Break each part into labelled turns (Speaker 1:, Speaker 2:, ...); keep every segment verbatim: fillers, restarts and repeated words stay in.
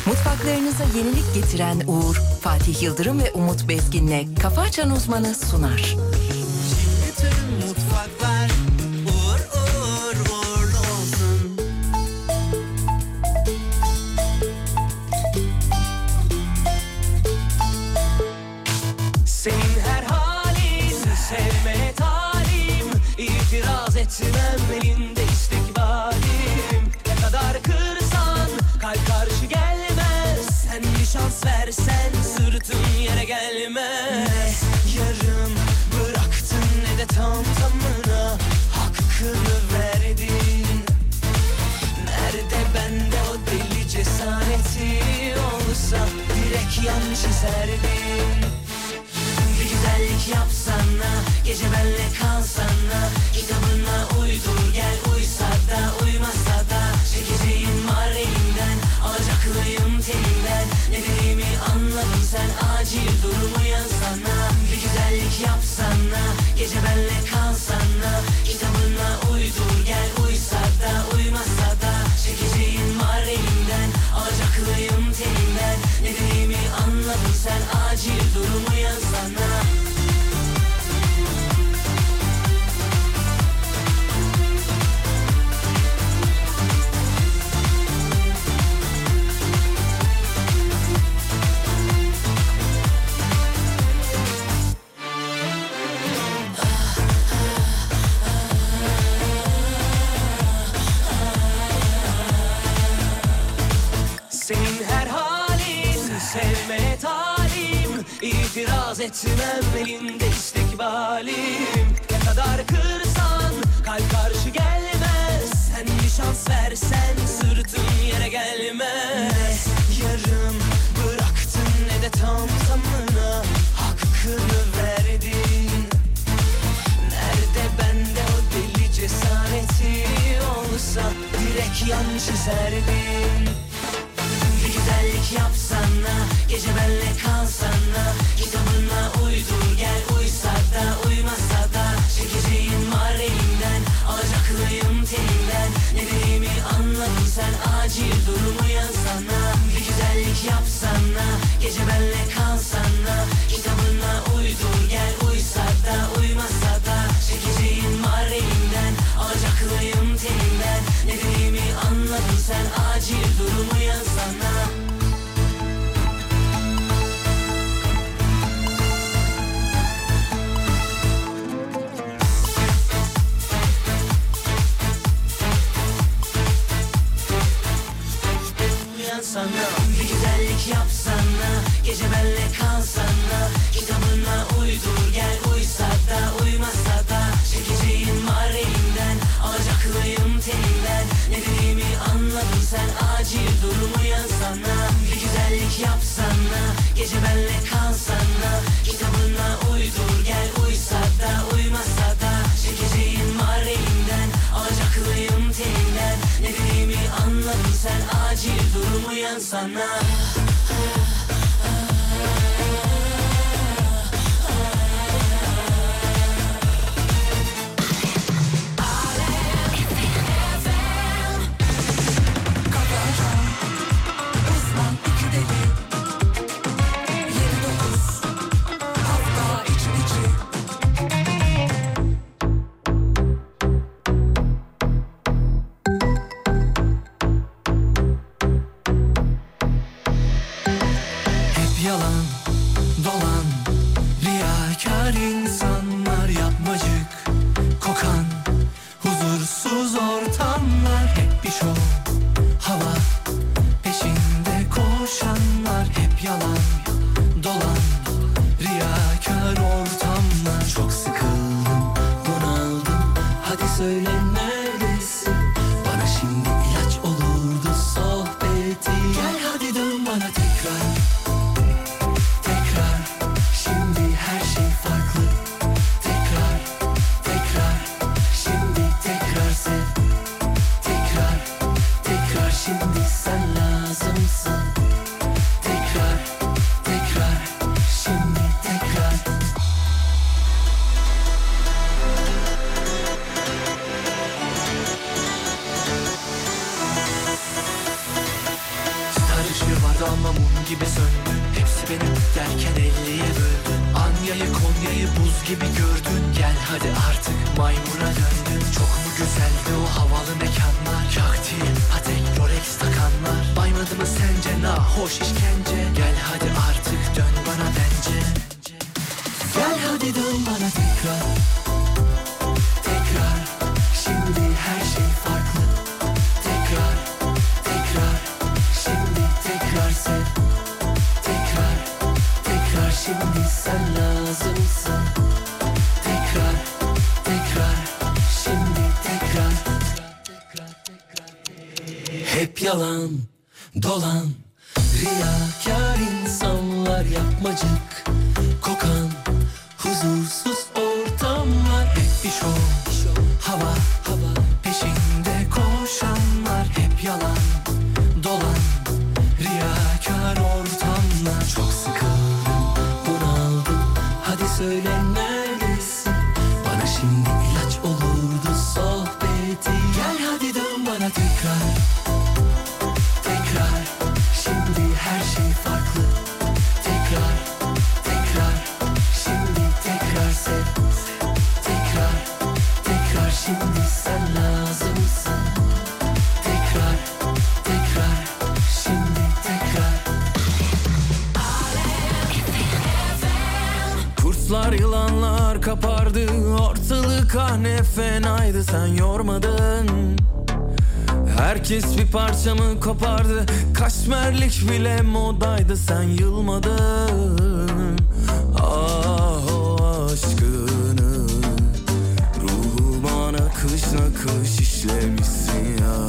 Speaker 1: Mutfaklarınıza yenilik getiren Uğur, Fatih Yıldırım ve Umut Bezgin'le Kafa Açan Uzmanı sunar.
Speaker 2: Şimdi tüm mutfaklar uğur uğur uğurlu olsun. Senin her halin sevmeye talim, İtiraz etmem elinde istikbalim. Ne kadar kırsan kalp karşı gelmez, sen bir şans versen sırtın yere gelmez. Yarım bıraktın ne de tam tamına hakkını verdin. Nerede bende o deli cesareti olsa direkt yan çizerdin. Bir güzellik yapsana, gece benle kalsana, kitabına uydur gel, uysa da uymasa da çekeceğin var elimden, alacaklıyım telinden. Ne dediğimi anladın sen, acil durumu yazsana. Bir güzellik yapsana, gece benle kalsana, kitabına uydur gel, uysa da uymasa da çekeceğin var elimden, alacaklıyım telinden. Ne dediğimi anladın sen, acil durumu yazsana. Senin her halin sevmeye talim, İtiraz etmem elinde istikbalim. Ne kadar kırsan kalp karşı gelmez, sen bir şans versen sırtın yere gelmez. Yarım bıraktın ne de tam tamına hakkını verdin. Nerede bende o deli cesareti olsa direkt yan çizerdin. Bir güzellik yapsana, gece benle kalsana, kitabına uydur gel, uysa da uymasa da çekeceğin var elimden, alacaklıyım telinden. Ne dediğimi anladın sen, acil durumu yazsana. Bir güzellik yapsana, gece benle kalsana, kitabına uydur gel, uysa da uymasa da çekeceğin var elimden, alacaklıyım telinden. Ne dediğimi anladın sen, acil durumu yazsana. Sana bir güzellik yapsana, gece benle kalsana, kitabına uydur gel, uysa da uymasa da çekeceğin var elimden, alacaklıyım telinden. Ne dediğimi anladın sen, acil durumu yazsana. Bir güzellik yapsana, gece benle kalsana, kitabına uydur gel, uysa da uymasa da çekeceğin var elimden, alacaklıyım telinden. Ne dediğimi anladın sen, acil durumu yazsana.
Speaker 3: Yalan, dolan, riyakar insanlar, yapmacık, kokan, huzursuz ortamlar. Hep bir şov, hava, peşinde koşanlar. Hep yalan, dolan, riyakar ortamlar. Çok sıkıldım, bunaldım, hadi söyle neredesin? Bana şimdi ilaç olurdu sohbeti. Gel hadi dön bana tekrar. vardı ama mum gibi söndün. Hepsi benim derken elliye böldün. Anya'yı Konya'yı buz gibi gördün. Gel hadi artık maymuna döndün. Çok mu güzeldi o havalı mekanlar? Kaktil, Patek, Rolex takanlar. Baymadı mı sence nahoş işkence? Gel hadi artık dön bana bence. Gel hadi dön bana tekrar. Tekrar, şimdi her şey farklı. Tekrar, tekrar, şimdi tekrar sev. Tekrar, tekrar, şimdi sen lazımsın. Tekrar, tekrar, şimdi tekrar. Hep yalan, dolan, riyakar insanlar, yapmacık, kokan, huzursuz ortamlar. Hep bir şov, hava, hava, peşinde koşanlar. Hep yalan, dolan, riyakar ortamlar. Çok sıkıldım, bunaldım, hadi söyle neredesin? Bana şimdi ilaç olurdu sohbeti. Gel hadi dön bana tekrar. Tekrar, şimdi her şey farklı. Tekrar, tekrar, şimdi tekrar sev. Tekrar, tekrar, şimdi sen lazımsın. Tekrar, tekrar, şimdi tekrar. Kurtlar yılanlar kapardı, ortalık ah ne fenaydı, sen yormadın. Herkes bir parçamı kopardı, kaşmerlik bile modaydı, sen yılmadın. Ah o aşkını ruhuma nakış nakış işlemişsin ya.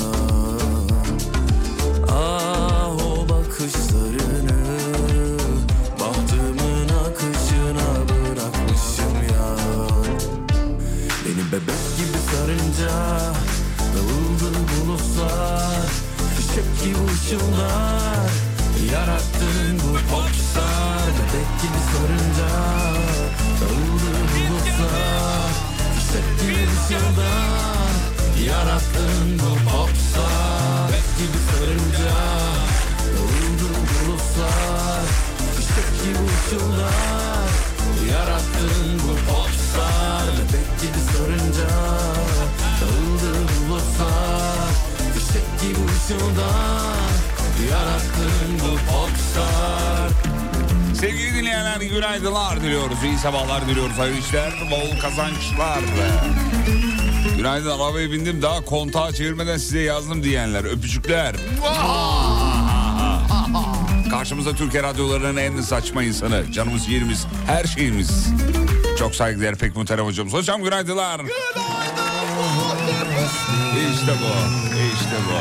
Speaker 3: Ah o bakışlarını bahtımın akışına bırakmışım ya. Beni bebek gibi sarınca dağıldı bulutlar, fişek gibi ışıllar, yarattın bu popstar. Bebek gibi sarınca dağıldı bulutlar, fişek gibi ışıllar, yarattın bu popstar. Bebek gibi sarınca dağıldı bulutlar, fişek gibi ışıllar, yarattın bu popstar. Bebek gibi sarınca dağıldı bulutlar, fişek gibi ışıldan, yarattın bu popstar.
Speaker 4: Sevgili dinleyenler, günaydınlar diliyoruz. İyi sabahlar diliyoruz. Hayırlı işler, bol kazançlar. Günaydın, arabaya bindim, daha kontağı çevirmeden size yazdım diyenler. Öpücükler. Karşımızda Türkiye radyolarının en saçma insanı. Canımız, yerimiz, her şeyimiz. Çok saygıdeğer pek muhterem hocamız. Hocam günaydınlar. İşte bu, işte bu.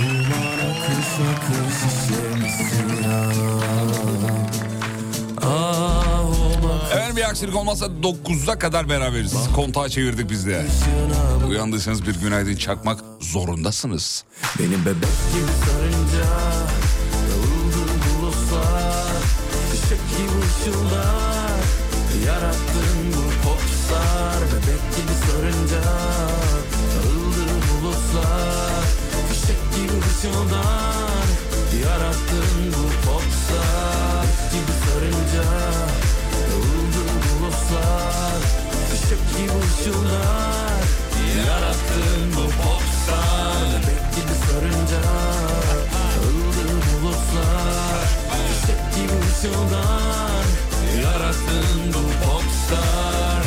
Speaker 4: Efendim bir aksilik olmazsa dokuzda kadar beraberiz. Kontağı çevirdik biz de. Uyandıysanız bir günaydın çakmak zorundasınız.
Speaker 3: Benim bebek gibi sarınca dağıldı bulutlar, fişek gibi ışıllar, yarattın bu popstar. Bebek gibi sarınca dağıldı bulutlar, fişek gibi ışıllar, yarattın bu popstar. Gibi sarınca dağıldı bulutlar, fişek gibi ışıllar, yarattın bu popstar. Bebek gibi sarınca dağıldı bulutlar, fişek gibi ışıllar, yarattın bu popstar.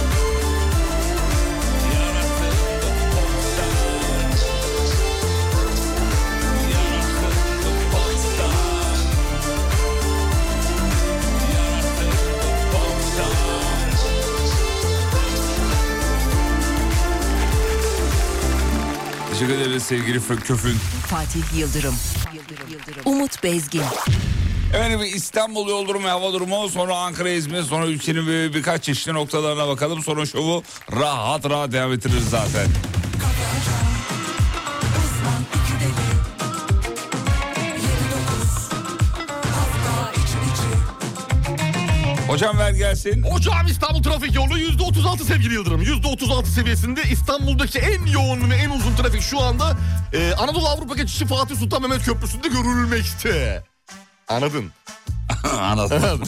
Speaker 4: Teşekkür ederiz sevgili Köfün.
Speaker 1: Fatih Yıldırım, Umut Bezgin.
Speaker 4: Efendim İstanbul yol durumu, hava durumu, sonra Ankara, İzmir, sonra ülkenin bir, birkaç çeşitli noktalarına bakalım. Sonra şovu rahat rahat devam ettiririz zaten. Hocam ver gelsin.
Speaker 5: Hocam İstanbul trafik yoğunluğu yüzde otuz altı sevgili Yıldırım. yüzde otuz altı seviyesinde İstanbul'daki en yoğun ve en uzun trafik şu anda e, Anadolu Avrupa geçişi Fatih Sultan Mehmet Köprüsü'nde görülmekte. Anladın.
Speaker 4: Anladım. Anladım.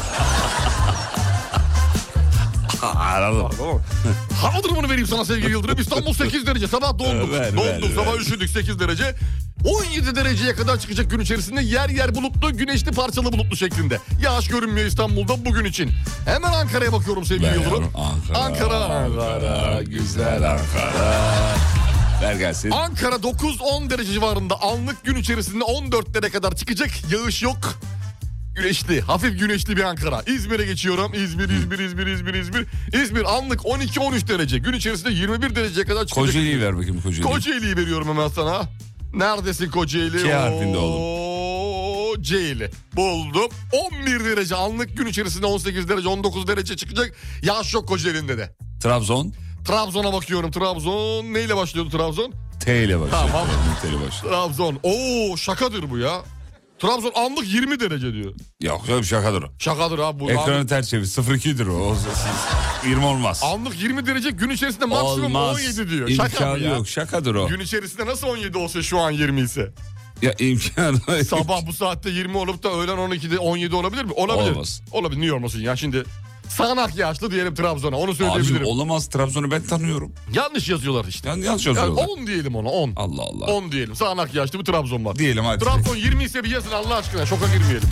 Speaker 5: Hava durumunu vereyim sana sevgili Yıldırım. İstanbul sekiz derece. Sabah donduk.
Speaker 4: Ver,
Speaker 5: donduk.
Speaker 4: ver,
Speaker 5: Sabah
Speaker 4: ver.
Speaker 5: üşüdük sekiz derece. on yedi dereceye kadar çıkacak gün içerisinde yer yer bulutlu, güneşli, parçalı bulutlu şeklinde. Yağış görünmüyor İstanbul'da bugün için. Hemen Ankara'ya bakıyorum sevgili
Speaker 4: Ver
Speaker 5: Yıldırım.
Speaker 4: Ankara,
Speaker 5: Ankara.
Speaker 4: Ankara, güzel Ankara. Ver gelsin.
Speaker 5: Ankara dokuz on derece civarında. Anlık gün içerisinde on dörtlere kadar çıkacak. Yağış yok. Güneşli, hafif güneşli bir Ankara. İzmir'e geçiyorum. İzmir, İzmir, İzmir, İzmir, İzmir. İzmir anlık on iki on üç derece. Gün içerisinde yirmi bir dereceye kadar çıkacak.
Speaker 4: Kocaeli'yi ver bakayım Kocaeli'yi.
Speaker 5: Kocaeli'yi veriyorum hemen sana. Neredesin Kocaeli?
Speaker 4: K harfinde
Speaker 5: oğlum. Kocaeli. Buldum. on bir derece anlık gün içerisinde on sekiz derece on dokuz derece çıkacak. Yağış yok Kocaeli'nde de.
Speaker 4: Trabzon.
Speaker 5: Trabzon'a bakıyorum. Trabzon neyle başlıyordu Trabzon?
Speaker 4: T ile başlıyor.
Speaker 5: Tamam.
Speaker 4: T ile başlıyor.
Speaker 5: Trabzon. Oo şakadır bu ya. Trabzon anlık yirmi derece diyor.
Speaker 4: Yok canım şakadır o.
Speaker 5: Şakadır abi bu.
Speaker 4: Ekranı
Speaker 5: Anlık,
Speaker 4: ters çevir. sıfır ikidir o. o yirmi olmaz.
Speaker 5: anlık yirmi derece gün içerisinde maksimum
Speaker 4: Olmaz.
Speaker 5: on yedi diyor. Şaka
Speaker 4: İmkanı
Speaker 5: mı ya?
Speaker 4: yok. Şakadır o.
Speaker 5: Gün içerisinde nasıl on yedi olsa şu an yirmi ise?
Speaker 4: Ya imkanı.
Speaker 5: Sabah bu saatte yirmi olup da öğlen on ikide on yedi olabilir mi? Olabilir.
Speaker 4: Olmaz.
Speaker 5: Olabilir. Niye olmasın ya şimdi? Sağanak yağışlı diyelim Trabzon'a onu
Speaker 4: Abicim
Speaker 5: söyleyebilirim.
Speaker 4: olamaz, Trabzon'u ben tanıyorum.
Speaker 5: Yanlış yazıyorlar işte.
Speaker 4: Yani yanlış
Speaker 5: Yani
Speaker 4: yazıyorlar.
Speaker 5: on diyelim ona on.
Speaker 4: Allah Allah.
Speaker 5: on diyelim. Sağanak yağışlı bir Trabzon var.
Speaker 4: Diyelim hadi.
Speaker 5: Trabzon yirmi ise bir yazın Allah aşkına şoka girmeyelim.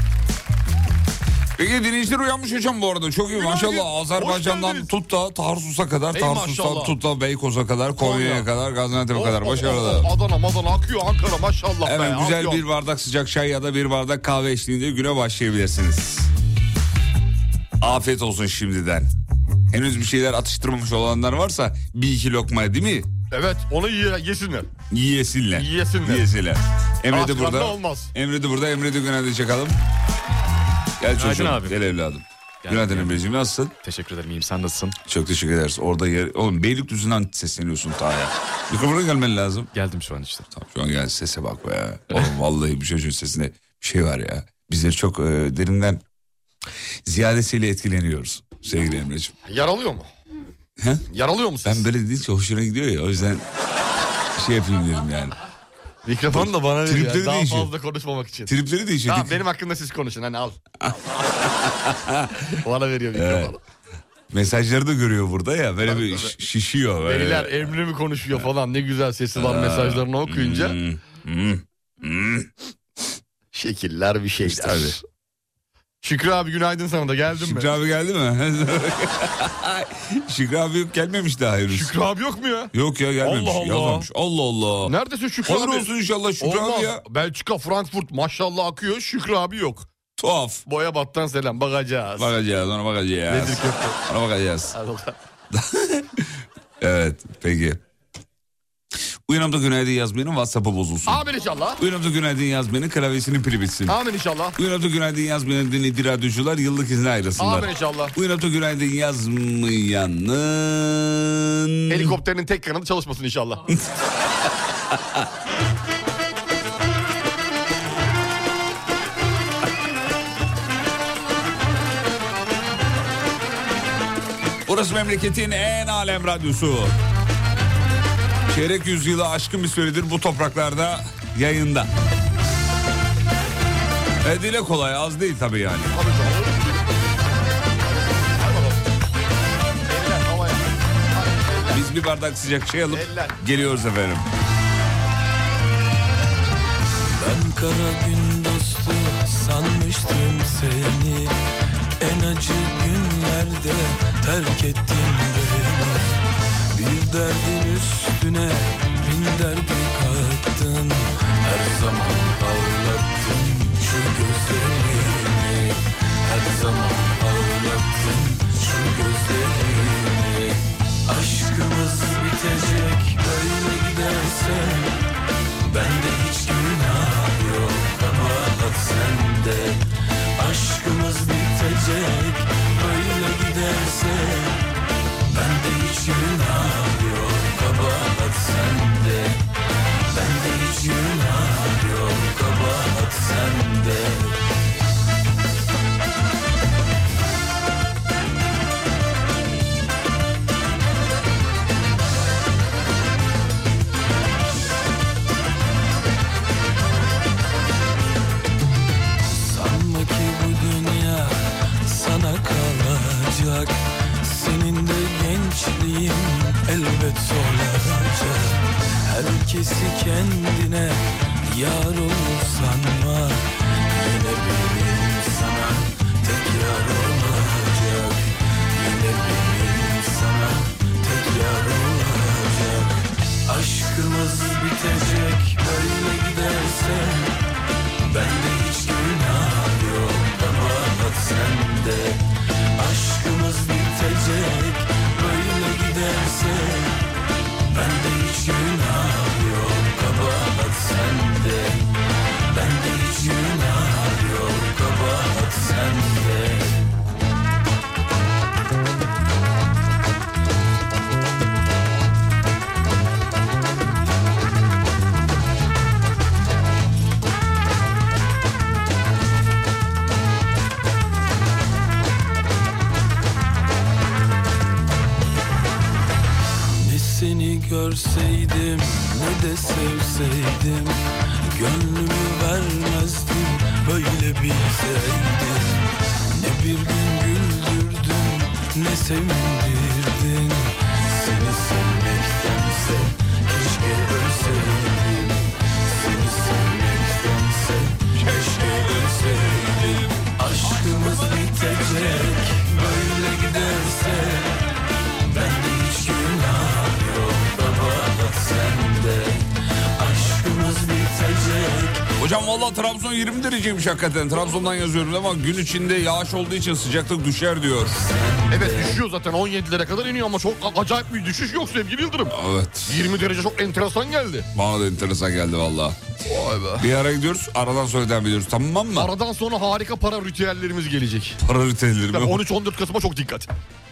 Speaker 4: Peki dinleyiciler uyanmış hocam bu arada. Çok iyi
Speaker 5: Günaydın.
Speaker 4: maşallah. Azerbaycan'dan
Speaker 5: geldiniz.
Speaker 4: tut da Tarsus'a kadar,
Speaker 5: Ey
Speaker 4: Tarsus'tan
Speaker 5: maşallah.
Speaker 4: tut da Beykoz'a kadar, Konya'ya
Speaker 5: Konya.
Speaker 4: kadar, Gaziantep'e
Speaker 5: Oh,
Speaker 4: kadar.
Speaker 5: oh,
Speaker 4: Başarılı.
Speaker 5: oh, oh, Adana Madana akıyor Ankara maşallah be.
Speaker 4: Hemen güzel
Speaker 5: akıyor.
Speaker 4: bir bardak sıcak çay ya da bir bardak kahve eşliğinde güne başlayabilirsiniz. Afiyet olsun şimdiden. Henüz bir şeyler atıştırmamış olanlar varsa bir iki lokma değil mi?
Speaker 5: Evet onu ye, yesinler.
Speaker 4: Yiyesinler.
Speaker 5: Yiyesinler.
Speaker 4: Yiyesinler. Emre
Speaker 5: Aç
Speaker 4: de
Speaker 5: karnına
Speaker 4: burada.
Speaker 5: olmaz.
Speaker 4: Emre de burada. Emre de günaydın çakalım. Gel çocuğum.
Speaker 6: abi.
Speaker 4: Gel evladım.
Speaker 6: Gel,
Speaker 4: Günaydın
Speaker 6: gel.
Speaker 4: Emre'ciğim, nasılsın?
Speaker 6: Teşekkür ederim, iyiyim. Sen nasılsın?
Speaker 4: Çok teşekkür ederiz. Orada yer... Oğlum Beylikdüzü'nden sesleniyorsun Taha'ya. Mikrofona gelmen lazım.
Speaker 6: Geldim şu an işte.
Speaker 4: Tamam, şu an gel, sese bak be. Oğlum vallahi bir çocuğun sesinde bir şey var ya. Bizleri çok e, derinden ziyadesiyle etkileniyoruz sevgili Emre'ciğim.
Speaker 5: Yaralıyor mu?
Speaker 4: He?
Speaker 5: Yaralıyor mu ses?
Speaker 4: Ben böyle deyince hoşuna gidiyor ya, o yüzden şey yapayım dedim yani.
Speaker 5: Mikrofonu da bana ver
Speaker 4: Tripleri
Speaker 5: ya. Daha
Speaker 4: değişiyor.
Speaker 5: fazla konuşmamak için.
Speaker 4: Tripleri değişiyor.
Speaker 5: Tamam benim hakkında siz konuşun hani al. Bana veriyor mikrofonu.
Speaker 4: Evet. Mesajları da görüyor burada ya, böyle bir ş- şişiyor. Böyle.
Speaker 5: Veliler Emre mi konuşuyor falan ne güzel sesi var mesajlarını okuyunca.
Speaker 4: Hmm, hmm, hmm.
Speaker 5: Şekiller bir şeyler.
Speaker 4: İşte abi.
Speaker 5: Şükrü abi günaydın sana da geldin
Speaker 4: Şükrü
Speaker 5: mi?
Speaker 4: abi geldi mi? Şükrü abi yok, gelmemiş daha henüz.
Speaker 5: Şükrü abi yok mu ya?
Speaker 4: Yok ya, gelmemiş.
Speaker 5: Allah Allah.
Speaker 4: Yazmamış. Allah Allah.
Speaker 5: Neredesin Şükrü
Speaker 4: Hayır
Speaker 5: abi?
Speaker 4: olsun inşallah Şükrü
Speaker 5: Olmaz.
Speaker 4: abi ya.
Speaker 5: Belçika, Frankfurt maşallah akıyor. Şükrü abi yok.
Speaker 4: Tuhaf.
Speaker 5: Boya battan selam bakacağız.
Speaker 4: Bakacağız, ona bakacağız.
Speaker 5: Nedir köfte?
Speaker 4: Ona bakacağız.
Speaker 5: Hadi bakalım.
Speaker 4: Evet, peki. Uyanımda günaydın yazmayanın WhatsApp'ı bozulsun.
Speaker 5: Amin inşallah.
Speaker 4: Uyanımda günaydın yazmayanın klavyesinin pili bitsin.
Speaker 5: Amin inşallah.
Speaker 4: Uyanımda günaydın yazmayanın dinlediği radyocular yıllık izne ayrılsınlar.
Speaker 5: Amin inşallah.
Speaker 4: Uyanımda günaydın yazmayanın...
Speaker 5: Helikopterin tek kanadı çalışmasın inşallah.
Speaker 4: Burası memleketin en alem radyosu. Çeyrek yüzyılı aşkın bir süredir bu topraklarda yayında. E, dile kolay, az değil tabii yani.
Speaker 5: Tabii canım. Hadi bakalım. Eller havaya. Hadi, eller.
Speaker 4: Biz bir bardak sıcak çay alıp
Speaker 5: Eller.
Speaker 4: geliyoruz efendim.
Speaker 7: Ben kara gün dostu sanmıştım seni. En acı günlerde terk ettin beni. Bir derdin üstüne bin derdi kattın. Her zaman ağlattın şu gözlerini. Her zaman ağlattın şu gözlerini. Aşkımız bitecek böyle giderse. Bende hiç günah yok, kabahat sende. Aşkımız bitecek böyle giderse. Bende hiç günah yok, kabahat sende. Bende hiç günah yok, gençliğim elbet zorlanacak. Herkesi kendine yar olur sanma. Yine benim sana tek yar olacak. Yine benim sana tek yar olacak. Aşkımız bitecek böyle giderse. Bende hiç günah yok, kabahat sende. Aşkımız bitecek böyle giderse. Bende hiç günah yok, kabahat sende. Bende hiç günah yok, kabahat sende. Seni görseydim ne de sevseydim, gönlümü vermezdim böyle bilseydim. Ne bir gün güldürdün ne sevindirdin. Seni sevmektense keşke ölseydim. Seni sevmektense keşke ölseydim. Aşkımız bitecek böyle giderse. Bende hiç günah yok, kabahat sende. Aşkımız bitecek.
Speaker 4: Hocam valla Trabzon yirmi dereceymiş hakikaten. Trabzon'dan yazıyorum ama gün içinde yağış olduğu için sıcaklık düşer diyor.
Speaker 5: Evet düşüyor zaten, on yedilere kadar iniyor ama çok acayip bir düşüş yok sevgili Yıldırım.
Speaker 4: Evet.
Speaker 5: yirmi derece çok enteresan geldi.
Speaker 4: Bana da enteresan geldi valla.
Speaker 5: Vay be.
Speaker 4: Bir ara gidiyoruz, aradan sonra devam ediyoruz, tamam mı?
Speaker 5: Aradan sonra harika para ritüellerimiz gelecek.
Speaker 4: Para ritüelleri mi?
Speaker 5: on üç on dört Kasım'a çok dikkat.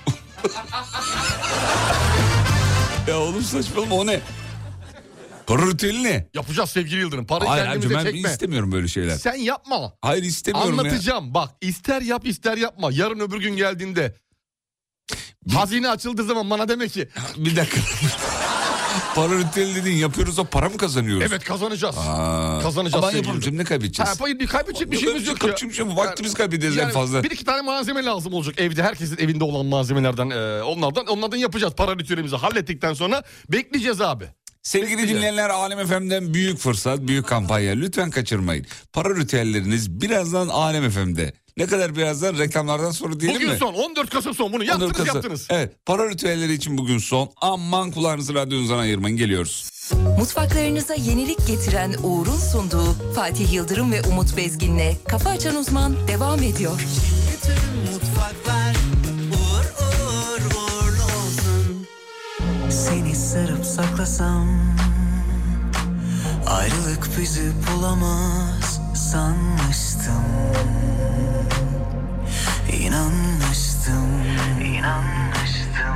Speaker 4: Ya oğlum saçmalama, o ne? Para ritüeli ne?
Speaker 5: Yapacağız sevgili Yıldırım. Parayı
Speaker 4: Hayır
Speaker 5: kendimize
Speaker 4: ben
Speaker 5: çekme.
Speaker 4: istemiyorum böyle şeyler.
Speaker 5: Sen yapma.
Speaker 4: Hayır istemiyorum
Speaker 5: Anlatacağım
Speaker 4: ya.
Speaker 5: bak, ister yap ister yapma. Yarın öbür gün geldiğinde bir... hazine açıldığı zaman bana demek ki.
Speaker 4: Bir dakika. Para ritüeli dedin, yapıyoruz da para mı kazanıyoruz?
Speaker 5: Evet kazanacağız.
Speaker 4: Aa.
Speaker 5: Kazanacağız.
Speaker 4: Ama ben yapamayacağım, ne kaybedeceğiz?
Speaker 5: Ha, bir kaybedecek bir şeyimiz yok ya.
Speaker 4: Kaybedecek şey, vaktimiz kaybedeceğiz
Speaker 5: yani
Speaker 4: en fazla.
Speaker 5: Bir iki tane malzeme lazım olacak evde. Herkesin evinde olan malzemelerden e, onlardan onlardan yapacağız. Para ritüelimizi hallettikten sonra bekleyeceğiz abi.
Speaker 4: Sevgili
Speaker 5: Bekleyeceğiz.
Speaker 4: dinleyenler, Alem F M'den büyük fırsat, büyük kampanya. Lütfen kaçırmayın. Para ritüelleriniz birazdan Alem F M'de. Ne kadar birazdan, reklamlardan sonra diyelim
Speaker 5: bugün
Speaker 4: mi?
Speaker 5: son on dört Kasım son, bunu yaptınız
Speaker 4: Kasım.
Speaker 5: yaptınız.
Speaker 4: Evet, para ritüelleri için bugün son. Aman kulağınızı radyonuzdan ayırmayın, geliyoruz.
Speaker 1: Mutfaklarınıza yenilik getiren Uğur'un sunduğu Fatih Yıldırım ve Umut Bezgin'le Kafa Açan Uzman devam ediyor.
Speaker 2: Bütün mutfaklar uğur uğur uğurlu olsun. Seni sarıp saklasam, ayrılık bizi bulamaz sanmıştım. İnanmıştım, inanmıştım.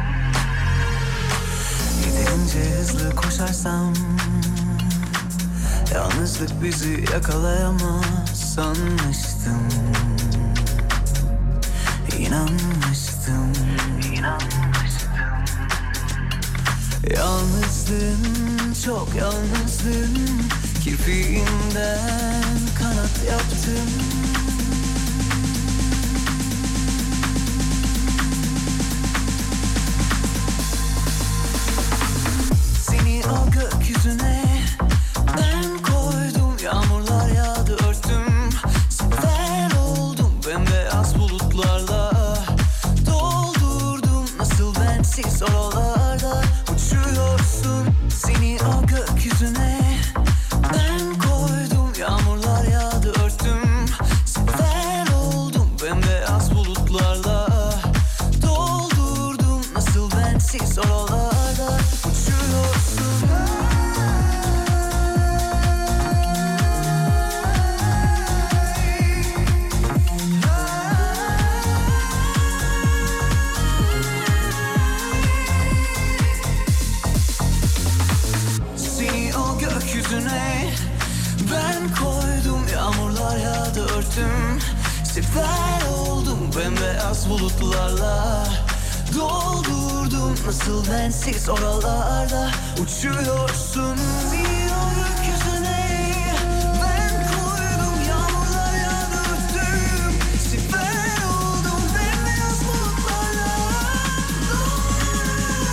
Speaker 2: Yeterince hızlı koşarsam, yalnızlık bizi yakalayamaz sanmıştım. İnanmıştım, inanmıştım. Yalnızdım, çok yalnızdım. Kirpiğimden kanat yaptım. Seni o gökyüzüne ben koydum. Yağmurlar yağdı örttüm. Sefer oldum bembeyaz bulutlarla. Doldurdum nasıl bensiz oralarda. Uçuyorsun seni o gökyüzüne ben koydum. Yağmurlar yağdı örttüm. Sefer oldum bembeyaz bulutlarla. Doldurdum nasıl bensiz oralarda. Ben koydum, yağmurlar yağdı örttüm. Sefer oldum bembeyaz bulutlarla. Doldurdum nasıl bensiz oralarda. Uçuyorsun bir o gökyüzüne. Ben koydum, yağmurlar yağdı örttüm. Sefer oldum bembeyaz bulutlarla. Doldurdum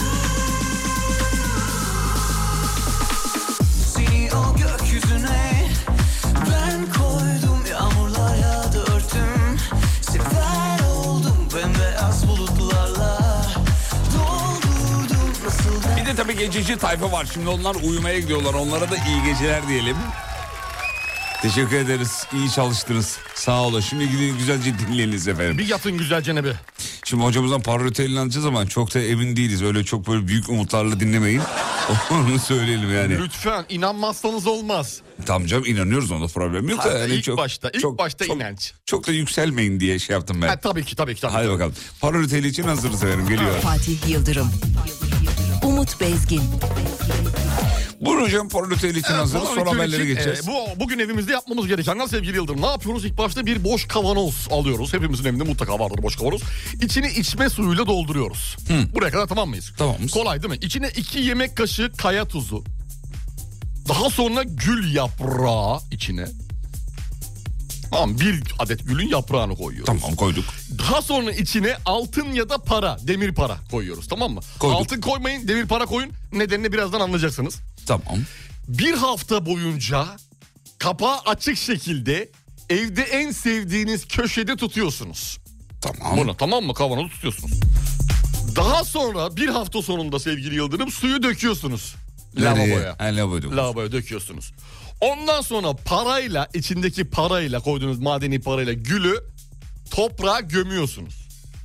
Speaker 4: de tabii gececi tayfa var. Şimdi onlar uyumaya gidiyorlar. Onlara da iyi geceler diyelim. Teşekkür ederiz. İyi çalıştınız. Sağ olun. Şimdi gidin güzelce dinleyiniz efendim.
Speaker 5: Bir yatın güzelce ne be.
Speaker 4: Şimdi hocamızdan para öteliğini alacağız ama çok da emin değiliz. Öyle çok böyle büyük umutlarla dinlemeyin. Onu söyleyelim yani.
Speaker 5: Lütfen inanmazsanız olmaz.
Speaker 4: Tamam canım, inanıyoruz, onda problem yok.
Speaker 5: Ha,
Speaker 4: da yani
Speaker 5: ilk
Speaker 4: çok,
Speaker 5: başta, ilk
Speaker 4: çok,
Speaker 5: başta
Speaker 4: çok,
Speaker 5: inanç.
Speaker 4: Çok da yükselmeyin diye şey yaptım ben.
Speaker 5: Ha, tabii ki tabii ki. Tabii,
Speaker 4: Hadi
Speaker 5: tabii.
Speaker 4: bakalım. Para öteliği için hazırız efendim, geliyor.
Speaker 1: Fatih Yıldırım, Umut Bezgin.
Speaker 4: Buyurun hocam, para öteliği için hazırız.
Speaker 5: Sonra
Speaker 4: Sonra haberlere
Speaker 5: için,
Speaker 4: geçeceğiz.
Speaker 5: e, bu bugün evimizde yapmamız gerekenler sevgili Yıldırım. Ne yapıyoruz? İlk başta bir boş kavanoz alıyoruz. Hepimizin evinde mutlaka vardır boş kavanoz. İçini içme suyuyla dolduruyoruz.
Speaker 4: Hı.
Speaker 5: Buraya kadar tamam mıyız?
Speaker 4: Tamamız.
Speaker 5: Kolay değil mi? İçine iki yemek kaşığı kaya tuzu. Daha sonra gül yaprağı içine. Tamam, bir adet gülün yaprağını koyuyoruz.
Speaker 4: Tamam, koyduk.
Speaker 5: Daha sonra içine altın ya da para, demir para koyuyoruz, tamam mı?
Speaker 4: Koyduk.
Speaker 5: Altın koymayın, demir para koyun. Nedenini birazdan anlayacaksınız.
Speaker 4: Tamam.
Speaker 5: Bir hafta boyunca kapağı açık şekilde evde en sevdiğiniz köşede tutuyorsunuz.
Speaker 4: Tamam.
Speaker 5: Bunu, tamam mı? Kavanozu tutuyorsunuz. Daha sonra bir hafta sonunda sevgili Yıldırım suyu döküyorsunuz. Lavaboya.
Speaker 4: Ha, lavaboya.
Speaker 5: Lavaboya döküyorsunuz. Ondan sonra parayla, içindeki parayla, koyduğunuz madeni parayla gülü toprağa gömüyorsunuz.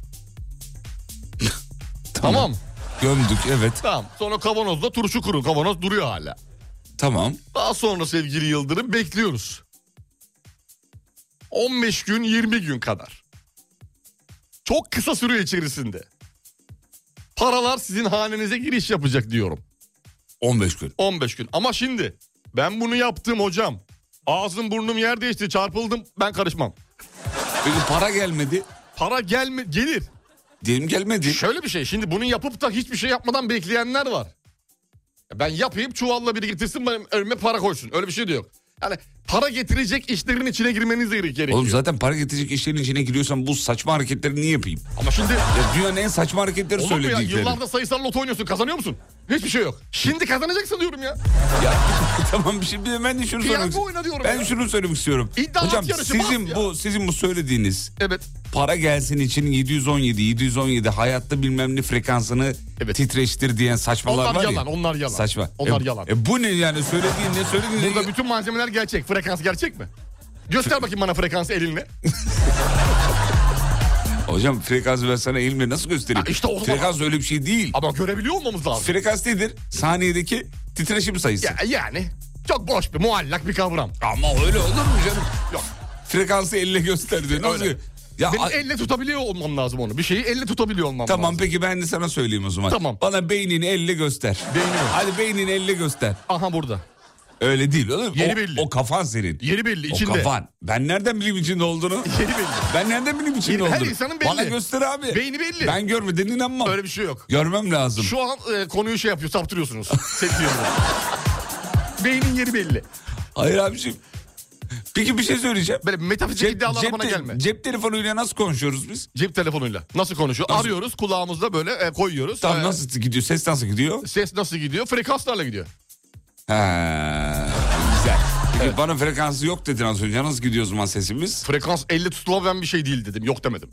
Speaker 5: Tamam.
Speaker 4: Gömdük, evet.
Speaker 5: Tamam. Sonra kavanozda turşu kuru. Kavanoz duruyor hala.
Speaker 4: Tamam.
Speaker 5: Daha sonra sevgili Yıldırım bekliyoruz. on beş gün, yirmi gün kadar. Çok kısa süre içerisinde paralar sizin hanenize giriş yapacak diyorum.
Speaker 4: on beş gün.
Speaker 5: on beş gün. Ama şimdi ben bunu yaptım hocam. Ağzım burnum yer değişti, çarpıldım, ben karışmam.
Speaker 4: Peki para gelmedi.
Speaker 5: Para gelme gelir.
Speaker 4: Diyelim gelmedi.
Speaker 5: Şöyle bir şey, şimdi bunu yapıp da hiçbir şey yapmadan bekleyenler var. Ben yapayım, çuvalla biri getirsin, benim önüme para koysun. Öyle bir şey de yok. Yani para getirecek işlerin içine girmeniz gerekiyor.
Speaker 4: Oğlum zaten para getirecek işlerin içine giriyorsan bu saçma hareketleri niye yapayım?
Speaker 5: Ama şimdi...
Speaker 4: Ya dünyanın en saçma hareketleri
Speaker 5: Olur mu ya?
Speaker 4: söyledikleri.
Speaker 5: Yıllarda sayısal loto oynuyorsun, kazanıyor musun? Hiçbir şey yok. Şimdi kazanacaksın diyorum ya.
Speaker 4: Ya tamam, şimdi ben de şunu
Speaker 5: Piyango
Speaker 4: söylemek
Speaker 5: oyna diyorum
Speaker 4: Ben
Speaker 5: ya.
Speaker 4: şunu söylemek istiyorum.
Speaker 5: İddialat
Speaker 4: Hocam
Speaker 5: yarışı,
Speaker 4: sizin
Speaker 5: bas
Speaker 4: bu sizin bu söylediğiniz
Speaker 5: Evet.
Speaker 4: para gelsin için yedi yüz on yedi yedi yüz on yedi hayatta bilmem ne frekansını
Speaker 5: Evet.
Speaker 4: titreştir diyen saçmalar
Speaker 5: Onlar
Speaker 4: var
Speaker 5: yalan,
Speaker 4: ya.
Speaker 5: onlar yalan.
Speaker 4: Saçma.
Speaker 5: Onlar
Speaker 4: E,
Speaker 5: yalan.
Speaker 4: E bu ne yani, söylediğin ne söylediğin
Speaker 5: Burada
Speaker 4: ne?
Speaker 5: bütün malzemeler gerçek. Frekans gerçek mi? Göster bakayım bana frekansı elinle.
Speaker 4: Hocam frekansı ben sana elimle nasıl göstereyim?
Speaker 5: Ha, işte o zaman-
Speaker 4: Frekans öyle bir şey değil.
Speaker 5: Ama görebiliyor olmamız lazım.
Speaker 4: Frekans nedir? Saniyedeki titreşim sayısı.
Speaker 5: Ya, yani çok boş bir muallak bir kavram.
Speaker 4: Ama öyle olur mu canım?
Speaker 5: Yok.
Speaker 4: Frekansı elle göster diyor. Nasıl?
Speaker 5: Öyle.
Speaker 4: Ya
Speaker 5: Benim
Speaker 4: a-
Speaker 5: elle tutabiliyor olmam lazım onu. Bir şeyi elle tutabiliyor olmam
Speaker 4: Tamam
Speaker 5: lazım.
Speaker 4: peki ben de sana söyleyeyim o zaman.
Speaker 5: Tamam.
Speaker 4: Bana beynini elle göster.
Speaker 5: Beynimi.
Speaker 4: Hadi beynini elle göster.
Speaker 5: Aha burada.
Speaker 4: Öyle değil oğlum.
Speaker 5: Yeri
Speaker 4: o,
Speaker 5: belli.
Speaker 4: o kafan senin.
Speaker 5: Yeri belli,
Speaker 4: O
Speaker 5: içinde.
Speaker 4: kafan. Ben nereden bileyim içinde olduğunu?
Speaker 5: Yeri belli.
Speaker 4: Ben nereden bileyim içinde
Speaker 5: Yeri- her
Speaker 4: olduğunu?
Speaker 5: insanın belli.
Speaker 4: Bana göster abi.
Speaker 5: Beyni belli.
Speaker 4: Ben görmeden inanmam.
Speaker 5: Öyle bir şey yok.
Speaker 4: Görmem lazım.
Speaker 5: Şu an e, konuyu şey yapıyor, saptırıyorsunuz. Seçiyorsunuz. Beynin yeri belli.
Speaker 4: Hayır abiciğim. Peki bir şey söyleyeceğim.
Speaker 5: Böyle metafizik iddialara bana
Speaker 4: te-
Speaker 5: gelme.
Speaker 4: cep telefonuyla nasıl konuşuyoruz biz?
Speaker 5: Cep telefonuyla. Nasıl konuşuyor?
Speaker 4: Nasıl?
Speaker 5: Arıyoruz, kulağımızda böyle e, koyuyoruz.
Speaker 4: Tamam
Speaker 5: E,
Speaker 4: nasıl gidiyor? Ses nasıl gidiyor?
Speaker 5: Ses nasıl gidiyor? Frekanslarla gidiyor.
Speaker 4: Ha, güzel. Peki bana frekansı yok dedin az önce. Nasıl gidiyor o zaman sesimiz?
Speaker 5: Frekans elle tutulabilen bir şey değil dedim. Yok demedim.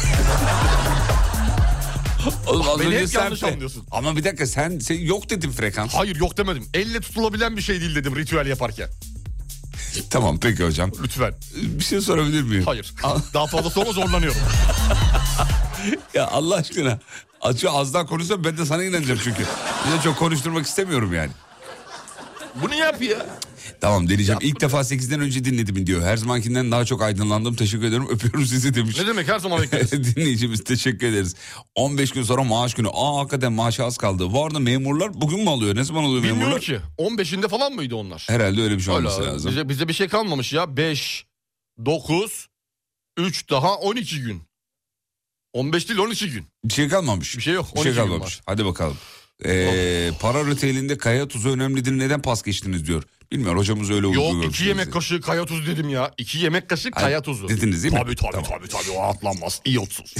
Speaker 4: Oğlum, az
Speaker 5: Beni
Speaker 4: önce
Speaker 5: hep
Speaker 4: sen
Speaker 5: yanlış
Speaker 4: de-
Speaker 5: anlıyorsun.
Speaker 4: Ama bir dakika sen, sen yok dedin frekans.
Speaker 5: Hayır yok demedim. Elle tutulabilen bir şey değil dedim ritüel yaparken.
Speaker 4: Tamam peki hocam.
Speaker 5: Lütfen.
Speaker 4: Bir şey sorabilir miyim?
Speaker 5: Hayır. Daha fazla sonra zorlanıyorum.
Speaker 4: Ya Allah aşkına. Açıyor az daha konuşsam ben de sana inanacağım çünkü. Bir de çok konuşturmak istemiyorum yani.
Speaker 5: Bunu yap ya.
Speaker 4: Tamam deneyeceğim. İlk defa sekizden önce dinledim diyor. Her zamankinden daha çok aydınlandım. Teşekkür ederim. Öpüyorum sizi demiş.
Speaker 5: Ne demek, her zaman bekleriz.
Speaker 4: Dinleyicimiz teşekkür ederiz. on beş gün sonra maaş günü. Aa hakikaten maaşı az kaldı. Bu arada memurlar bugün mü alıyor? Ne zaman alıyor
Speaker 5: Bilmiyorum
Speaker 4: memurlar?
Speaker 5: ki. on beşinde falan mıydı onlar?
Speaker 4: Herhalde öyle bir şey olması
Speaker 5: Öyle,
Speaker 4: lazım.
Speaker 5: bize, bize bir şey kalmamış ya. beş, dokuz, üç daha on iki gün. on beş değil on iki gün.
Speaker 4: Bir şey kalmamış.
Speaker 5: Bir şey yok,
Speaker 4: Bir
Speaker 5: on
Speaker 4: şey
Speaker 5: iki gün
Speaker 4: kalmamış.
Speaker 5: var.
Speaker 4: Hadi bakalım. Ee, para röteylinde kaya tuzu önemlidir. Neden pas geçtiniz diyor. Bilmiyorum hocamız öyle uyguluyor.
Speaker 5: Yok iki yemek kaşığı kaya tuzu dedim ya. iki yemek kaşığı
Speaker 4: Ay,
Speaker 5: kaya tuzu.
Speaker 4: dediniz değil mi?
Speaker 5: Tabii tabii
Speaker 4: Tamam.
Speaker 5: tabii tabii o atlanmaz. İyotsuz.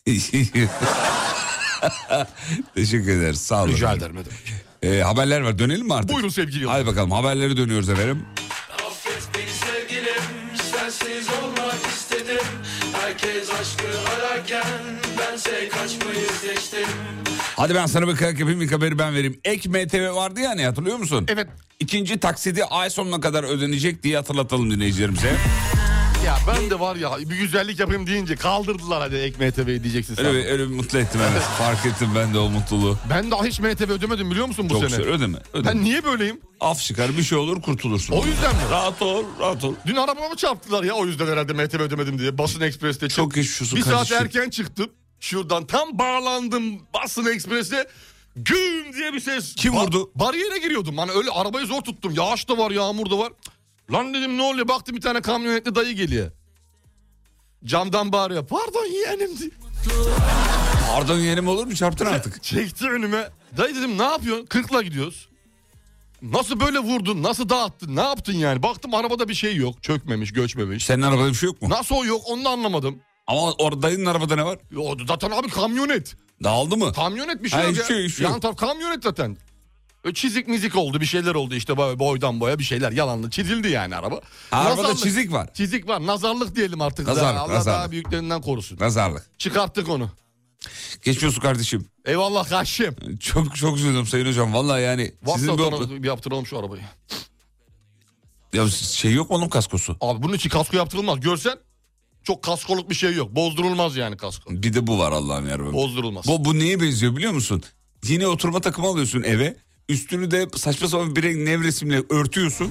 Speaker 4: Teşekkür ederiz. Sağ olun.
Speaker 5: Rica ederim ne demek.
Speaker 4: Ee, haberler var. Dönelim mi artık?
Speaker 5: Buyurun sevgili Yıldırım.
Speaker 4: Hadi bakalım haberlere dönüyoruz efendim.
Speaker 3: Affet beni sevgilim, sensiz
Speaker 7: olmak istedim. Herkes aşkı ararken bense kaçmayı seçtim.
Speaker 4: Hadi ben sana bir kıyak yapayım, ilk haberi ben vereyim. Ek M T V vardı ya hani, hatırlıyor musun?
Speaker 5: Evet.
Speaker 4: İkinci taksidi ay sonuna kadar ödenecek diye hatırlatalım dinleyicilerimize.
Speaker 5: Ya ben de var ya bir güzellik yapayım deyince kaldırdılar hadi ek M T V diyeceksin sen.
Speaker 4: Öyle, öyle bir mutlu ettim evet. Fark ettim ben de o mutluluğu.
Speaker 5: Ben daha hiç M T V ödemedim biliyor musun bu
Speaker 4: Çok
Speaker 5: sene?
Speaker 4: güzel, ödeme, ödeme.
Speaker 5: Ben niye böyleyim?
Speaker 4: Af çıkar, bir şey olur, kurtulursun.
Speaker 5: O yüzden mi?
Speaker 4: Rahat ol, rahat ol.
Speaker 5: Dün arabamı çarptılar ya, o yüzden herhalde M T V ödemedim diye. Basın Ekspres'te çıktım.
Speaker 4: Çok geçmiş olsun
Speaker 5: Bir saat
Speaker 4: kardeşim.
Speaker 5: erken çıktım. Şuradan tam bağlandım Basın Ekspres'e. Güm diye bir ses.
Speaker 4: Kim
Speaker 5: Ba-
Speaker 4: vurdu?
Speaker 5: Bariyere giriyordum. Hani öyle arabayı zor tuttum. Yağış da var, yağmur da var. Lan dedim ne oluyor? Baktım bir tane kamyonetli dayı geliyor. Camdan bağırıyor. Pardon yeğenim diye.
Speaker 4: Pardon yeğenim olur mu? Çarptın artık.
Speaker 5: Çekti önüme. Dayı dedim ne yapıyorsun? Kırkla gidiyoruz. Nasıl böyle vurdun? Nasıl dağıttın? Ne yaptın yani? Baktım arabada bir şey yok. Çökmemiş, göçmemiş.
Speaker 4: Senin arabada bir şey yok mu?
Speaker 5: Nasıl o yok? Onu da anlamadım.
Speaker 4: Ama orada dayının arabada ne var?
Speaker 5: O zaten abi kamyonet.
Speaker 4: Dağıldı mı?
Speaker 5: Kamyonet bir şey
Speaker 4: Ha,
Speaker 5: yok
Speaker 4: hiçbir
Speaker 5: ya.
Speaker 4: şey, hiçbir şey
Speaker 5: Yan
Speaker 4: yok.
Speaker 5: taraf kamyonet zaten. Ö, Çizik mizik oldu, bir şeyler oldu işte böyle boydan boya bir şeyler yalanlı çizildi yani araba.
Speaker 4: Ha, arabada
Speaker 5: Nazarlık.
Speaker 4: çizik var.
Speaker 5: Çizik var, nazarlık diyelim artık.
Speaker 4: Nazarlık,
Speaker 5: Allah
Speaker 4: nazarlık.
Speaker 5: daha büyüklerinden korusun.
Speaker 4: Nazarlık.
Speaker 5: Çıkarttık onu.
Speaker 4: Geçmiş olsun kardeşim.
Speaker 5: Eyvallah kardeşim.
Speaker 4: Çok çok üzüldüm Sayın Hocam. Vallahi yani sizin
Speaker 5: WhatsApp'tan
Speaker 4: bir...
Speaker 5: bir yaptıralım şu arabayı.
Speaker 4: Ya şey yok mu onun kaskosu?
Speaker 5: Abi bunun için kasko yaptırılmaz. Görsen çok kaskoluk bir şey yok. Bozdurulmaz yani kasko.
Speaker 4: Bir de bu var Allah'ım yarabbim.
Speaker 5: Bozdurulmaz.
Speaker 4: Bu, bu neye benziyor biliyor musun? Yine oturma takımı alıyorsun eve. Üstünü de saçma sapan bir renk nevresimle örtüyorsun.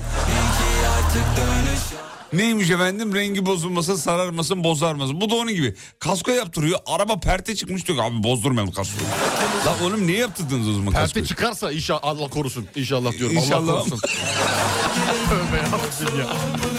Speaker 4: Neymiş efendim? Rengi bozulmasın, sararmasın, bozarmasın. Bu da onun gibi. Kasko yaptırıyor. Araba perte çıkmış diyor. Abi bozdurmayalım kaskoyu. Lan oğlum niye yaptırdınız o zaman kaskoyu?
Speaker 5: Perte çıkarsa inşallah Allah korusun. İnşallah diyorum.
Speaker 4: İnşallah.
Speaker 5: Allah korusun. Tövbe yarabbim ya.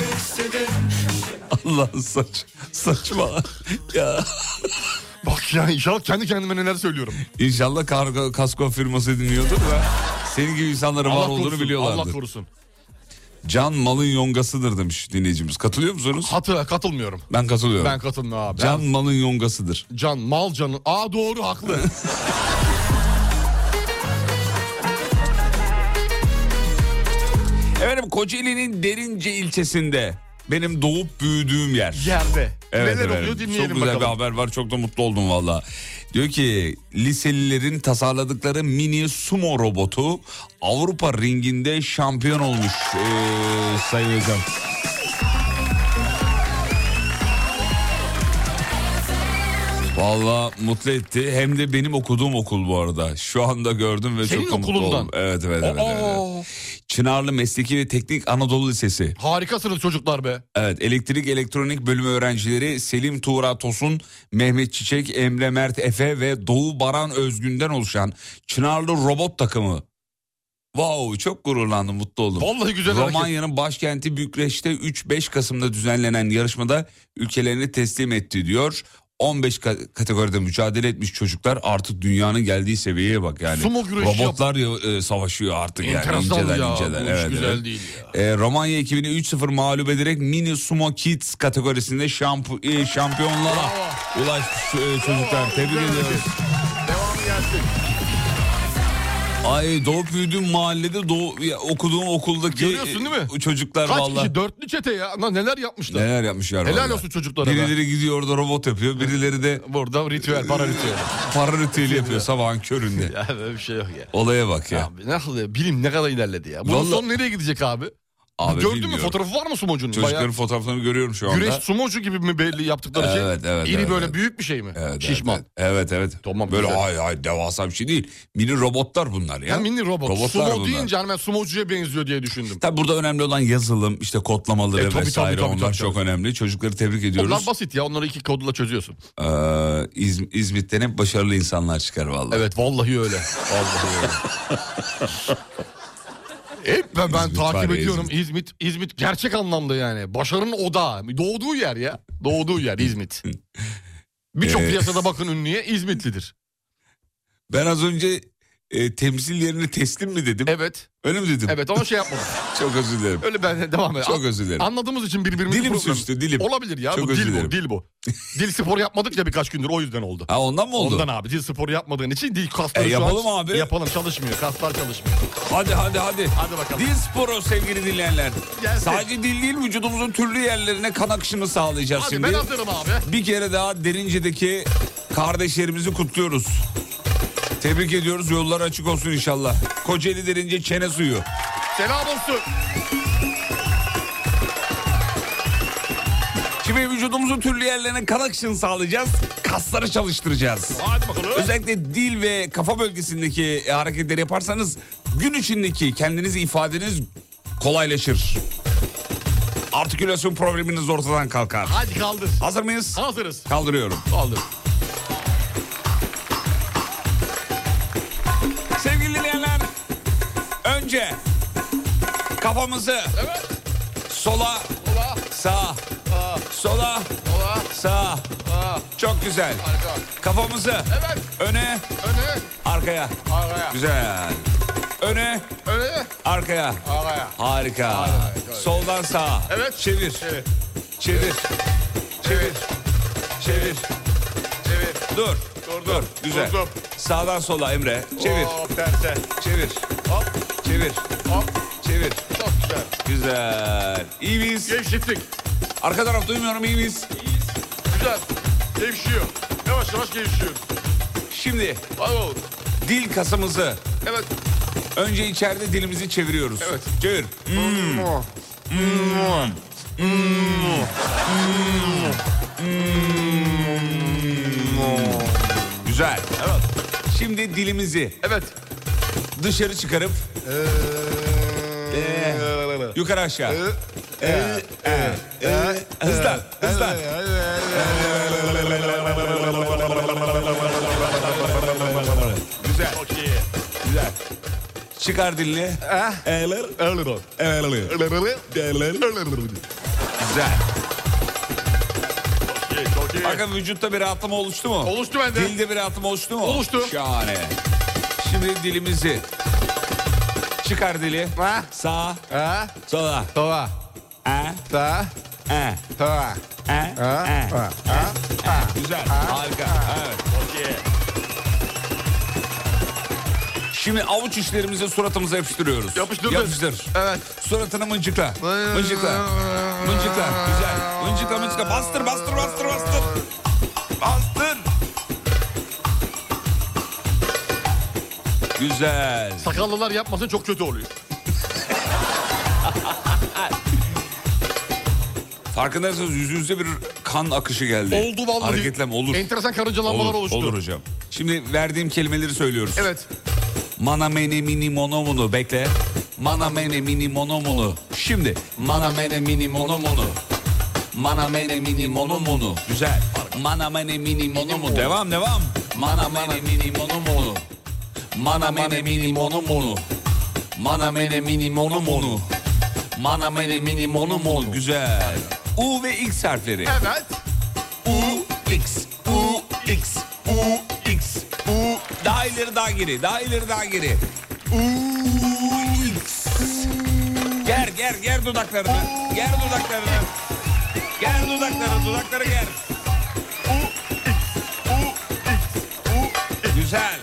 Speaker 4: Allah saç, saçma. Ya.
Speaker 5: Bak ya inşallah kendi kendime neler söylüyorum.
Speaker 4: İnşallah kargo, kasko firması dinliyordur da senin gibi insanların var
Speaker 5: Allah
Speaker 4: olduğunu
Speaker 5: korusun,
Speaker 4: biliyorlardır.
Speaker 5: Allah korusun.
Speaker 4: Can malın yongasıdır demiş dinleyicimiz. Katılıyor musunuz?
Speaker 5: Hatı katılmıyorum.
Speaker 4: Ben katılıyorum.
Speaker 5: Ben katılmıyorum abi.
Speaker 4: Can
Speaker 5: Ben-
Speaker 4: malın yongasıdır.
Speaker 5: Can mal canı. Aa doğru haklı.
Speaker 4: Efendim Kocaeli'nin Derince ilçesinde benim doğup büyüdüğüm yer.
Speaker 5: Yerde.
Speaker 4: Evet,
Speaker 5: Neler
Speaker 4: evet.
Speaker 5: oluyor dinleyelim
Speaker 4: Çok güzel
Speaker 5: bakalım.
Speaker 4: bir haber var, çok da mutlu oldum valla. Diyor ki liselilerin tasarladıkları mini sumo robotu Avrupa ringinde şampiyon olmuş ee, sayın hocam. Valla mutlu etti. Hem de benim okuduğum okul bu arada. Şu anda gördüm ve
Speaker 5: Senin
Speaker 4: çok da mutlu
Speaker 5: okulundan.
Speaker 4: oldum. Evet evet evet, evet.
Speaker 5: Aa,
Speaker 4: Çınarlı Mesleki ve Teknik Anadolu Lisesi.
Speaker 5: harikasınız çocuklar be.
Speaker 4: Evet, elektrik elektronik bölümü öğrencileri Selim Tuğra Tosun, Mehmet Çiçek, Emre Mert Efe ve Doğu Baran Özgün'den oluşan Çınarlı robot takımı. Wow, çok gururlandım, mutlu oldum.
Speaker 5: Vallahi güzel hareket.
Speaker 4: Romanya'nın başkenti Bükreş'te üç beş Kasım'da düzenlenen yarışmada ülkelerini teslim etti diyor. on beş ka- kategoride mücadele etmiş çocuklar, artık dünyanın geldiği seviyeye bak yani.
Speaker 5: Sumo güreşi
Speaker 4: Robotlar ya, e, savaşıyor artık yani
Speaker 5: Enteresan
Speaker 4: inceden
Speaker 5: ya,
Speaker 4: inceden.
Speaker 5: bu iş
Speaker 4: Evet,
Speaker 5: güzel
Speaker 4: evet.
Speaker 5: değil ya.
Speaker 4: E, Romanya ekibini üç sıfır mağlup ederek Mini Sumo Kids kategorisinde şamp- e, şampiyonluğa ulaşmış e, çocuklar. Tebrik
Speaker 5: Güzel
Speaker 4: ediyoruz.
Speaker 5: hareket. Devamı gelsin.
Speaker 4: Ay doğup büyüdüğüm mahallede doğu, ya, okuduğum okuldaki
Speaker 5: Görüyorsun değil mi?
Speaker 4: e, çocuklar
Speaker 5: Kaç
Speaker 4: vallahi
Speaker 5: kişi? Dörtlü çete ya. Lan neler yapmışlar.
Speaker 4: neler yapmışlar.
Speaker 5: Helal
Speaker 4: vallahi.
Speaker 5: olsun çocuklara be.
Speaker 4: Birileri gidiyor orada robot yapıyor, birileri de
Speaker 5: Burada ritüel, para ritüeli.
Speaker 4: para ritüeli yapıyor sabahın köründe.
Speaker 5: Ya böyle bir şey yok ya.
Speaker 4: Olaya bak ya.
Speaker 5: Abi nasıl bilim ne kadar ilerledi ya. Bunun
Speaker 4: Vallahi-
Speaker 5: sonu nereye gidecek abi?
Speaker 4: Abi
Speaker 5: Gördün mü,
Speaker 4: bilmiyorum.
Speaker 5: fotoğrafı var mı sumocunun?
Speaker 4: Çocukların
Speaker 5: Bayağı
Speaker 4: fotoğraflarını görüyorum şu anda.
Speaker 5: güreş sumocu gibi mi belli yaptıkları şey?
Speaker 4: Evet, evet,
Speaker 5: İri
Speaker 4: evet,
Speaker 5: böyle
Speaker 4: evet.
Speaker 5: büyük bir şey mi?
Speaker 4: Evet,
Speaker 5: Şişman.
Speaker 4: Evet, evet. evet.
Speaker 5: Tamam,
Speaker 4: böyle
Speaker 5: güzel.
Speaker 4: ay ay devasa bir şey değil. Mini robotlar bunlar ya.
Speaker 5: Ya mini robot.
Speaker 4: Robotlar
Speaker 5: Sumo
Speaker 4: bunlar.
Speaker 5: deyince hani ben sumocuya benziyor diye düşündüm.
Speaker 4: Tabii burada önemli olan yazılım, işte kodlamaları
Speaker 5: E, tabii,
Speaker 4: vesaire,
Speaker 5: tabii, tabii,
Speaker 4: onlar
Speaker 5: tabii,
Speaker 4: çok
Speaker 5: tabii.
Speaker 4: önemli. Çocukları tebrik ediyoruz.
Speaker 5: Onlar basit ya, onları iki kodla çözüyorsun.
Speaker 4: Ee, İz- İzmit'ten hep başarılı insanlar çıkar vallahi.
Speaker 5: Evet vallahi öyle. Vallahi öyle. Hep ben, ben
Speaker 4: İzmit var
Speaker 5: takip
Speaker 4: ya,
Speaker 5: ediyorum
Speaker 4: İzmit.
Speaker 5: İzmit. İzmit gerçek anlamda yani. Başarının odağı. Doğduğu yer ya. Doğduğu yer İzmit. Birçok
Speaker 4: Ee,
Speaker 5: piyasada bakın ünlüye İzmitlidir.
Speaker 4: Ben az önce e, temsil yerine teslim mi dedim?
Speaker 5: Evet.
Speaker 4: Öyle mi dedim?
Speaker 5: Evet ama şey yapmadım.
Speaker 4: Çok özür dilerim.
Speaker 5: Öyle ben devam edelim.
Speaker 4: Çok özür dilerim.
Speaker 5: Anladığımız için birbirimizi
Speaker 4: Dilim
Speaker 5: problem-
Speaker 4: sürçtü, dilim.
Speaker 5: Olabilir ya.
Speaker 4: Çok
Speaker 5: bu
Speaker 4: özür
Speaker 5: dil
Speaker 4: dilerim.
Speaker 5: bu. Dil bu. Dil sporu yapmadık ya birkaç gündür, o yüzden oldu.
Speaker 4: Ha ondan mı oldu?
Speaker 5: Ondan abi, dil sporu yapmadığın için dil kasları
Speaker 4: E,
Speaker 5: şu an-
Speaker 4: yapalım abi.
Speaker 5: Yapalım, çalışmıyor, kaslar çalışmıyor.
Speaker 4: Hadi hadi hadi.
Speaker 5: Hadi bakalım.
Speaker 4: Dil sporu sevgili dinleyenler.
Speaker 5: Gelsin.
Speaker 4: Sadece dil değil, vücudumuzun türlü yerlerine kan akışını sağlayacağız
Speaker 5: Hadi
Speaker 4: şimdi.
Speaker 5: ben hazırım abi.
Speaker 4: Bir kere daha Derince'deki kardeşlerimizi kutluyoruz. Tebrik ediyoruz, yollar açık olsun inşallah. Kocaeli Derince çene suyu.
Speaker 5: Selam olsun.
Speaker 4: Şimdi vücudumuzun türlü yerlerine kan akışını sağlayacağız. Kasları çalıştıracağız.
Speaker 5: Hadi bakalım.
Speaker 4: Özellikle dil ve kafa bölgesindeki hareketleri yaparsanız gün içindeki kendinizi ifadeniz kolaylaşır. Artikülasyon probleminiz ortadan kalkar.
Speaker 5: Hadi kaldır.
Speaker 4: Hazır mıyız?
Speaker 5: Hazırız.
Speaker 4: Kaldırıyorum.
Speaker 5: Kaldır.
Speaker 4: Sevgili dinleyenler, önce kafamızı
Speaker 5: Evet.
Speaker 4: sola,
Speaker 5: Ola.
Speaker 4: sağa,
Speaker 5: Aa.
Speaker 4: sola,
Speaker 5: Ola.
Speaker 4: sağa.
Speaker 5: Aa.
Speaker 4: Çok güzel.
Speaker 5: Harika.
Speaker 4: Kafamızı
Speaker 5: Evet.
Speaker 4: öne,
Speaker 5: Öne.
Speaker 4: arkaya.
Speaker 5: Arkaya.
Speaker 4: Güzel. Öne,
Speaker 5: Öne.
Speaker 4: arkaya.
Speaker 5: Arkaya.
Speaker 4: Harika.
Speaker 5: Harika.
Speaker 4: Soldan sağa.
Speaker 5: Evet.
Speaker 4: Çevir.
Speaker 5: Evet.
Speaker 4: Çevir. Çevir. Çevir.
Speaker 5: Evet.
Speaker 4: Dur.
Speaker 5: Dur,
Speaker 4: Dur. Güzel.
Speaker 5: Durdum.
Speaker 4: Sağdan sola Emre. Çevir.
Speaker 5: Hop, terse.
Speaker 4: Çevir.
Speaker 5: Hop.
Speaker 4: Çevir.
Speaker 5: Hop.
Speaker 4: Çevir.
Speaker 5: Çok güzel.
Speaker 4: Güzel. İyi miyiz?
Speaker 5: Gevşettik.
Speaker 4: Arka taraf duymuyorum, iyi miyiz?
Speaker 5: Güzel. Gevşiyor. Yavaş yavaş gevşiyor.
Speaker 4: Şimdi
Speaker 5: Hadi oğlum.
Speaker 4: dil kasımızı
Speaker 5: Evet.
Speaker 4: önce içeride dilimizi çeviriyoruz.
Speaker 5: Evet.
Speaker 4: Çevir. Güzel.
Speaker 5: Evet.
Speaker 4: Şimdi dilimizi
Speaker 5: Evet.
Speaker 4: dışarı çıkarıp Ee, yukarı aşağı. Ee, ee, ee. Hızlan, hızlan. Güzel.
Speaker 5: Çok iyi.
Speaker 4: Güzel. Çıkar dilini. Eğilir. Eğilir. Güzel.
Speaker 5: Çok iyi. Çok iyi.
Speaker 4: Bakın vücutta bir rahatlama oluştu mu?
Speaker 5: Oluştu bende.
Speaker 4: Dilde bir rahatlama oluştu mu?
Speaker 5: Oluştu.
Speaker 4: Şahane. Şimdi dilimizi çıkar dili.
Speaker 5: Ha?
Speaker 4: Sağa,
Speaker 5: Ha?
Speaker 4: sola.
Speaker 5: Tova.
Speaker 4: E,
Speaker 5: Ta.
Speaker 4: e,
Speaker 5: Ta.
Speaker 4: e,
Speaker 5: Ha?
Speaker 4: e.
Speaker 5: Ha? Ha?
Speaker 4: Güzel. Harika. Evet.
Speaker 5: Çok iyi.
Speaker 4: Şimdi avuç içlerimizi suratımıza yapıştırıyoruz.
Speaker 5: Yapıştırdık.
Speaker 4: Yapıştır.
Speaker 5: Evet.
Speaker 4: Suratını mıncıkla. Mıncıkla. Mıncıkla. Güzel. Mıncıkla mıncıkla. Bastır bastır bastır bastır. Bastır. Güzel.
Speaker 5: Sakallılar yapmasın, çok kötü oluyor.
Speaker 4: Farkındaysanız yüzünüzde bir kan akışı geldi.
Speaker 5: Oldu vallahi.
Speaker 4: Hareketlenme olur.
Speaker 5: Enteresan karıncalanmalar
Speaker 4: Olur,
Speaker 5: oluştu.
Speaker 4: olur hocam. Şimdi verdiğim kelimeleri söylüyoruz.
Speaker 5: Evet.
Speaker 4: Mana mene mini monomunu bekle. Mana mene mini monomunu. Şimdi mana mene mini monomunu. Mana mene mini monomunu. Güzel. Mana mene mini monomunu. Devam devam. Mana mene mini monomunu. Mana mene mini monomunu. Mana mene mini monomunu. Mana mene mini monomunu. Güzel. U ve X harfleri.
Speaker 5: Evet.
Speaker 4: U, X, U, X, U, X, U. Daha ileri daha geri, daha ileri daha geri. U, X. Ger, ger, ger dudaklarını. Ger dudaklarını. Ger dudakları, dudakları ger. U, X, U, X, U. Güzel.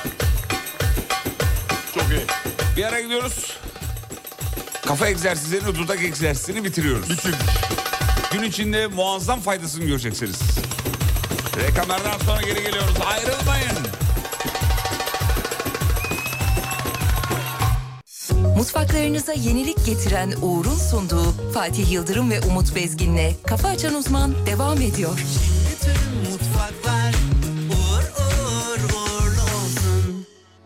Speaker 5: Çok iyi.
Speaker 4: Bir ara gidiyoruz. Kafa egzersizlerini, dudak egzersizini bitiriyoruz.
Speaker 5: Bitirdik.
Speaker 4: Gün içinde muazzam faydasını göreceksiniz. Reklamlardan sonra geri geliyoruz. Ayrılmayın.
Speaker 1: Mutfaklarınıza yenilik getiren Uğur'un sunduğu Fatih Yıldırım ve Umut Bezgin'le Kafa Açan Uzman devam ediyor.
Speaker 2: Bütün mutfaklar uğur uğur uğurlu olsun.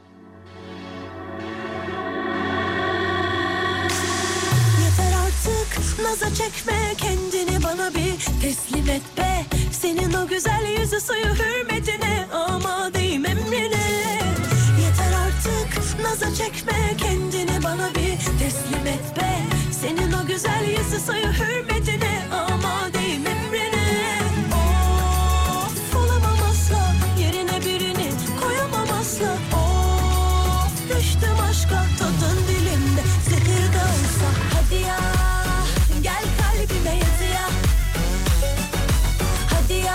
Speaker 8: Yeter artık naza çekme, kendini bana bir teslim et be. Senin o güzel yüzü suyu hürmetine, amadeyim emrine. Yeter artık naza çekme, kendini bana bir teslim et be. Senin o güzel yüzü suyu hürmetine, amadeyim emrine. Of, olamam asla, yerine birini koyamam asla. Of, düştüm aşka, tadın dilimde zehir de olsa. Hadi ya, gel kalbime yat ya. Hadi ya,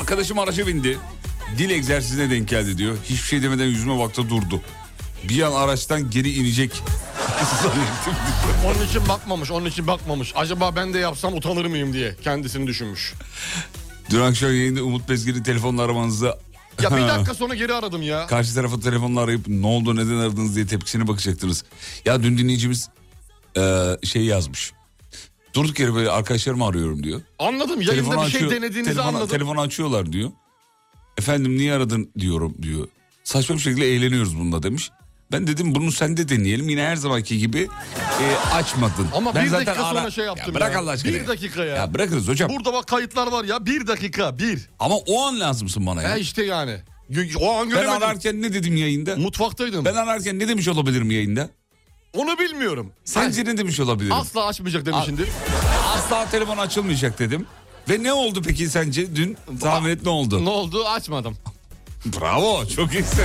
Speaker 4: Arkadaşım araca bindi. Dil egzersizine denk geldi diyor. Hiçbir şey demeden yüzüme baktı durdu. Bir an araçtan geri inecek.
Speaker 5: Onun için bakmamış, onun için bakmamış. Acaba ben de yapsam utanır mıyım diye kendisini düşünmüş.
Speaker 4: Dün akşam yayında Umut Bezgin'in telefonla aramanızda...
Speaker 5: Ya bir dakika sonra geri aradım ya.
Speaker 4: Karşı tarafı telefonla arayıp ne oldu neden aradınız diye tepkisine bakacaktınız. Ya dün dinleyicimiz e, şey yazmış. Durduk yere böyle arkadaşlarımı arıyorum diyor.
Speaker 5: Anladım, yayında
Speaker 4: Telefonu
Speaker 5: bir şey
Speaker 4: açıyor,
Speaker 5: denediğinizi
Speaker 4: telefonu,
Speaker 5: anladım.
Speaker 4: Telefonu açıyorlar diyor. Efendim niye aradın diyorum diyor. Saçma bir şekilde eğleniyoruz bunda demiş. Ben dedim bunu sen de deneyelim. Yine her zamanki gibi e, açmadın.
Speaker 5: Ama
Speaker 4: ben
Speaker 5: bir
Speaker 4: zaten
Speaker 5: dakika sonra
Speaker 4: ara...
Speaker 5: şey yaptım
Speaker 4: ya bırak
Speaker 5: ya.
Speaker 4: Allah aşkına.
Speaker 5: Bir dakika ya.
Speaker 4: Ya bırakırız hocam.
Speaker 5: Burada bak kayıtlar var ya, bir dakika bir.
Speaker 4: Ama o an lazımsın bana ya.
Speaker 5: Ya işte yani. O an
Speaker 4: ben
Speaker 5: göremedim.
Speaker 4: ararken ne dedim yayında?
Speaker 5: Mutfaktaydım.
Speaker 4: Ben ararken ne demiş olabilirim yayında?
Speaker 5: Onu bilmiyorum.
Speaker 4: Sence ne demiş olabilirim?
Speaker 5: Asla açmayacak demişsindir.
Speaker 4: Asla telefon açılmayacak dedim. Ve ne oldu peki sence dün? Tahmin et ne oldu?
Speaker 5: Ne oldu? Açmadım.
Speaker 4: Bravo, çok iyisin.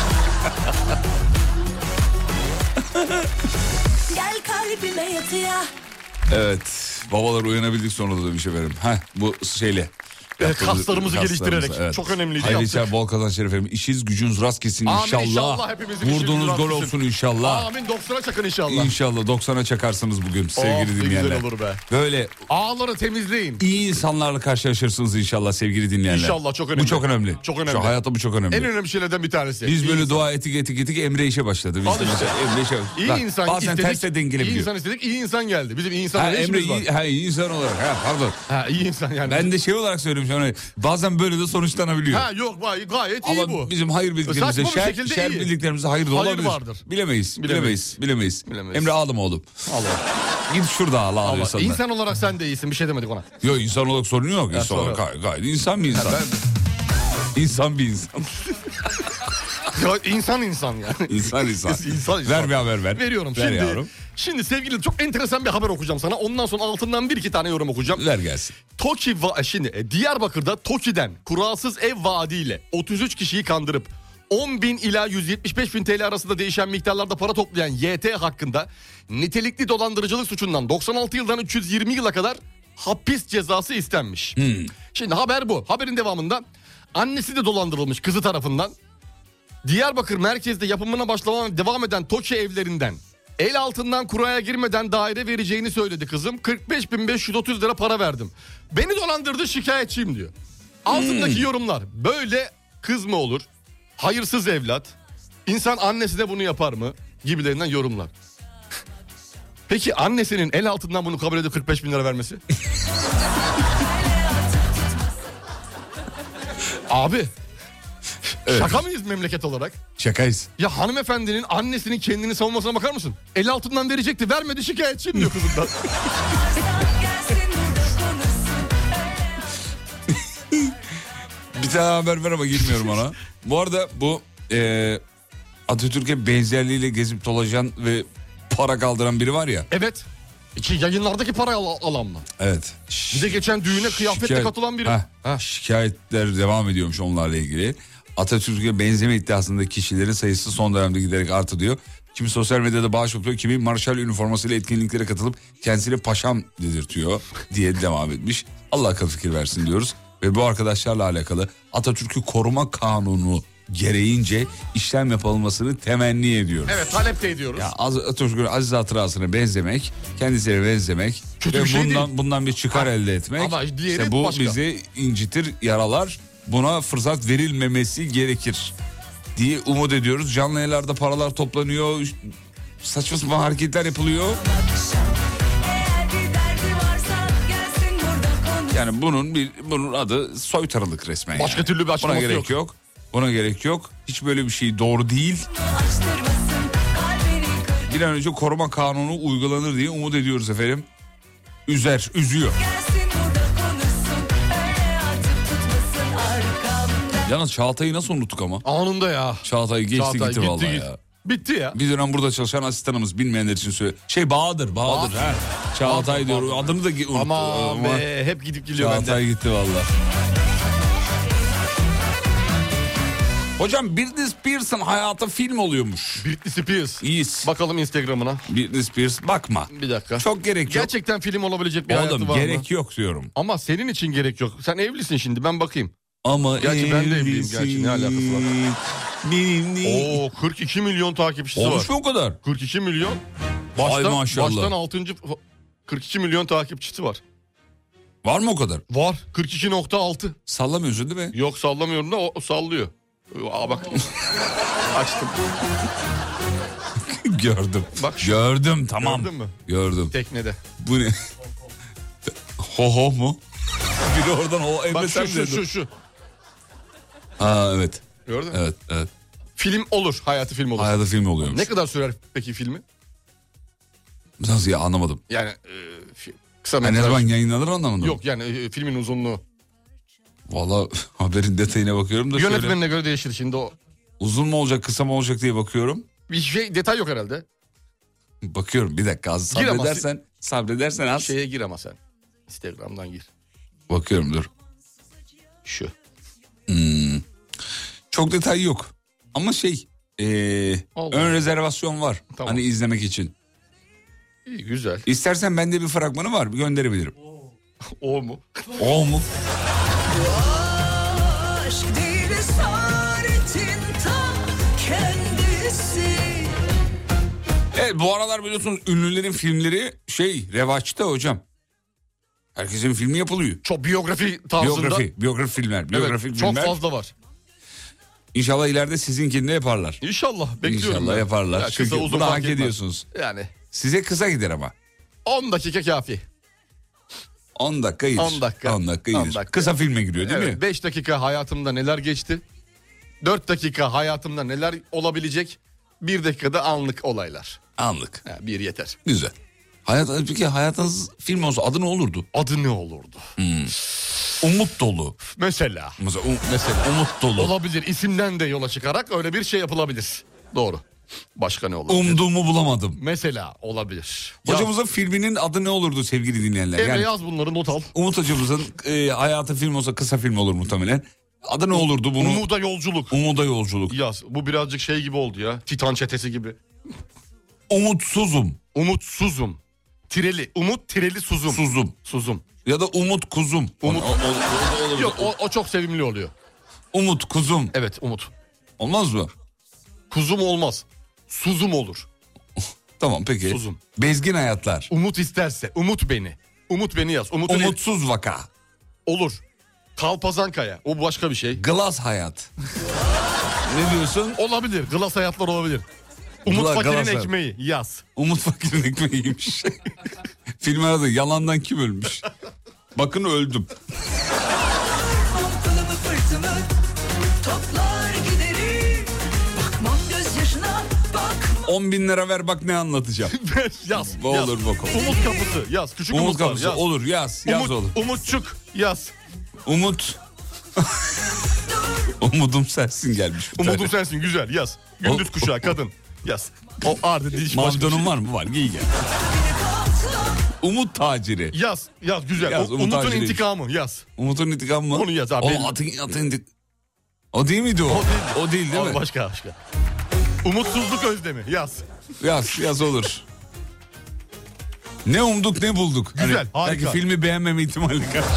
Speaker 8: Gel kalbime yatıya.
Speaker 4: Evet, babalar uyanabildik sonra da demiş efendim. Heh, bu şeyle.
Speaker 5: Evet, kaslarımızı geliştirerek.
Speaker 4: Evet.
Speaker 5: Çok önemliydi.
Speaker 4: Hayırlı
Speaker 5: Yaptık.
Speaker 4: işler, bol kazançlar efendim. İşiniz gücünüz rast kesin
Speaker 5: Amin
Speaker 4: inşallah.
Speaker 5: inşallah, hepimizin işimiz
Speaker 4: Vurduğunuz
Speaker 5: rast
Speaker 4: gol
Speaker 5: kesin.
Speaker 4: olsun inşallah.
Speaker 5: Amin, doksana çakın inşallah.
Speaker 4: İnşallah doksana çakarsınız bugün sevgili
Speaker 5: Oh, ne
Speaker 4: dinleyenler.
Speaker 5: güzel olur be.
Speaker 4: Böyle
Speaker 5: Ağları temizleyin.
Speaker 4: iyi insanlarla karşılaşırsınız inşallah sevgili dinleyenler.
Speaker 5: İnşallah, çok önemli.
Speaker 4: Bu çok önemli.
Speaker 5: Çok önemli.
Speaker 4: Şu hayatta bu çok önemli.
Speaker 5: En önemli şeylerden bir tanesi.
Speaker 4: Biz
Speaker 5: İyi
Speaker 4: böyle
Speaker 5: insan.
Speaker 4: dua etik etik etik Emre işe başladı. Biz
Speaker 5: Al
Speaker 4: de
Speaker 5: işte.
Speaker 4: mesela Emre işe...
Speaker 5: İyi
Speaker 4: Bak,
Speaker 5: insan
Speaker 4: bazen
Speaker 5: istedik.
Speaker 4: terse
Speaker 5: İyi
Speaker 4: dengelebiliyor.
Speaker 5: insan istedik, iyi insan geldi. Bizim iyi insan
Speaker 4: Ha,
Speaker 5: ne
Speaker 4: Emre
Speaker 5: işimiz var?
Speaker 4: iyi, ha, iyi insan olarak. Ha, pardon.
Speaker 5: Ha, iyi insan yani.
Speaker 4: Ben de şey olarak söylüyorum şu an. Bazen böyle de sonuçlanabiliyor.
Speaker 5: Ha yok, gayet, gayet iyi
Speaker 4: Ama
Speaker 5: bu.
Speaker 4: bizim hayır bildiklerimizde,
Speaker 5: Saçma bir
Speaker 4: şer,
Speaker 5: şekilde
Speaker 4: şer
Speaker 5: iyi.
Speaker 4: bildiklerimizde hayır da
Speaker 5: Hayır
Speaker 4: olabilir.
Speaker 5: vardır.
Speaker 4: Bilemeyiz, bilemeyiz, bilemeyiz.
Speaker 5: Bilemeyiz.
Speaker 4: Emre ağlama oğlum.
Speaker 5: Allah.
Speaker 4: Git şurada ağla
Speaker 5: Ama
Speaker 4: ağlıyorsan da.
Speaker 5: insan olarak sen de iyisin, bir şey demedik ona.
Speaker 4: Yok insan olarak sorun yok.
Speaker 5: Ya,
Speaker 4: İnsan olarak
Speaker 5: sonra-
Speaker 4: gayet, gayet insan bir insan. İnsan bir insan.
Speaker 5: Ya, insan insan yani.
Speaker 4: İnsan insan.
Speaker 5: İnsan insan.
Speaker 4: Ver bir haber ver.
Speaker 5: Veriyorum
Speaker 4: Ver
Speaker 5: şimdi.
Speaker 4: yavrum.
Speaker 5: Şimdi sevgili, çok enteresan bir haber okuyacağım sana. Ondan sonra altından bir iki tane yorum okuyacağım.
Speaker 4: Ver gelsin.
Speaker 5: TOKİ va- şimdi e, Diyarbakır'da TOKİ'den kuralsız ev vaadiyle otuz üç kişiyi kandırıp on bin ila yüz yetmiş beş bin T L arasında değişen miktarlarda para toplayan Y T hakkında nitelikli dolandırıcılık suçundan doksan altı yıldan üç yüz yirmi yıla kadar hapis cezası istenmiş. Şimdi haber bu. Haberin devamında annesi de dolandırılmış kızı tarafından. Diyarbakır merkezde yapımına başlamaya devam eden TOKİ evlerinden el altından kuraya girmeden daire vereceğini söyledi kızım. kırk beş bin beş yüz otuz lira para verdim. Beni dolandırdı, şikayetçiyim diyor. Altındaki yorumlar: böyle kız mı olur? Hayırsız evlat. İnsan annesi de bunu yapar mı? Gibilerinden yorumlar. Peki annesinin el altından bunu kabul edip kırk beş bin lira vermesi? Abi.
Speaker 4: Evet.
Speaker 5: Şaka mıyız memleket olarak?
Speaker 4: Şakayız.
Speaker 5: Ya hanımefendinin annesinin kendini savunmasına bakar mısın? El altından verecekti, vermedi, şikayetçiyim diyor kızından.
Speaker 4: Bir tane haber ver ama girmiyorum ona. Bu arada bu e, Atatürk'e benzerliğiyle gezip dolaşan ve para kaldıran biri var ya.
Speaker 5: Evet. İki yayınlardaki para al- alan mı?
Speaker 4: Evet.
Speaker 5: Bir de geçen düğüne kıyafetle
Speaker 4: Şikayet-
Speaker 5: katılan biri.
Speaker 4: Heh,
Speaker 5: Heh.
Speaker 4: Şikayetler devam ediyormuş onlarla ilgili. Atatürk'e benzeme iddiasındaki kişilerin sayısı son dönemde giderek artıyor. Kimi sosyal medyada bağış yapıyor, kimi marşal üniformasıyla etkinliklere katılıp kendisine paşam dedirtiyor diye devam etmiş. Allah akıl fikir versin diyoruz. Ve bu arkadaşlarla alakalı Atatürk'ü koruma kanunu gereğince işlem yapılmasını temenni ediyoruz.
Speaker 5: Evet, talep de ediyoruz.
Speaker 4: Ya Az- Atatürk'ün aziz hatırasına benzemek, kendisine benzemek
Speaker 5: Kötü
Speaker 4: ve
Speaker 5: bir şey
Speaker 4: bundan
Speaker 5: değil.
Speaker 4: bundan bir çıkar
Speaker 5: Ha,
Speaker 4: elde etmek.
Speaker 5: ama diğeri
Speaker 4: İşte bu
Speaker 5: başka.
Speaker 4: bizi incitir, yaralar. Buna fırsat verilmemesi gerekir diye umut ediyoruz. Canlı yayınlarda paralar toplanıyor, saçma sapan hareketler yapılıyor. Yani bunun bir bunun adı soytarılık resmen.
Speaker 5: Başka
Speaker 4: yani.
Speaker 5: türlü bir açıklaması
Speaker 4: Buna gerek
Speaker 5: yok.
Speaker 4: yok. Buna gerek yok. Hiç böyle bir şey doğru değil. Bir an önce koruma kanunu uygulanır diye umut ediyoruz efendim. Üzer, üzüyor. Yalnız Çağatay'ı nasıl unuttuk ama?
Speaker 5: Anında ya.
Speaker 4: Çağatay geçti
Speaker 5: Çağatay
Speaker 4: gitti,
Speaker 5: gitti,
Speaker 4: vallahi
Speaker 5: gitti.
Speaker 4: ya.
Speaker 5: Bitti ya.
Speaker 4: Bir dönem burada çalışan asistanımız, bilmeyenler için söyle. Şey Bahadır, Bahadır.
Speaker 5: Bahadır.
Speaker 4: Ha. Çağatay
Speaker 5: Bahadır,
Speaker 4: diyor.
Speaker 5: Bahadır.
Speaker 4: Adını da unuttu.
Speaker 5: Ama
Speaker 4: Ama
Speaker 5: be, hep gidip geliyor bende.
Speaker 4: Çağatay gitti vallahi. Hocam Britney Spears'ın hayatı film oluyormuş.
Speaker 5: Britney Spears.
Speaker 4: İyiyiz.
Speaker 5: Bakalım Instagram'ına.
Speaker 4: Britney Spears bakma.
Speaker 5: Bir dakika.
Speaker 4: Çok gerek yok.
Speaker 5: Gerçekten film olabilecek bir hayatı
Speaker 4: Oğlum
Speaker 5: var mı?
Speaker 4: gerek yok diyorum.
Speaker 5: Ama senin için gerek yok. Sen evlisin şimdi, ben bakayım.
Speaker 4: Ama
Speaker 5: Gerçi ben de evliyim
Speaker 4: evlisin.
Speaker 5: gerçi, ne alakası var?
Speaker 4: Benim değil.
Speaker 5: Oo kırk iki milyon takipçisi var.
Speaker 4: Olmuş mu o kadar?
Speaker 5: kırk iki milyon.
Speaker 4: Ay
Speaker 5: Baştan,
Speaker 4: maşallah.
Speaker 5: baştan altıncı kırk iki milyon takipçisi var.
Speaker 4: Var mı o kadar?
Speaker 5: Var kırk iki nokta altı.
Speaker 4: Sallamıyorsun değil mi?
Speaker 5: Yok sallamıyorum da o, o sallıyor. Aa bak. Açtım.
Speaker 4: Gördüm.
Speaker 5: Bak şu-
Speaker 4: Gördüm tamam.
Speaker 5: Gördün mü?
Speaker 4: Gördüm.
Speaker 5: Teknede.
Speaker 4: Bu ne? Ho ho mu? Biri oradan ho
Speaker 5: Bak
Speaker 4: emre sen
Speaker 5: şu şu
Speaker 4: dedin.
Speaker 5: şu şu.
Speaker 4: Aa evet.
Speaker 5: Gördün mü?
Speaker 4: Evet evet.
Speaker 5: Film olur. Hayatı film olur.
Speaker 4: Hayata film oluyormuş.
Speaker 5: Ne kadar sürer peki filmi?
Speaker 4: Nasıl ya anlamadım.
Speaker 5: Yani e, fi- kısa
Speaker 4: Yani ne
Speaker 5: metraj.
Speaker 4: zaman yayınlanır anlamadım.
Speaker 5: Yok yani e, filmin uzunluğu.
Speaker 4: Valla haberin detayına bakıyorum da şöyle.
Speaker 5: Yönetmenine göre değişir şimdi o.
Speaker 4: Uzun mu olacak kısa mı olacak diye bakıyorum.
Speaker 5: Bir şey detay yok herhalde.
Speaker 4: Bakıyorum bir dakika az
Speaker 5: Gir ama
Speaker 4: sabredersen. Sabredersen az.
Speaker 5: Şeye gir ama sen. Instagram'dan gir.
Speaker 4: Bakıyorum dur.
Speaker 5: Şu.
Speaker 4: Hmm. Çok detay yok. Ama şey ee,
Speaker 5: Allah
Speaker 4: ön
Speaker 5: Allah.
Speaker 4: rezervasyon var.
Speaker 5: Tamam.
Speaker 4: Hani izlemek için.
Speaker 5: İyi güzel.
Speaker 4: İstersen bende bir fragmanı var gönderebilirim.
Speaker 5: O mu?
Speaker 4: O mu?
Speaker 8: Aşk değil esaretin ta kendisi.
Speaker 4: Evet bu aralar biliyorsunuz ünlülerin filmleri şey revaçta hocam. Herkesin filmi yapılıyor.
Speaker 5: Çok biyografi tarzında.
Speaker 4: Biyografi, biyografi filmler, biyografi
Speaker 5: Evet,
Speaker 4: filmler.
Speaker 5: çok fazla var.
Speaker 4: İnşallah ileride sizinkini de yaparlar.
Speaker 5: İnşallah bekliyorum.
Speaker 4: İnşallah
Speaker 5: ben.
Speaker 4: yaparlar.
Speaker 5: Ya,
Speaker 4: Çünkü
Speaker 5: kısa, uzun
Speaker 4: bunu
Speaker 5: fark
Speaker 4: hak
Speaker 5: etmez.
Speaker 4: ediyorsunuz.
Speaker 5: Yani
Speaker 4: Size kısa gider ama.
Speaker 5: on dakika kafi.
Speaker 4: on dakika iyidir.
Speaker 5: on dakika.
Speaker 4: on dakika iyidir.
Speaker 5: on dakika.
Speaker 4: Kısa filme giriyor değil
Speaker 5: Evet,
Speaker 4: mi?
Speaker 5: beş dakika hayatımda neler geçti. dört dakika hayatımda neler olabilecek. bir dakikada anlık olaylar.
Speaker 4: Anlık.
Speaker 5: Ha, bir yeter.
Speaker 4: Güzel. Hayat, peki hayatınız film olsa adı ne olurdu?
Speaker 5: Adı ne olurdu?
Speaker 4: Umut dolu.
Speaker 5: Mesela.
Speaker 4: Mesela, um- mesela umut dolu.
Speaker 5: Olabilir. İsimden de yola çıkarak öyle bir şey yapılabilir. Doğru. Başka ne olabilir?
Speaker 4: Umduğumu bulamadım.
Speaker 5: Mesela olabilir. Yaz.
Speaker 4: Hocamızın filminin adı ne olurdu sevgili dinleyenler?
Speaker 5: Evde
Speaker 4: Yani
Speaker 5: yaz bunları, not al.
Speaker 4: Umut hocamızın e, hayatı film olsa kısa film olur muhtemelen. Adı ne olurdu? Bunu...
Speaker 5: Umuda yolculuk.
Speaker 4: Umuda yolculuk.
Speaker 5: Yaz. Bu birazcık şey gibi oldu ya. Titan çetesi gibi.
Speaker 4: Umutsuzum.
Speaker 5: Umutsuzum. Tireli. Umut tireli suzum.
Speaker 4: Suzum.
Speaker 5: Suzum.
Speaker 4: Ya da umut kuzum.
Speaker 5: Umut.
Speaker 4: O- o- o- o- olabilir.
Speaker 5: Yok o, o çok sevimli oluyor.
Speaker 4: Umut kuzum.
Speaker 5: Evet Umut.
Speaker 4: Olmaz mı?
Speaker 5: Kuzum olmaz. Suzum olur.
Speaker 4: Tamam peki.
Speaker 5: Suzum.
Speaker 4: Bezgin hayatlar.
Speaker 5: Umut isterse. Umut beni. Umut beni yaz. Umut'un el-
Speaker 4: Umutsuz vaka.
Speaker 5: olur. Kalpazan Kaya. O başka bir şey.
Speaker 4: Glass hayat. Ne diyorsun?
Speaker 5: Olabilir. Glas hayatlar olabilir. Umut
Speaker 4: Gla-
Speaker 5: Fakir'in
Speaker 4: Glas hayat.
Speaker 5: ekmeği. Yaz.
Speaker 4: Umut fakirin ekmeğiymiş. Filmin adı Yalandan Kim Ölmüş? Bakın öldüm.
Speaker 8: Pılımı fırtımı toplar giderim. Bakmam gözyaşına bakmam.
Speaker 4: on bin lira ver bak ne anlatacağım.
Speaker 5: yaz.
Speaker 4: Bu
Speaker 5: yaz.
Speaker 4: olur bakalım.
Speaker 5: Umut kapısı. Yaz. Küçük
Speaker 4: Umut
Speaker 5: umutlar.
Speaker 4: kapısı
Speaker 5: Yaz.
Speaker 4: olur yaz. Yaz
Speaker 5: Umut,
Speaker 4: olur.
Speaker 5: Umutçuk. Yaz.
Speaker 4: Umut. Umudum sensin gelmiş. bir
Speaker 5: Umudum
Speaker 4: tane.
Speaker 5: sensin. Güzel. Yaz. Gündüz
Speaker 4: O-
Speaker 5: kuşağı kadın. Yaz. O ardı diş başka bir
Speaker 4: Mavdonun
Speaker 5: şey.
Speaker 4: var mı? Var giy gel. Umut taciri.
Speaker 5: Yaz. Yaz. Güzel.
Speaker 4: Yaz,
Speaker 5: O-
Speaker 4: Umut
Speaker 5: Umut'un
Speaker 4: Hacı
Speaker 5: intikamı. Yaz.
Speaker 4: Umut'un intikamı mı?
Speaker 5: Onu yaz abi.
Speaker 4: Oğlum atın, atın intik- O değil miydi o?
Speaker 5: O değil.
Speaker 4: O değil değil
Speaker 5: Al
Speaker 4: mi?
Speaker 5: başka başka. Umutsuzluk özlemi. Yaz.
Speaker 4: Yaz yaz olur. Ne umduk ne bulduk.
Speaker 5: Güzel, harika.
Speaker 4: Belki filmi beğenmeme ihtimali karşı.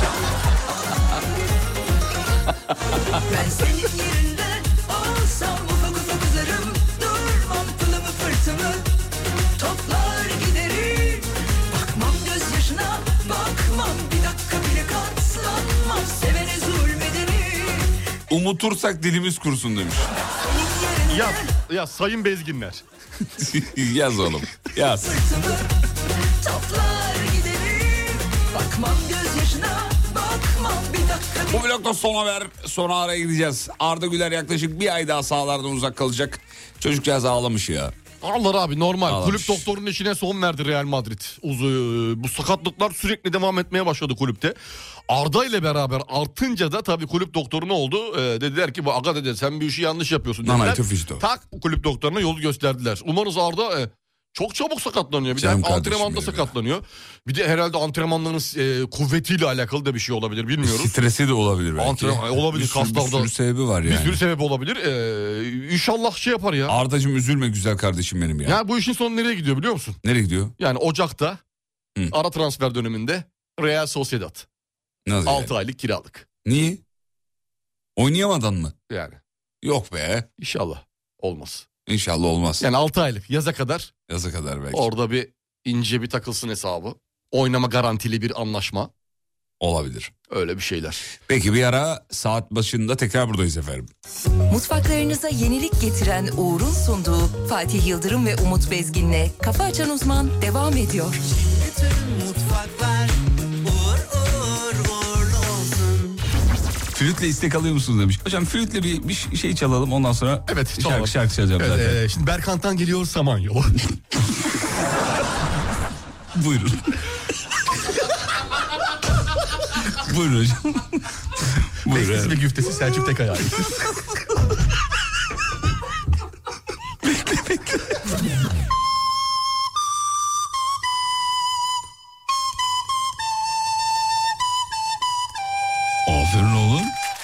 Speaker 8: Ben senin yerinde olsam ufak ufak uzarım. Durmam pılımı fırtımı toplar giderim. Bakmam gözyaşına bakmam. Bir dakika bile katlanmam. Sevene zulmederim.
Speaker 4: Umutursak dilimiz kurusun demiş.
Speaker 8: Senin yerinde
Speaker 5: Yaz. Yaz. Sayın Bezginler.
Speaker 4: Yaz oğlum yaz.
Speaker 8: fırtımı toplar giderim. Bakmam gözyaşına bakmam. Bir dakika
Speaker 4: Bu blokta sona ver. Sonra araya gideceğiz. Arda Güler yaklaşık bir ay daha sahalardan uzak kalacak. Çocukcağız ağlamış ya.
Speaker 5: Allah abi normal.
Speaker 4: Ağlamış.
Speaker 5: Kulüp doktorunun işine son verdi Real Madrid. Uzu, bu sakatlıklar sürekli devam etmeye başladı kulüpte. Arda ile beraber artınca da tabii kulüp doktoru ne oldu? Ee, dediler ki bu aga dedi sen bir işi yanlış yapıyorsun dediler.
Speaker 4: Nanay Töfisto.
Speaker 5: Tak kulüp doktoruna yolu gösterdiler. Umarız Arda e, çok çabuk sakatlanıyor. Bir de
Speaker 4: Canım
Speaker 5: hem
Speaker 4: kardeşim
Speaker 5: antrenmanda
Speaker 4: benim ya.
Speaker 5: sakatlanıyor. Bir de herhalde antrenmanların e, kuvvetiyle alakalı da bir şey olabilir bilmiyoruz.
Speaker 4: Stresi de olabilir belki.
Speaker 5: Antrenman- olabilir,
Speaker 4: bir sürü, bir
Speaker 5: kaslarda.
Speaker 4: sürü sebebi var
Speaker 5: Bir
Speaker 4: yani.
Speaker 5: sürü sebep olabilir. Ee, inşallah şey yapar ya.
Speaker 4: Ardacığım üzülme güzel kardeşim benim ya.
Speaker 5: Ya bu işin sonu nereye gidiyor biliyor musun?
Speaker 4: Nereye gidiyor?
Speaker 5: Yani Ocak'ta
Speaker 4: Hı.
Speaker 5: ara transfer döneminde Real Sociedad
Speaker 4: Nasıl
Speaker 5: altı
Speaker 4: yani?
Speaker 5: aylık kiralık.
Speaker 4: Niye? Oynayamadın mı?
Speaker 5: Yani.
Speaker 4: Yok be.
Speaker 5: İnşallah olmaz.
Speaker 4: İnşallah olmaz.
Speaker 5: Yani altı aylık yaza kadar.
Speaker 4: Yaza kadar belki.
Speaker 5: Orada bir ince bir takılsın hesabı. Oynama garantili bir anlaşma.
Speaker 4: Olabilir.
Speaker 5: Öyle bir şeyler.
Speaker 4: Peki bir ara saat başında tekrar buradayız efendim.
Speaker 1: Mutfaklarınıza yenilik getiren Uğur'un sunduğu Fatih Yıldırım ve Umut Bezgin'le Kafa Açan Uzman devam ediyor.
Speaker 2: Mutfaklar uğur uğur uğurlu olsun.
Speaker 4: Flütle istek alıyor musunuz demiş. Hocam flütle bir, bir şey çalalım ondan sonra
Speaker 5: Evet,
Speaker 4: şarkı, şarkı çalacağım
Speaker 5: evet,
Speaker 4: zaten.
Speaker 5: E, şimdi Berkant'tan geliyor Samanyolu.
Speaker 4: Buyurun. Buyurun hocam. Buyurun.
Speaker 5: Bestesi ve güftesi Selçuk Tekay'a ait.
Speaker 4: Aferin oğlum.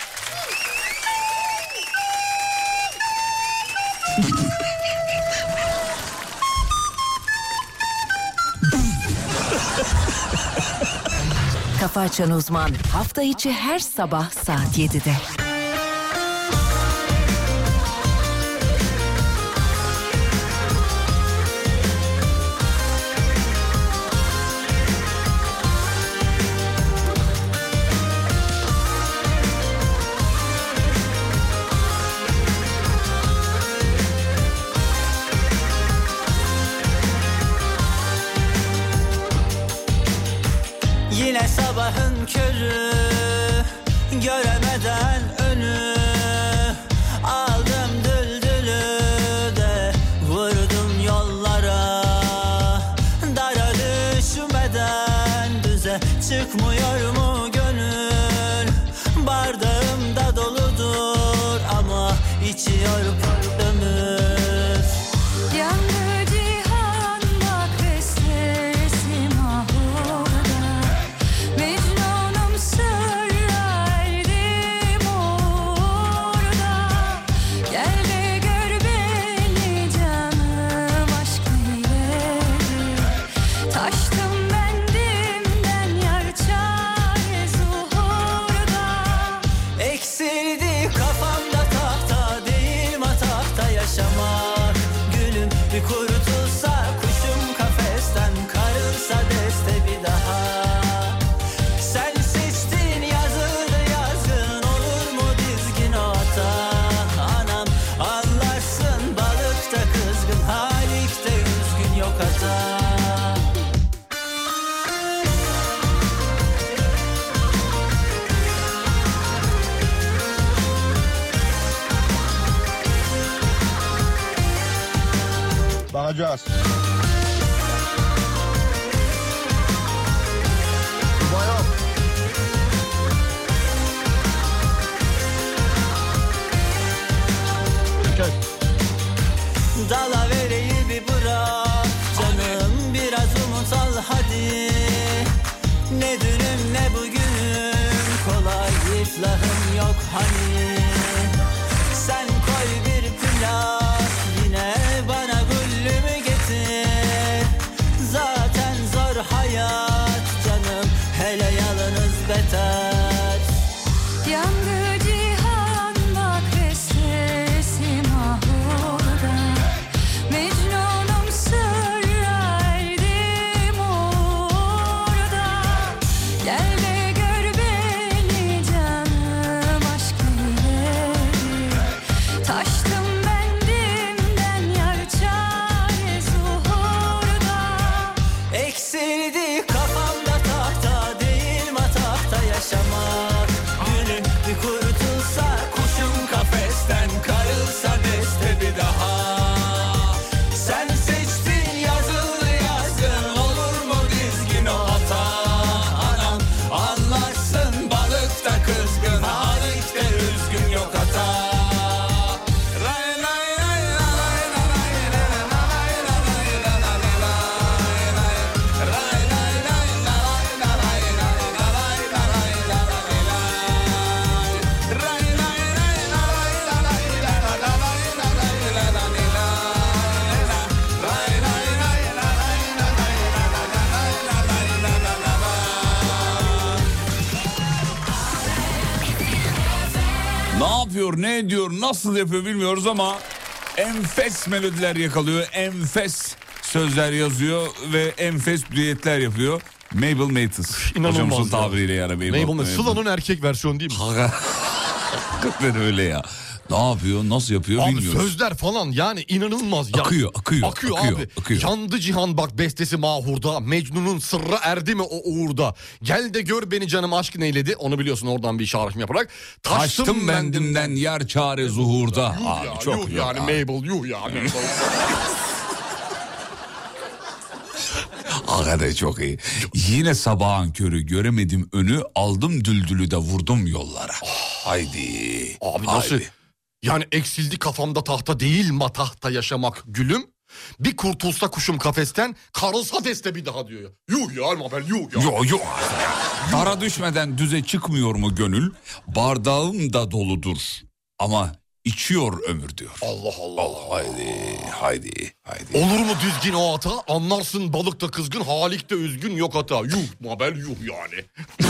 Speaker 1: Kafa Açan Uzman hafta içi her sabah saat yedide.
Speaker 2: Yine sabahın körü, göremeden önü, aldım düldülü de vurdum yollara. Dara düşmeden düze çıkmıyor mu gönül? Bardağım da doludur ama içiyor ömür.
Speaker 8: Yandı cihan bak ve sesim ahurda. Mecnunum sır erdim orada. Gel de gör beni canım aşk neyledi. Taştım bendimden yar çare zuhurda.
Speaker 2: Eksildi kafamda tahta değil matahta yaşamak. Gülüm bir kurutulsa kuşum kafesten karılsa deste bir daha. Sen seçtin yazılı yazgın olur mu dizgin o hata. Anam anlarsın balıkta kızgın halikte üzgün yok hata.
Speaker 9: Bakacağız.
Speaker 2: Dala vereyi bir bırak canım, biraz umut al hadi. Ne dünüm ne bugünüm, kolay iflahım yok hani. Sen koy bir plak yine bana güllümü getir. Zaten zor hayat canım, hele yalnız beter.
Speaker 8: Yandı cihan bak ve sesim ahurda. Mecnunum sır erdim orada. Gel de gör beni canım aşk neyledi.
Speaker 4: yapıyor, ne ediyor, nasıl yapıyor bilmiyoruz ama enfes melodiler yakalıyor, enfes sözler yazıyor ve enfes düetler yapıyor. Mabel Mattis. Hocamızın tabiriyle yani Mabel.
Speaker 5: Mabel Mattis. Sıla'nın erkek versiyonu değil mi?
Speaker 4: Hakikaten öyle ya. Ne yapıyor, nasıl yapıyor
Speaker 5: abi
Speaker 4: bilmiyoruz.
Speaker 5: Sözler falan yani inanılmaz. Ya.
Speaker 4: Akıyor, akıyor,
Speaker 5: akıyor.
Speaker 4: akıyor
Speaker 5: abi.
Speaker 4: akıyor.
Speaker 5: Yandı cihan bak bestesi mahurda. Mecnun'un sırrı erdi mi o uğurda. Gel de gör beni canım aşk neyledi. Onu biliyorsun oradan bir şarkı yaparak.
Speaker 4: Taştım, Taştım bendimden yar çare zuhurda.
Speaker 5: Yuh
Speaker 4: abi
Speaker 5: ya,
Speaker 4: çok
Speaker 5: yuh
Speaker 4: yok
Speaker 5: yani
Speaker 4: abi.
Speaker 5: Mabel yuh ya.
Speaker 4: Hakikaten çok iyi. Yine sabahın körü göremedim önü, aldım düldülü de vurdum yollara. Haydi.
Speaker 5: Abi nasıl?
Speaker 4: Haydi.
Speaker 5: Yani eksildi kafamda tahta değil matahta yaşamak gülüm. Bir kurtulsa kuşum kafesten, karılsa deste bir daha diyor. Yuh ya Mabel yuh ya.
Speaker 4: Yok yok. Dara düşmeden düze çıkmıyor mu gönül? Bardağım da doludur ama içiyor ömür diyor.
Speaker 5: Allah Allah.
Speaker 4: Allah haydi haydi haydi.
Speaker 5: Olur mu düzgün o hata? Anlarsın balık da kızgın, halik de üzgün yok hata. Yuh Mabel yuh yani.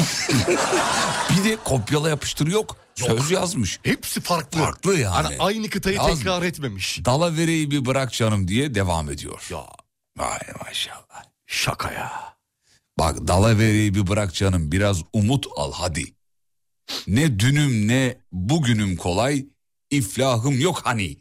Speaker 4: Bir de kopyala yapıştır yok. Söz
Speaker 5: Yok.
Speaker 4: yazmış.
Speaker 5: Hepsi farklı.
Speaker 4: Farklı yani.
Speaker 5: Hani aynı kıtayı
Speaker 4: Yaz...
Speaker 5: tekrar etmemiş.
Speaker 4: Dalavereyi bir bırak canım diye devam ediyor.
Speaker 5: Ya.
Speaker 4: Vay maşallah.
Speaker 5: Şaka ya.
Speaker 4: Bak dalavereyi bir bırak canım, biraz umut al hadi. Ne dünüm ne bugünüm kolay, iflahım yok hani.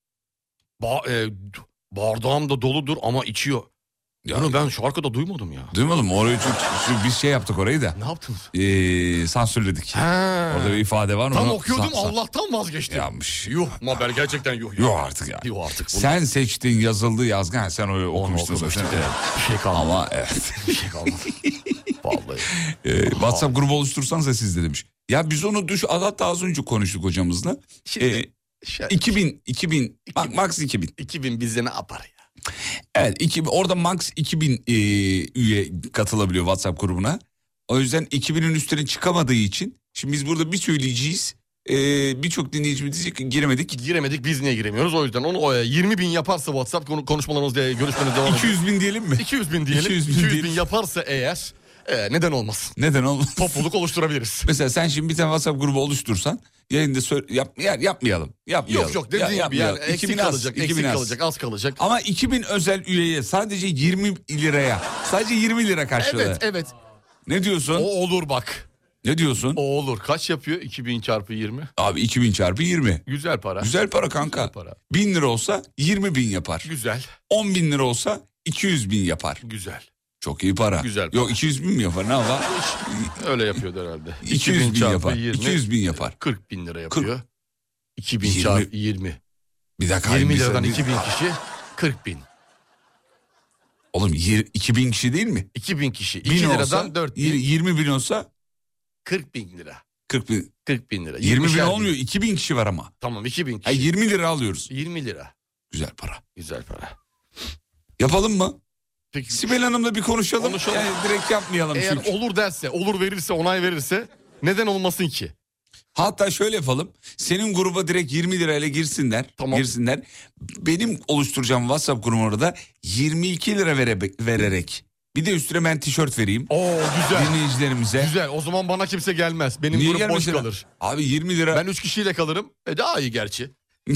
Speaker 5: Ba e, bardağım da doludur ama içiyor.
Speaker 4: Ya,
Speaker 5: Bunu ben şarkıda duymadım ya.
Speaker 4: Duymadım mı? Orayı çünkü biz şey yaptık orayı da.
Speaker 5: Ne yaptınız?
Speaker 4: Ee, sansürledik.
Speaker 5: He.
Speaker 4: Orada bir ifade var mı?
Speaker 5: Tam
Speaker 4: Onu
Speaker 5: okuyordum
Speaker 4: san- san-
Speaker 5: Allah'tan vazgeçtim.
Speaker 4: Yanmış.
Speaker 5: Yuh Mabel gerçekten yuh.
Speaker 4: Yok artık yani.
Speaker 5: Yuh artık. Bunu...
Speaker 4: Sen seçtin yazıldı yazgın. Ha, sen öyle okumuştun zaten.
Speaker 5: Evet. Bir şey kalmadı.
Speaker 4: Ama evet.
Speaker 5: Bir şey kalmadı. Vallahi.
Speaker 4: Ee, WhatsApp grubu oluştursanız da siz de demiş. Ya biz onu düş hatta az önce konuştuk hocamızla.
Speaker 5: Şimdi,
Speaker 4: Ee,
Speaker 5: şey,
Speaker 4: iki bin iki bin bak, max iki bin.
Speaker 5: iki bin bizde ne yapar ya?
Speaker 4: Evet iki bin, orada max iki bin e, üye katılabiliyor WhatsApp grubuna. O yüzden iki binin üstüne çıkamadığı için şimdi biz burada bir söyleyeceğiz. E, Birçok dinleyicimiz diyecek ki giremedik.
Speaker 5: Giremedik, biz niye giremiyoruz? O yüzden onu o, yirmi bin yaparsa WhatsApp konu- konuşmalarımız diye görüşmeniz devam ediyor.
Speaker 4: iki yüz bin diyelim mi?
Speaker 5: iki yüz bin diyelim.
Speaker 4: iki yüz bin
Speaker 5: iki yüz bin
Speaker 4: diyelim.
Speaker 5: yaparsa eğer e, neden olmasın?
Speaker 4: Neden olmaz?
Speaker 5: Topluluk oluşturabiliriz.
Speaker 4: Mesela sen şimdi bir tane WhatsApp grubu oluştursan yayında söyle, yap, ya, yapmayalım. Yapmayalım.
Speaker 5: Yok yok dediğin
Speaker 4: Ya,
Speaker 5: gibi yani
Speaker 4: yapmayalım.
Speaker 5: eksik
Speaker 4: iki bin az,
Speaker 5: kalacak,
Speaker 4: iki
Speaker 5: eksik
Speaker 4: bin az.
Speaker 5: kalacak, az kalacak.
Speaker 4: Ama iki bin özel üyeye sadece yirmi liraya, sadece yirmi lira karşılığı.
Speaker 5: Evet evet.
Speaker 4: Ne diyorsun?
Speaker 5: O olur bak.
Speaker 4: Ne diyorsun?
Speaker 5: O olur. Kaç yapıyor? iki bin çarpı yirmi.
Speaker 4: Abi iki bin çarpı yirmi.
Speaker 5: Güzel para.
Speaker 4: Güzel para kanka.
Speaker 5: Güzel para.
Speaker 4: bin lira olsa yirmi bin yapar.
Speaker 5: Güzel.
Speaker 4: on bin lira olsa iki yüz bin yapar.
Speaker 5: Güzel.
Speaker 4: Çok iyi para.
Speaker 5: Güzel para.
Speaker 4: Yok iki yüz bin mi yapar ne yapar?
Speaker 5: Öyle yapıyordu herhalde.
Speaker 4: iki yüz bin
Speaker 5: çarpı
Speaker 4: yapar.
Speaker 5: yirmi,
Speaker 4: iki yüz bin yapar.
Speaker 5: kırk bin lira yapıyor. iki bin
Speaker 4: yirmi.
Speaker 5: çarpı yirmi.
Speaker 4: Bir dakika.
Speaker 5: yirmi
Speaker 4: bir
Speaker 5: liradan
Speaker 4: saniye.
Speaker 5: iki bin kişi kırk bin.
Speaker 4: Oğlum yir- iki bin kişi değil mi?
Speaker 5: iki bin kişi.
Speaker 4: bin
Speaker 5: iki
Speaker 4: olsa,
Speaker 5: liradan dört bin.
Speaker 4: yir- yirmi bin olsa
Speaker 5: kırk bin lira.
Speaker 4: kırk bin.
Speaker 5: kırk bin lira.
Speaker 4: yirmi bin
Speaker 5: yirmişer
Speaker 4: olmuyor. iki bin kişi var ama.
Speaker 5: Tamam iki bin
Speaker 4: Ha,
Speaker 5: kişi.
Speaker 4: yirmi lira alıyoruz.
Speaker 5: yirmi lira.
Speaker 4: Güzel para.
Speaker 5: Güzel para.
Speaker 4: Yapalım mı?
Speaker 5: Peki
Speaker 4: Sibel Hanım'la bir konuşalım.
Speaker 5: Konuşalım.
Speaker 4: Yani direkt yapmayalım
Speaker 5: eğer
Speaker 4: çünkü.
Speaker 5: olur derse, olur verirse, onay verirse neden olmasın ki?
Speaker 4: Hatta şöyle yapalım. Senin gruba direkt yirmi lirayla girsinler.
Speaker 5: Tamam.
Speaker 4: Girsinler. Benim oluşturacağım WhatsApp grubuna da yirmi iki lira vere, vererek. Bir de üstüne ben tişört vereyim.
Speaker 5: Oo güzel.
Speaker 4: Dinleyicilerimize.
Speaker 5: Güzel. O zaman bana kimse gelmez. Benim
Speaker 4: Niye
Speaker 5: grup boş
Speaker 4: gelmesin?
Speaker 5: kalır.
Speaker 4: Abi yirmi lira.
Speaker 5: Ben üç kişiyle kalırım. E daha iyi gerçi.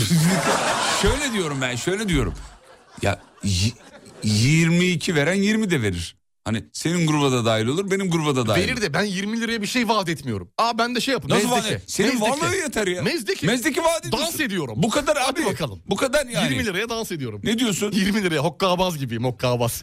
Speaker 4: Şöyle diyorum ben şöyle diyorum. Ya y- yirmi iki veren yirmi de verir. Hani senin gruba da dahil olur benim gruba da dahil.
Speaker 5: Verir de ben yirmi liraya bir şey vaat etmiyorum. Aa ben de şey yapın.
Speaker 4: Nasıl
Speaker 5: Mezdeki.
Speaker 4: vaat? Senin
Speaker 5: Mezdeki.
Speaker 4: varlığı yeter ya.
Speaker 5: Mezdeki.
Speaker 4: Mezdeki vaat ediyorsun.
Speaker 5: Dans ediyorum.
Speaker 4: Bu kadar abi.
Speaker 5: Hadi bakalım.
Speaker 4: Bu kadar yani.
Speaker 5: yirmi liraya dans ediyorum.
Speaker 4: Ne diyorsun?
Speaker 5: yirmi liraya hokkabaz gibiyim hokkabaz.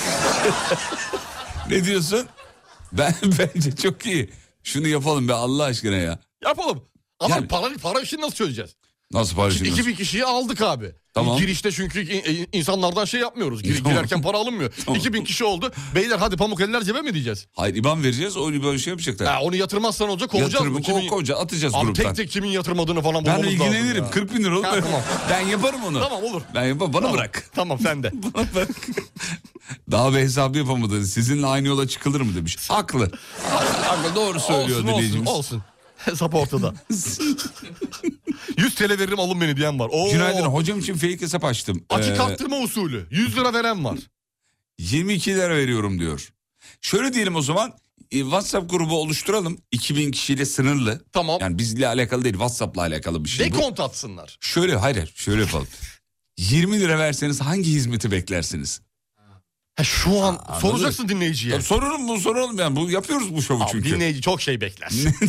Speaker 4: Ne diyorsun? Ben bence çok iyi. Şunu yapalım be Allah aşkına ya.
Speaker 5: Yapalım. Ama
Speaker 4: Yani-
Speaker 5: para, para işini nasıl çözeceğiz?
Speaker 4: Nasıl paylaşıyorsun?
Speaker 5: iki bin kişiyi aldık abi.
Speaker 4: Tamam.
Speaker 5: Girişte çünkü in- insanlardan şey yapmıyoruz. Gir-
Speaker 4: Tamam.
Speaker 5: girerken para alınmıyor.
Speaker 4: Tamam.
Speaker 5: iki bin kişi oldu. Beyler hadi pamuk eller cebe mi diyeceğiz?
Speaker 4: Hayır İban vereceğiz o böyle şey yapacaklar.
Speaker 5: Ha, onu yatırmazsan olacak kovacağız
Speaker 4: Yatırımı
Speaker 5: mı?
Speaker 4: ko-
Speaker 5: Kimin-
Speaker 4: koca atacağız
Speaker 5: Abi
Speaker 4: gruptan.
Speaker 5: tek tek kimin yatırmadığını falan
Speaker 4: Ben
Speaker 5: bulmamız lazım
Speaker 4: ilgilenirim.
Speaker 5: ya.
Speaker 4: kırk bin lira olur.
Speaker 5: Ha, tamam.
Speaker 4: Ben yaparım onu.
Speaker 5: Tamam olur.
Speaker 4: Ben yaparım. Bana
Speaker 5: Tamam.
Speaker 4: bırak.
Speaker 5: Tamam sen de.
Speaker 4: Bana bırak. Daha bir hesabı yapamadınız. Sizinle aynı yola çıkılır mı demiş. Haklı. Haklı doğru söylüyor
Speaker 5: olsun
Speaker 4: dinleyicimiz.
Speaker 5: olsun olsun. Hesap ortada. yüz TL veririm alın beni diyen var. Oo.
Speaker 4: Günaydın hocam için fake hesap açtım.
Speaker 5: Açık
Speaker 4: Ee,
Speaker 5: arttırma usulü. yüz lira veren var.
Speaker 4: yirmi iki lira veriyorum diyor. Şöyle diyelim o zaman. e, WhatsApp grubu oluşturalım. iki bin kişiyle sınırlı.
Speaker 5: Tamam.
Speaker 4: Yani bizle alakalı değil, WhatsApp'la alakalı bir şey bu.
Speaker 5: Dekont atsınlar.
Speaker 4: Şöyle hayır şöyle yapalım. yirmi lira verseniz hangi hizmeti beklersiniz?
Speaker 5: Ha, şu an
Speaker 4: Aa,
Speaker 5: soracaksın dinleyiciye.
Speaker 4: Tabii soralım bu soralım yani bu yapıyoruz bu şovu
Speaker 5: Abi,
Speaker 4: çünkü.
Speaker 5: dinleyici çok şey bekler.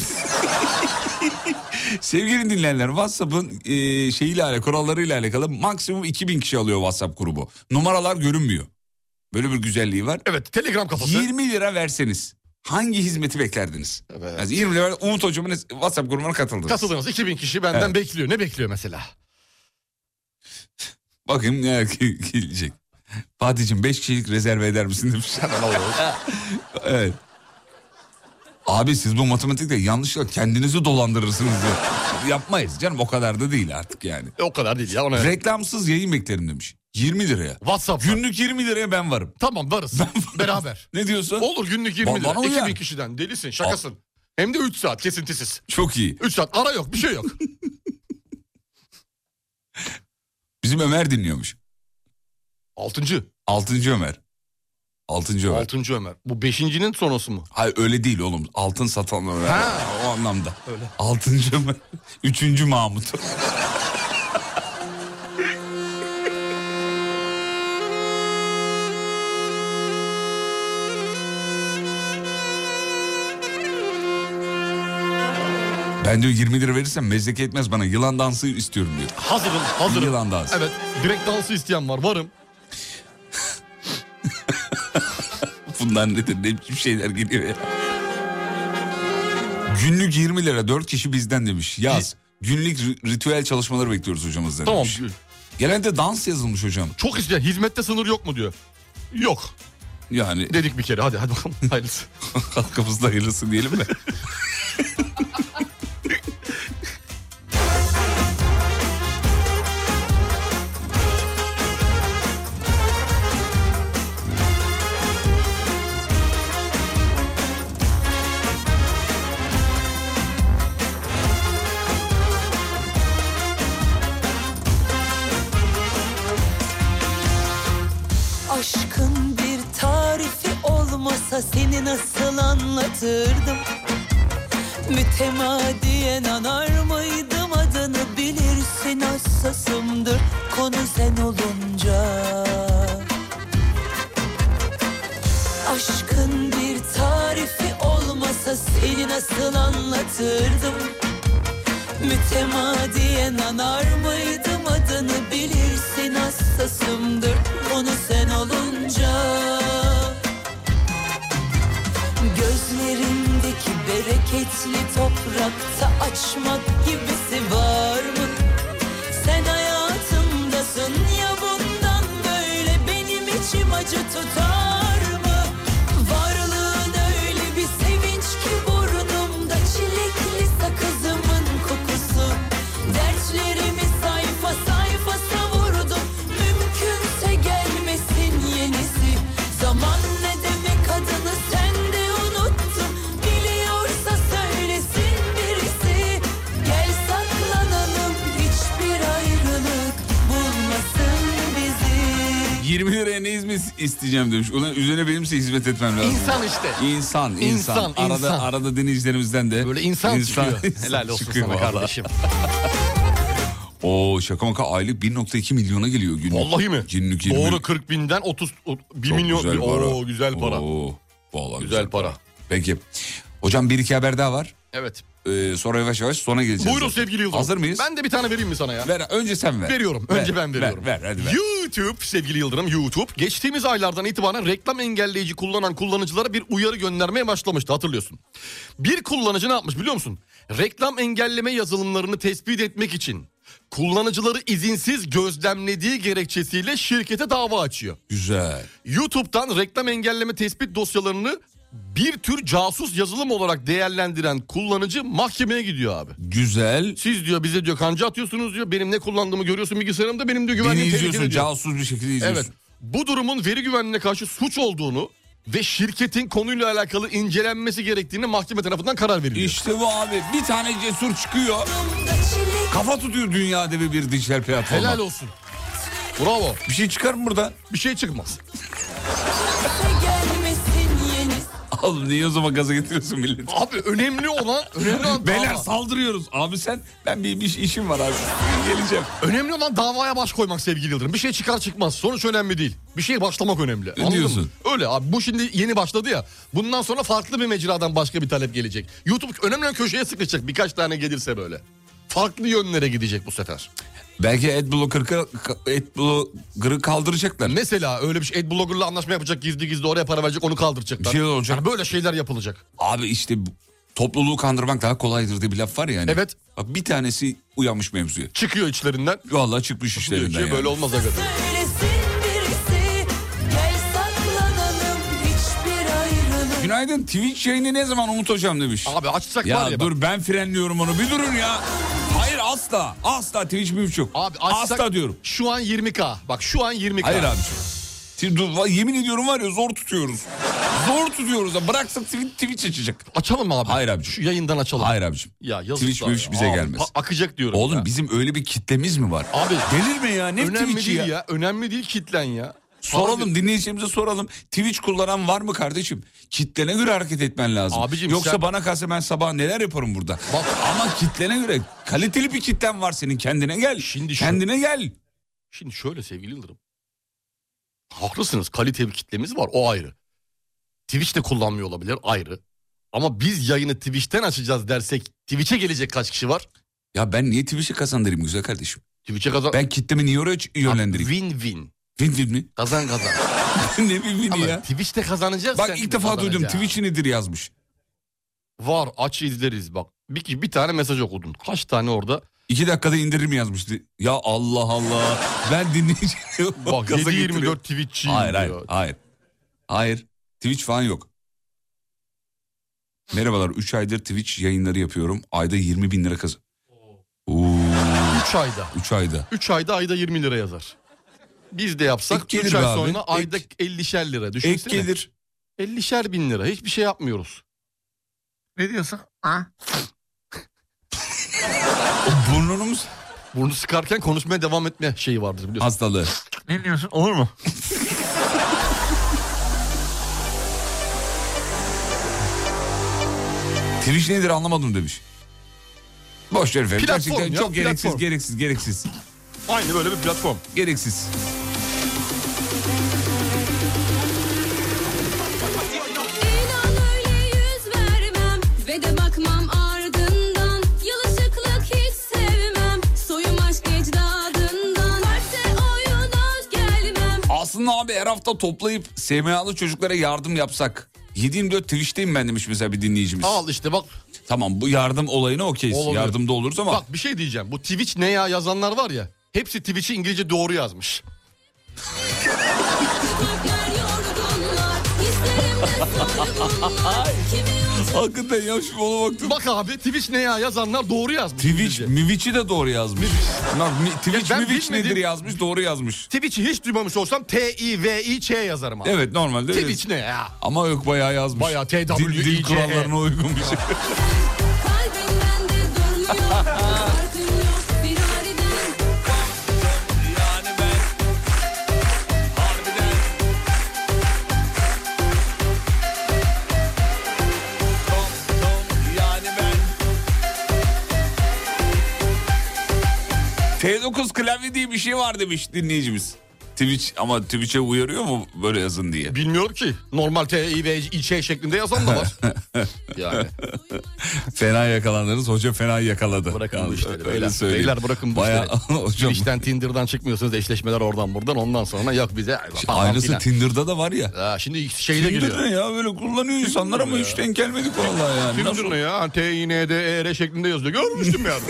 Speaker 4: Sevgili dinleyenler, WhatsApp'ın e, şeyiyle alakalı, kurallarıyla alakalı maksimum iki bin kişi alıyor WhatsApp grubu. Numaralar görünmüyor. Böyle bir güzelliği var.
Speaker 5: Evet, Telegram kafası.
Speaker 4: yirmi lira verseniz hangi hizmeti beklerdiniz?
Speaker 5: Evet.
Speaker 4: Yani yirmi lira Umut Hocam'ın WhatsApp grubuna katıldınız.
Speaker 5: Katıldınız. iki bin kişi benden
Speaker 4: Evet.
Speaker 5: bekliyor. Ne bekliyor mesela?
Speaker 4: Bakayım ne gelecek. Fatih'cim beş kişilik rezerve eder misin demiş.
Speaker 5: Hemen alalım.
Speaker 4: Evet. Abi siz bu matematikte yanlışlıkla kendinizi dolandırırsınız diyor. Yapmayız canım, o kadar da değil artık yani.
Speaker 5: E, o kadar değil ya. Ona...
Speaker 4: Reklamsız yayın beklerim demiş. yirmi liraya.
Speaker 5: WhatsApp.
Speaker 4: Günlük yirmi liraya ben varım.
Speaker 5: Tamam, varız. Beraber.
Speaker 4: Ne diyorsun?
Speaker 5: Olur, günlük yirmi lira.
Speaker 4: Bana uyar.
Speaker 5: iki bin kişiden. Delisin, şakasın. Hem de üç saat kesintisiz.
Speaker 4: Çok iyi.
Speaker 5: üç saat ara yok, bir şey yok.
Speaker 4: Bizim Ömer dinliyormuş.
Speaker 5: Altıncı.
Speaker 4: Altıncı Ömer. Altıncı Ömer.
Speaker 5: Altıncı Ömer. Bu beşincinin sonrası mı?
Speaker 4: Hayır öyle değil oğlum. Altın satan Ömer.
Speaker 5: Ha.
Speaker 4: O anlamda.
Speaker 5: Öyle.
Speaker 4: Altıncı Ömer. Üçüncü Mahmut. Ben diyor yirmi lira verirsem mezdeke etmez bana. Yılan dansı istiyorum diyor.
Speaker 5: Hazırım, hazırım.
Speaker 4: Yılan dansı.
Speaker 5: Evet, direkt dansı isteyen var, varım.
Speaker 4: Bunlar nedir? Ne biçim şeyler geliyor ya. Günlük yirmi lira dört kişi bizden demiş. Yaz. Günlük ri- ritüel çalışmaları bekliyoruz hocamızdan
Speaker 5: Tamam.
Speaker 4: demiş. Genelde dans yazılmış hocam.
Speaker 5: Çok isteyen, hizmette sınır yok mu diyor. Yok.
Speaker 4: Yani
Speaker 5: Dedik bir kere, hadi hadi bakalım, hayırlısı.
Speaker 4: halkımızda hayırlısı diyelim mi?
Speaker 8: Aşkın bir tarifi olmasa seni nasıl anlatırdım? Mütemadiyen anar mıydım, adını bilirsin, hassasımdır konu sen olunca. Aşkın bir tarifi olmasa seni nasıl anlatırdım? Mütemadiyen anar mıydım, adını bilirsin, hassasımdır konu sen olunca. Gözlerindeki bereketli toprakta açmak gibisi var mı? Sen hayatımdasın ya, bundan böyle benim içim acı tutar mı? Varlığın öyle bir sevinç ki burnumda çilekli sakızımın kokusu. Dertlerimi sayfa sayfa savurdum, mümkünse gelmesin yenisi. Zaman ne demek, adını sen de unuttun, biliyorsa söylesin birisi. Gel saklanalım, hiçbir ayrılık bulmasın bizi.
Speaker 4: yirmi liraya ne hizmet isteyeceğim demiş. Ulan üzerine benimse hizmet etmem lazım.
Speaker 5: İnsan işte.
Speaker 4: İnsan, insan.
Speaker 5: İnsan,
Speaker 4: arada,
Speaker 5: insan.
Speaker 4: arada dinleyicilerimizden de.
Speaker 5: Böyle insan, çıkıyor.
Speaker 4: insan
Speaker 5: Helal olsun
Speaker 4: çıkıyor
Speaker 5: sana
Speaker 4: vallahi.
Speaker 5: kardeşim.
Speaker 4: Oo şaka maka aylık bir nokta iki milyona geliyor günlük.
Speaker 5: Vallahi mi?
Speaker 4: Günlük yirmi.
Speaker 5: Doğru, kırk binden otuz, bir
Speaker 4: Çok
Speaker 5: milyon.
Speaker 4: güzel para.
Speaker 5: Oo, güzel para.
Speaker 4: Oo, vallahi
Speaker 5: Güzel para.
Speaker 4: Peki. Hocam bir iki haber daha var.
Speaker 5: Evet.
Speaker 4: Ee, sonra yavaş yavaş sona geleceğiz.
Speaker 5: Buyurun
Speaker 4: zaten.
Speaker 5: sevgili Yıldırım.
Speaker 4: Hazır mıyız?
Speaker 5: Ben de bir tane vereyim mi sana ya?
Speaker 4: Ver, önce sen ver.
Speaker 5: Veriyorum.
Speaker 4: Ver,
Speaker 5: Önce ben veriyorum.
Speaker 4: Ver, ver hadi ver.
Speaker 5: YouTube sevgili Yıldırım, YouTube geçtiğimiz aylardan itibaren reklam engelleyici kullanan kullanıcılara bir uyarı göndermeye başlamıştı, hatırlıyorsun. Bir kullanıcı ne yapmış biliyor musun? Reklam engelleme yazılımlarını tespit etmek için kullanıcıları izinsiz gözlemlediği gerekçesiyle şirkete dava açıyor.
Speaker 4: Güzel.
Speaker 5: YouTube'dan reklam engelleme tespit dosyalarını bir tür casus yazılım olarak değerlendiren kullanıcı mahkemeye gidiyor abi.
Speaker 4: Güzel.
Speaker 5: Siz diyor bize diyor kanca atıyorsunuz diyor. Benim ne kullandığımı görüyorsun bilgisayarımda, benim diyor
Speaker 4: Beni
Speaker 5: güvenliğim
Speaker 4: izliyorsun,
Speaker 5: tehlikeli diyor.
Speaker 4: casus bir şekilde izliyorsun.
Speaker 5: Evet. Bu durumun veri güvenliğine karşı suç olduğunu ve şirketin konuyla alakalı incelenmesi gerektiğini mahkeme tarafından karar veriliyor.
Speaker 4: İşte bu abi. Bir tane cesur çıkıyor. Kafa tutuyor dünya devi bir dijital platforma.
Speaker 5: Helal olsun. Bravo.
Speaker 4: Bir şey çıkar mı buradan?
Speaker 5: Bir şey çıkmaz.
Speaker 4: Oğlum niye o zaman gaza getiriyorsun milleti?
Speaker 5: Abi önemli olan... önemli olan
Speaker 4: Beyler
Speaker 5: dava.
Speaker 4: saldırıyoruz. Abi sen ben bir, bir işim var abi. Geleceğim.
Speaker 5: Önemli olan davaya baş koymak sevgili Yıldırım. Bir şey çıkar çıkmaz. Sonuç önemli değil. Bir şeye başlamak önemli. Anladın
Speaker 4: diyorsun?
Speaker 5: mı? Öyle abi. Bu şimdi yeni başladı ya. Bundan sonra farklı bir mecradan başka bir talep gelecek. YouTube önemli olan köşeye sıkışacak. Birkaç tane gelirse böyle. Farklı yönlere gidecek bu sefer.
Speaker 4: Belki Adblocker'ı Adblocker'ı kaldıracaklar.
Speaker 5: Mesela öyle bir şey. Adblocker'la anlaşma yapacak. Gizli gizli oraya para verecek. Onu kaldıracaklar.
Speaker 4: Bir şey olacak.
Speaker 5: Yani böyle şeyler yapılacak.
Speaker 4: Abi işte topluluğu kandırmak daha kolaydır diye bir laf var ya. Yani.
Speaker 5: Evet.
Speaker 4: Bak bir tanesi uyanmış mevzuya.
Speaker 5: Çıkıyor içlerinden.
Speaker 4: Vallahi çıkmış işlerinden
Speaker 5: Diyor ki,
Speaker 4: yani.
Speaker 5: böyle olmaz aga.
Speaker 4: Günaydın, Twitch yayını ne zaman Umut Hocam demiş.
Speaker 5: Abi açsak
Speaker 4: ya
Speaker 5: var ya.
Speaker 4: dur
Speaker 5: bak.
Speaker 4: ben frenliyorum onu, bir durun ya. Hayır asla asla Twitch mümkün yok.
Speaker 5: Abi açsak,
Speaker 4: asla diyorum.
Speaker 5: Şu an yirmi K. Bak şu an yirmi K.
Speaker 4: Hayır abiciğim. Dur, yemin ediyorum var ya zor tutuyoruz. Zor tutuyoruz. Bıraksak Twitch açacak.
Speaker 5: Açalım mı abi?
Speaker 4: Hayır abiciğim.
Speaker 5: Şu yayından açalım.
Speaker 4: Hayır abiciğim.
Speaker 5: Ya yazıklar
Speaker 4: Twitch
Speaker 5: ya.
Speaker 4: Twitch bize
Speaker 5: Abi,
Speaker 4: gelmez.
Speaker 5: a- akacak diyorum.
Speaker 4: Oğlum
Speaker 5: ya.
Speaker 4: bizim öyle bir kitlemiz mi var?
Speaker 5: Abi
Speaker 4: delirme ya, ne
Speaker 5: önemli
Speaker 4: Twitch'i
Speaker 5: değil
Speaker 4: ya?
Speaker 5: ya. Önemli değil kitlen ya.
Speaker 4: Soralım,
Speaker 5: Abi,
Speaker 4: dinleyicilerimize soralım. Twitch kullanan var mı kardeşim? Kitlene göre hareket etmen lazım.
Speaker 5: Abicim
Speaker 4: Yoksa
Speaker 5: sen-
Speaker 4: bana kalsa ben sabah neler yaparım burada.
Speaker 5: Bak.
Speaker 4: Ama kitlene göre kaliteli bir kitlen var senin, kendine gel.
Speaker 5: Şimdi şu-
Speaker 4: kendine gel.
Speaker 5: Şimdi şöyle sevgili Yıldırım. Haklısınız, kaliteli bir kitlemiz var, o ayrı. Twitch de kullanmıyor olabilir, ayrı. Ama biz yayını Twitch'ten açacağız dersek Twitch'e gelecek kaç kişi var?
Speaker 4: Ya ben niye Twitch'i kazandırayım güzel kardeşim?
Speaker 5: Twitch'e kazan...
Speaker 4: Ben kitlemi niye oraya yönlendireyim?
Speaker 5: Win-win.
Speaker 4: Win-win mi?
Speaker 5: Kazan kazan.
Speaker 4: Ne win-win'i
Speaker 5: Ama
Speaker 4: ya?
Speaker 5: Twitch'te kazanacağız.
Speaker 4: Bak
Speaker 5: sen
Speaker 4: ilk
Speaker 5: de
Speaker 4: defa duydum,
Speaker 5: kazanacaksın.
Speaker 4: Twitch nedir yazmış.
Speaker 5: Var, aç izleriz bak. Bir, bir tane mesaj okudun. Kaç tane orada?
Speaker 4: İki dakikada indiririm yazmıştı. Ya Allah Allah. Ben dinleyeceğim.
Speaker 5: Bak
Speaker 4: Gaza
Speaker 5: yedi yirmi
Speaker 4: getiriyor.
Speaker 5: dört Twitch'çiyim
Speaker 4: Hayır hayır
Speaker 5: diyor.
Speaker 4: hayır. Hayır. Twitch falan yok. Merhabalar, üç aydır Twitch yayınları yapıyorum. Ayda yirmi bin lira kazan.
Speaker 5: üç ayda.
Speaker 4: üç ayda.
Speaker 5: üç ayda ayda yirmi lira yazar. Biz de yapsak
Speaker 4: Ek gelir
Speaker 5: üç ay
Speaker 4: be abi.
Speaker 5: sonra
Speaker 4: Ek-
Speaker 5: ayda ellişer lira.
Speaker 4: Ek
Speaker 5: Düşünsene.
Speaker 4: gelir.
Speaker 5: ellişer bin lira. Hiçbir şey yapmıyoruz. Ne diyorsun? Ha?
Speaker 4: Burnunumuz
Speaker 5: Burnu sıkarken konuşmaya devam etme şeyi vardır biliyorsun.
Speaker 4: hastalığı.
Speaker 5: Ne diyorsun? Olur mu?
Speaker 4: Twitch nedir anlamadım demiş. Boş ver efendim.
Speaker 5: Platform
Speaker 4: Gerçekten
Speaker 5: ya,
Speaker 4: çok gereksiz,
Speaker 5: platform.
Speaker 4: gereksiz, gereksiz.
Speaker 5: Aynı böyle bir platform.
Speaker 4: Gereksiz.
Speaker 8: İnan öyle yüz vermem ve de bakmam ardından. Yalışıklık hiç sevmem, soyum aşk ecdadından. Varsa oyuna gelmem.
Speaker 4: Aslında abi her hafta toplayıp S M A'lı çocuklara yardım yapsak. yedi yirmi dört Twitch'teyim ben demiş mesela bir dinleyicimiz.
Speaker 5: Al işte bak.
Speaker 4: Tamam, bu yardım olayına okeyiz.
Speaker 5: Olabilir.
Speaker 4: Yardımda oluruz ama.
Speaker 5: Bak bir şey diyeceğim. Bu Twitch ne ya yazanlar var ya. Hepsi Twitch'i İngilizce doğru yazmış.
Speaker 8: Kalpler yorgunlar, hislerimde soygunlar. Kimi
Speaker 4: Hakikaten ya şu ona baktım.
Speaker 5: Bak abi Twitch ne ya yazanlar doğru yazmış.
Speaker 4: Twitch,
Speaker 5: İngilizce.
Speaker 4: Mivich'i de doğru yazmış. Bak, mi- Twitch,
Speaker 5: ben
Speaker 4: Mivich
Speaker 5: bilmedim.
Speaker 4: nedir yazmış, doğru yazmış.
Speaker 5: Twitch'i hiç duymamış olsam T I V I Ç yazarım abi.
Speaker 4: Evet normalde öyle.
Speaker 5: Twitch ne ya?
Speaker 4: Ama yok bayağı yazmış.
Speaker 5: Bayağı T W
Speaker 4: Dil,
Speaker 5: I
Speaker 4: dil
Speaker 5: C E.
Speaker 4: kurallarına uygun bir şey.
Speaker 8: kalbimden de durmuyor. Farkım yok bir haliden.
Speaker 4: Yani ben harbiden Tom tom yani ben T dokuz klavye diye bir şey var demiş dinleyicimiz. Twitch ama Twitch'e uyarıyor mu böyle yazın diye?
Speaker 5: Bilmiyorum ki. Normal T I V I Ç şeklinde yazan da var. Yani.
Speaker 4: Fena yakalandınız, hoca fena yakaladı.
Speaker 5: Bırakın bu
Speaker 4: Yalnız
Speaker 5: işleri
Speaker 4: öyle
Speaker 5: beyler.
Speaker 4: söyleyeyim.
Speaker 5: Beyler bırakın bu
Speaker 4: Bayağı
Speaker 5: işleri.
Speaker 4: hocam.
Speaker 5: Twitch'ten Tinder'dan çıkmıyorsunuz, eşleşmeler oradan buradan. Ondan sonra yok bize. falan
Speaker 4: Aynısı
Speaker 5: filan.
Speaker 4: Tinder'da da var ya.
Speaker 5: Ha, şimdi şeyde
Speaker 4: Tinder
Speaker 5: giriyor.
Speaker 4: ne ya, böyle kullanıyor insanlar ama hiç denk gelmedik vallahi yani.
Speaker 5: Tinder
Speaker 4: Nasıl?
Speaker 5: ne ya? T I N D E R şeklinde yazıyor. Görmüştüm yani.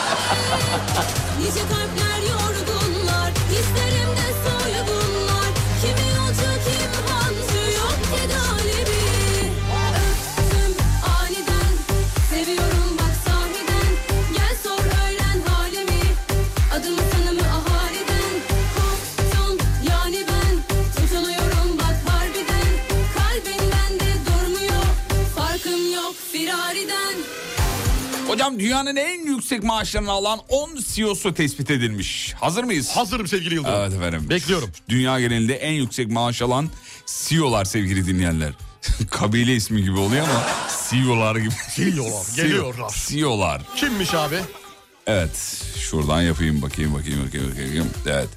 Speaker 8: Nice kalpler yorgunlar, hislerimde soygunlar. Kimi yolcu kim hancı yok tedaribi. Öptüm aniden, seviyorum bak sahiden. Gel sor öğren halimi, adımı sanımı ahaliden. Koptum yani ben, tutuluyorum bak harbiden. Kalbin bende durmuyor, farkım yok firariden.
Speaker 4: Hocam dünyanın en yüksek maaşlarını alan on C E O'su tespit edilmiş. Hazır mıyız?
Speaker 5: Hazırım sevgili Yıldırım.
Speaker 4: Evet efendim.
Speaker 5: Bekliyorum.
Speaker 4: Dünya genelinde en yüksek maaş alan C E O'lar sevgili dinleyenler. Kabile ismi gibi oluyor ama C E O'lar gibi.
Speaker 5: C E O'lar geliyorlar.
Speaker 4: C E O'lar.
Speaker 5: Kimmiş abi?
Speaker 4: Evet. Şuradan yapayım bakayım bakayım bakayım bakayım. Evet.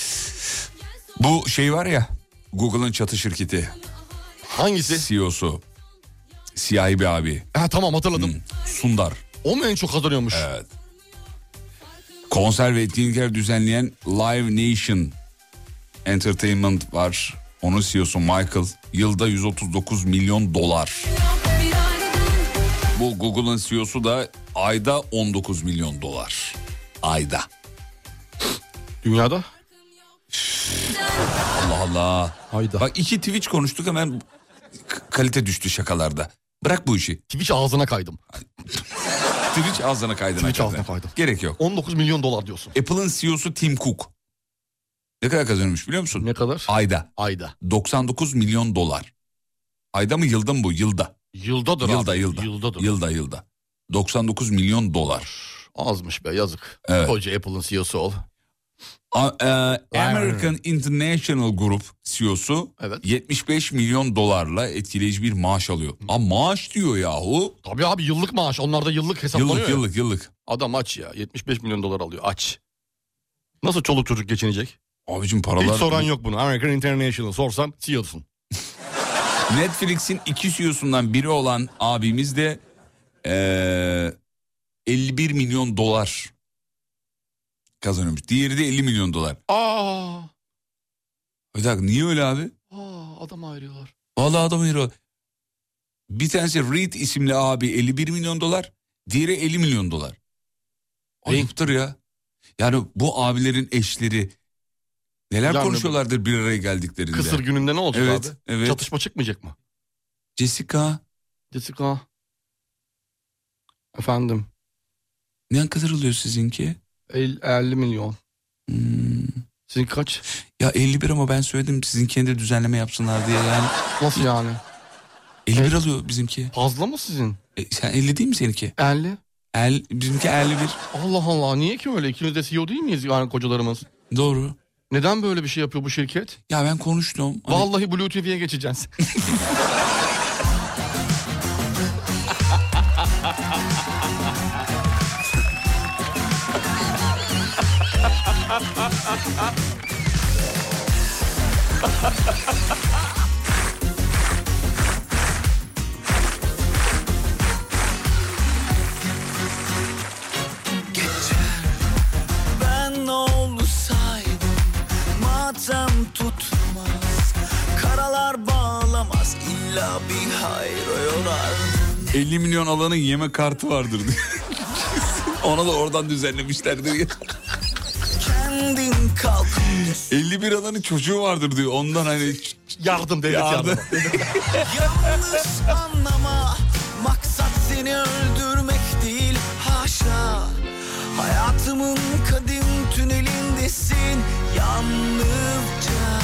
Speaker 4: Bu şey var ya, Google'ın çatı şirketi.
Speaker 5: Hangisi?
Speaker 4: C E O'su. Siyahi bir abi.
Speaker 5: Ha, tamam hatırladım.
Speaker 4: Hmm, Sundar.
Speaker 5: O mu en çok kazanıyormuş?
Speaker 4: Evet. Konser ve etkinlikler düzenleyen Live Nation Entertainment var. Onun C E O'su Michael. Yılda yüz otuz dokuz milyon dolar. Bu Google'ın C E O'su da ayda on dokuz milyon dolar. Ayda.
Speaker 5: Dünyada?
Speaker 4: Allah Allah.
Speaker 5: Hayda.
Speaker 4: Bak iki Twitch konuştuk, hemen k- kalite düştü şakalarda. Bırak bu işi.
Speaker 5: Twitch ağzına kaydım.
Speaker 4: Twitch ağzına kaydına
Speaker 5: Twitch
Speaker 4: kadar.
Speaker 5: ağzına kaydım.
Speaker 4: Gerek yok.
Speaker 5: on dokuz milyon dolar diyorsun.
Speaker 4: Apple'ın C E O'su Tim Cook. Ne kadar kazanıyormuş biliyor musun?
Speaker 5: Ne kadar?
Speaker 4: Ayda.
Speaker 5: Ayda.
Speaker 4: doksan dokuz milyon dolar. Ayda mı yılda mı bu? Yılda.
Speaker 5: Yıldadır
Speaker 4: Yılda
Speaker 5: abi.
Speaker 4: yılda.
Speaker 5: Yıldadır.
Speaker 4: Yılda yılda. doksan dokuz milyon dolar.
Speaker 5: Azmış be, yazık.
Speaker 4: Evet.
Speaker 5: Koca Apple'ın C E O'su ol.
Speaker 4: A- e, American International Group C E O'su
Speaker 5: Evet.
Speaker 4: yetmiş beş milyon dolarla etkileyici bir maaş alıyor. Aa, maaş diyor yahu.
Speaker 5: Tabii abi, yıllık maaş. Onlar da yıllık hesaplanıyor
Speaker 4: Yıllık
Speaker 5: ya.
Speaker 4: yıllık yıllık.
Speaker 5: Adam aç ya. yetmiş beş milyon dolar alıyor. Aç. Nasıl çoluk çocuk geçinecek?
Speaker 4: Abicim paralar...
Speaker 5: Hiç soran yok bunu. American International sorsan C E O'sun.
Speaker 4: Netflix'in iki C E O'sundan biri olan abimiz de ee, elli bir milyon dolar kazanıyormuş. Diğeri de elli milyon dolar.
Speaker 5: Aa,
Speaker 4: Bir dakika, niye öyle abi?
Speaker 5: aa adam ayırıyorlar.
Speaker 4: Vallahi adam hero. Bir tanesi Reed isimli abi elli bir milyon dolar. Diğeri elli milyon dolar. Ayıptır ya. Yani bu abilerin eşleri neler
Speaker 5: Yani
Speaker 4: konuşuyorlardır bir araya geldiklerinde.
Speaker 5: Kısır gününde ne olacak
Speaker 4: Evet,
Speaker 5: abi?
Speaker 4: evet.
Speaker 5: Çatışma çıkmayacak mı?
Speaker 4: Jessica,
Speaker 5: Jessica. Efendim.
Speaker 4: ne kadar oluyor sizinki?
Speaker 5: elli milyon.
Speaker 4: Hmm.
Speaker 5: Sizin kaç?
Speaker 4: Ya elli bir, ama ben söyledim sizinkine de düzenleme yapsınlar diye yani.
Speaker 5: Nasıl yani?
Speaker 4: elli bir alıyor bizimki.
Speaker 5: Fazla mı sizin?
Speaker 4: E, sen elli değil mi seninki?
Speaker 5: elli.
Speaker 4: El, bizimki elli bir.
Speaker 5: Allah Allah, niye ki öyle? İkimiz de C E O değil miyiz yani kocalarımız?
Speaker 4: Doğru.
Speaker 5: Neden böyle bir şey yapıyor bu şirket?
Speaker 4: Ya ben konuştum. Hani...
Speaker 5: Vallahi Blue T V'ye geçeceğiz.
Speaker 2: Ben olsaydım matem tutmaz, karalar bağlamaz, illa bir hayra yorardım.
Speaker 4: elli milyon alanın yemek kartı vardır diye. Ona da oradan düzenlemişlerdir ya.
Speaker 2: Kendin kalk.
Speaker 4: elli bir alanın çocuğu vardır diyor. Ondan hani...
Speaker 5: Yardım, devlet
Speaker 4: Yardım.
Speaker 5: yardımı.
Speaker 2: Yanlış anlama, maksat seni öldürmek değil haşa. Hayatımın kadim tünelindesin yalnızca.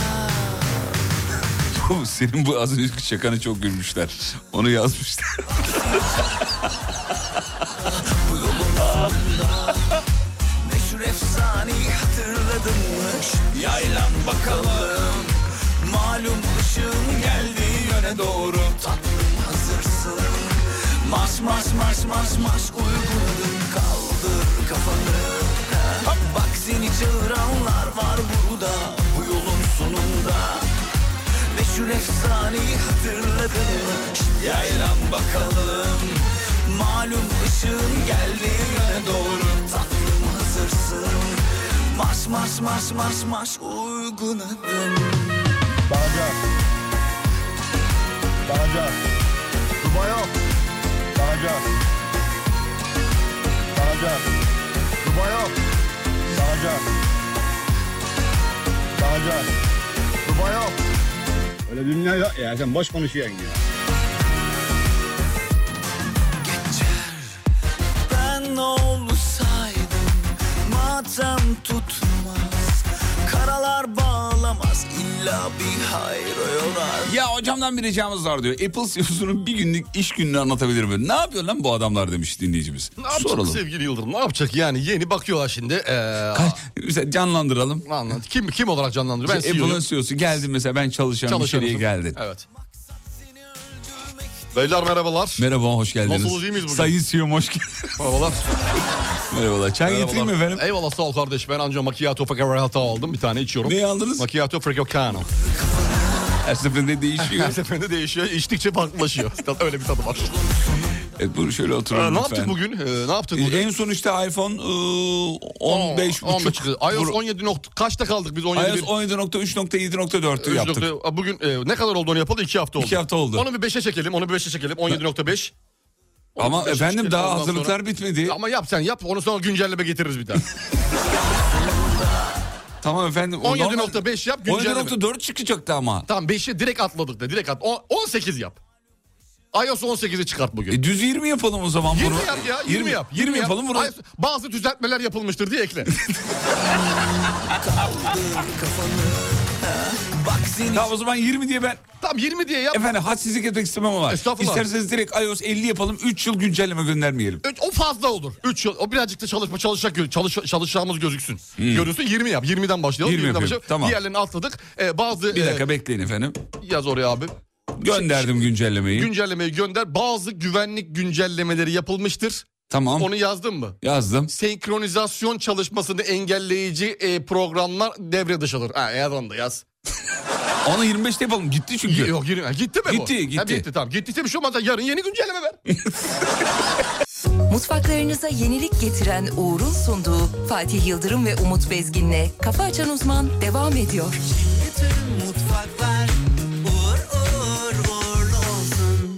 Speaker 4: Senin bu az önceki şakanı çok gülmüşler. Onu yazmışlar.
Speaker 2: Bu yolun sonunda meşhur efsaneyi hatırladın mı? Yaylan bakalım, malum ışığın geldiği yöne doğru. Tatlım hazırsın, marş marş marş marş marş uyguladın, kaldır kafanı. Ha, bak seni çağıranlar var burada, bu yolun sonunda. Meşhur efsaneyi hatırladın mı? Şşt, yaylan bakalım, malum ışığın geldiği yöne doğru. Tatlım hazırsın, marş marş marş marş marş uygun adım.
Speaker 9: Bağca. Bağca. Duba yok. Bağca. Bağca. Duba yok. Bağca. Bağca. Duba yok. Öyle dünya yok ya, sen boş konuşuyorsun ya.
Speaker 2: Ben olsaydım matem tutmaz, karalar bağlamaz, illa bir hayra yorar.
Speaker 4: Ya hocamdan bir ricamız var diyor. Apple C E O'sunun bir günlük iş gününü anlatabilir mi? Ne yapıyor lan bu adamlar demiş dinleyicimiz.
Speaker 5: Ne yapacak
Speaker 4: Soralım.
Speaker 5: sevgili Yıldırım? Ne yapacak yani? Yeni bakıyorlar şimdi. Ee,
Speaker 4: Kaç, mesela canlandıralım.
Speaker 5: anlat. Kim kim olarak canlandırıyor? Ben
Speaker 4: İşte
Speaker 5: C E O'yum.
Speaker 4: Apple'ın C E O'su geldi mesela, ben çalışan
Speaker 5: Çalışanısın.
Speaker 4: müşteriye geldin.
Speaker 5: Evet. Beyler merhabalar.
Speaker 4: Merhaba, hoş geldiniz.
Speaker 5: Nasılsınız, iyi miyiz bugün?
Speaker 4: Sayın C E O'm hoş geldiniz.
Speaker 5: Merhabalar.
Speaker 4: Merhabalar. Çay
Speaker 5: Merhabalar.
Speaker 4: getireyim mi efendim?
Speaker 5: Eyvallah, sağ ol kardeş. Ben anca macchiato fraccato aldım. Bir tane içiyorum.
Speaker 4: Neyi aldınız?
Speaker 5: Macchiato fraccato.
Speaker 4: Her seferinde değişiyor.
Speaker 5: Her seferinde değişiyor. İçtikçe farklılaşıyor. Öyle bir tadı var.
Speaker 4: Evet, buyurun şöyle oturun
Speaker 5: Ee, ne
Speaker 4: lütfen.
Speaker 5: yaptık bugün? Ee, ne yaptık bugün?
Speaker 4: Ee, en son işte iPhone ıı, on beş buçuk.
Speaker 5: iOS on yedi nokta kaçta kaldık biz? on yedi
Speaker 4: iOS on yedi nokta üç nokta yedi nokta dört'ü yaptık.
Speaker 5: Nokta, bugün e, ne kadar oldu onu yapalı? iki hafta oldu.
Speaker 4: İki hafta oldu.
Speaker 5: Onu bir beşe çekelim. Onu bir beşe çekelim. on yedi nokta beş.
Speaker 4: Ama
Speaker 5: beşe
Speaker 4: efendim
Speaker 5: çekelim,
Speaker 4: daha
Speaker 5: ondan
Speaker 4: hazırlıklar
Speaker 5: sonra-
Speaker 4: bitmedi.
Speaker 5: Ama yap sen yap. Onu sonra güncelleme getiririz bir daha.
Speaker 4: Tamam efendim.
Speaker 5: on yedi nokta beş yap,
Speaker 4: on yedi
Speaker 5: güncelleme.
Speaker 4: nokta dört çıkacaktı ama.
Speaker 5: Tamam, beşi direkt atladık da. Direkt at. O- on sekiz yap. iOS on sekizi çıkart bugün.
Speaker 4: E, düz yirmi yapalım o zaman bunu.
Speaker 5: yirmi yap ya. yirmi yap.
Speaker 4: yirmi yapalım bunu.
Speaker 5: Ay, bazı düzeltmeler yapılmıştır diye ekle.
Speaker 4: Tamam o zaman yirmi diye ben...
Speaker 5: Tamam yirmi diye yap.
Speaker 4: Efendim hadsizlik etmek istemem ama.
Speaker 5: Estağfurullah.
Speaker 4: İsterseniz direkt iOS elli yapalım. üç yıl güncelleme göndermeyelim.
Speaker 5: O fazla olur. üç yıl. O birazcık da çalışma çalışacak çalış, çalışacağımız gözüksün. Hmm. Görünsün yirmi yap. yirmiden başlayalım.
Speaker 4: yirmi
Speaker 5: yirmiden
Speaker 4: yapıyorum. Tamam.
Speaker 5: Diğerlerini atladık. Ee, bazı
Speaker 4: Bir dakika
Speaker 5: e,
Speaker 4: bekleyin efendim.
Speaker 5: yaz oraya abi.
Speaker 4: Gönderdim güncellemeyi.
Speaker 5: Güncellemeyi gönder. Bazı güvenlik güncellemeleri yapılmıştır.
Speaker 4: Tamam.
Speaker 5: Onu yazdın mı?
Speaker 4: Yazdım.
Speaker 5: Senkronizasyon çalışmasını engelleyici e, programlar devre dışıdır. Ha, yaz onu da yaz.
Speaker 4: Onu yirmi beşte yapalım. Gitti çünkü.
Speaker 5: Yok yirmi. Ha, gitti mi bu?
Speaker 4: Gitti, gitti.
Speaker 5: Ha, gitti tamam. Gittiyse bir şey olmaz. Yarın yeni güncelleme ver.
Speaker 1: Mutfaklarınıza yenilik getiren Uğur'un sunduğu Fatih Yıldırım ve Umut Bezgin'le Kafa Açan Uzman devam ediyor.
Speaker 2: Bütün mutfaklar uğur uğur uğurlu olsun.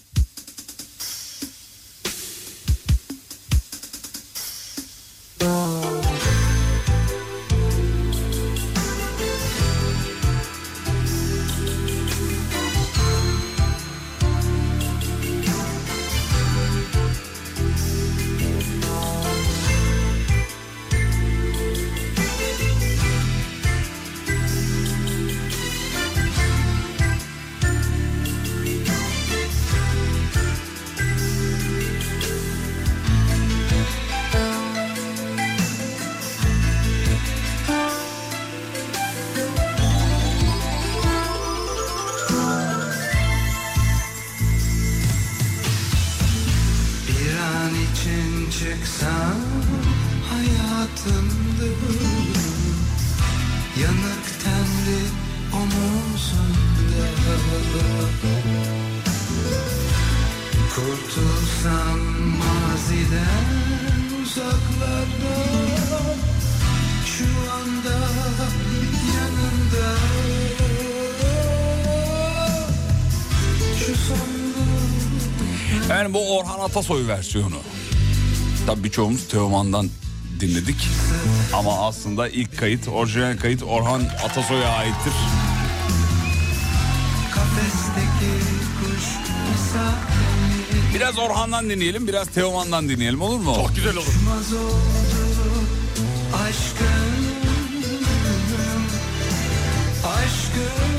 Speaker 2: Bir an için çıksam hayatımda, yanık tenli omuzunda, kurtulsam maziden uzaklarda, şu anda yanımda, şu son.
Speaker 4: Yani bu Orhan Atasoy versiyonu. Tabii birçoğumuz Teoman'dan dinledik. Ama aslında ilk kayıt, orijinal kayıt Orhan Atasoy'a aittir. Biraz Orhan'dan dinleyelim, biraz Teoman'dan dinleyelim, olur mu?
Speaker 5: Çok güzel olur.
Speaker 2: Aşkım, aşkım.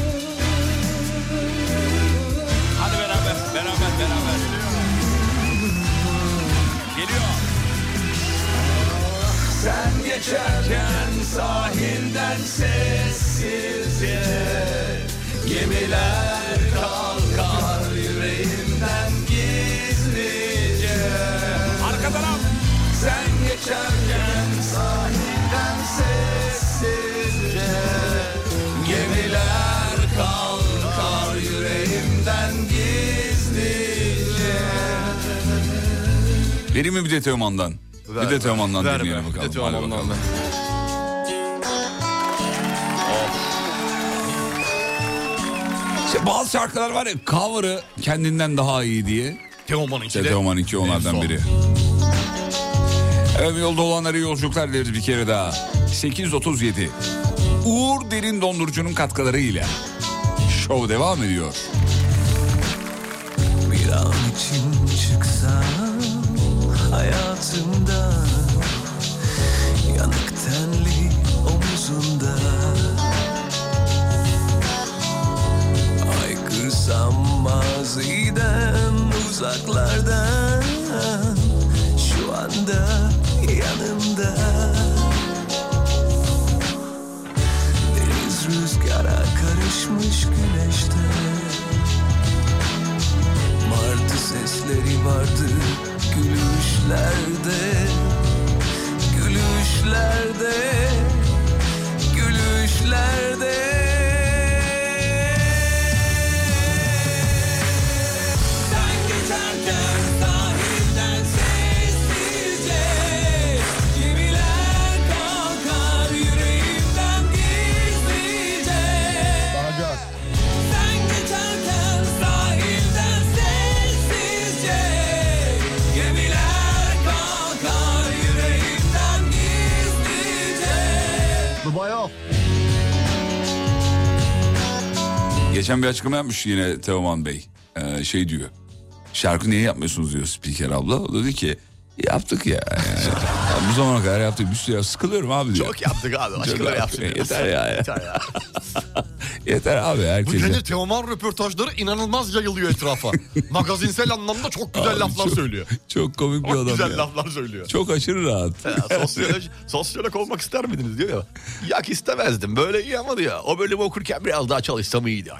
Speaker 4: Hadi beraber, beraber, beraber. Geliyor.
Speaker 2: Sen geçerken sahilden sessizce, gemiler kalkar yüreğimden gizlice.
Speaker 4: Arka taraf.
Speaker 2: Sen geçerken sahilden sessizce, gemiler kalkar yüreğimden gizlice.
Speaker 4: Vereyim mi bir de Teoman'dan?
Speaker 5: Ver,
Speaker 4: bir de Teoman'dan
Speaker 5: ver,
Speaker 4: dinleyelim
Speaker 5: ver.
Speaker 4: bakalım.
Speaker 5: Bir de Teoman'dan
Speaker 4: Hadi bakalım. İşte bazı şarkılar var ya, cover'ı kendinden daha iyi diye.
Speaker 5: Teoman'ınki
Speaker 4: İşte
Speaker 5: de.
Speaker 4: Teoman'ınki onlardan
Speaker 5: En son.
Speaker 4: biri. Evet, yolda olanlara iyi yolculuklar dileriz bir kere daha. sekiz otuz yedi. Uğur Derin Dondurucu'nun katkılarıyla şov devam ediyor.
Speaker 2: Bir an için çıksam hayatımda, yanık tenli omuzunda, aykırsam maziden uzaklardan, şu anda yanımda. Deniz rüzgara karışmış güneşte,
Speaker 3: sesleri vardı gülüşlerde, gülüşlerde, gülüşlerde. Sen geçerken sahilden sessizce gemiler kalkar yüreğimden gizlice.
Speaker 9: Bahadır.
Speaker 3: Sen geçerken sahilden sessizce gemiler kalkar yüreğimden gizlice.
Speaker 9: Dubai off.
Speaker 4: Geçen bir açıklama yapmış yine Teoman Bey. Ee, şey diyor. Şarkı niye yapmıyorsunuz diyor spiker abla. O dedi ki yaptık ya. Yani. Ya bu zamana kadar yaptık. Bir sürü ya sıkılıyorum abi diyor.
Speaker 5: Çok yaptık abi. Başkaları yapsın.
Speaker 4: Yeter ya.
Speaker 5: Yeter ya.
Speaker 4: Yeter abi
Speaker 5: Bu
Speaker 4: herkese.
Speaker 5: yeni Teoman röportajları inanılmaz yayılıyor etrafa. Magazinsel anlamda çok güzel
Speaker 4: Abi
Speaker 5: laflar
Speaker 4: çok-
Speaker 5: söylüyor.
Speaker 4: Çok komik bir
Speaker 5: Çok
Speaker 4: adam
Speaker 5: güzel
Speaker 4: ya.
Speaker 5: laflar söylüyor.
Speaker 4: Çok aşırı rahat.
Speaker 5: Ya, sosyolog, sosyolog olmak ister miydiniz diyor ya. Yak istemezdim. Böyle iyi ama diyor. O bölümü okurken biraz daha çalışsam iyiydi.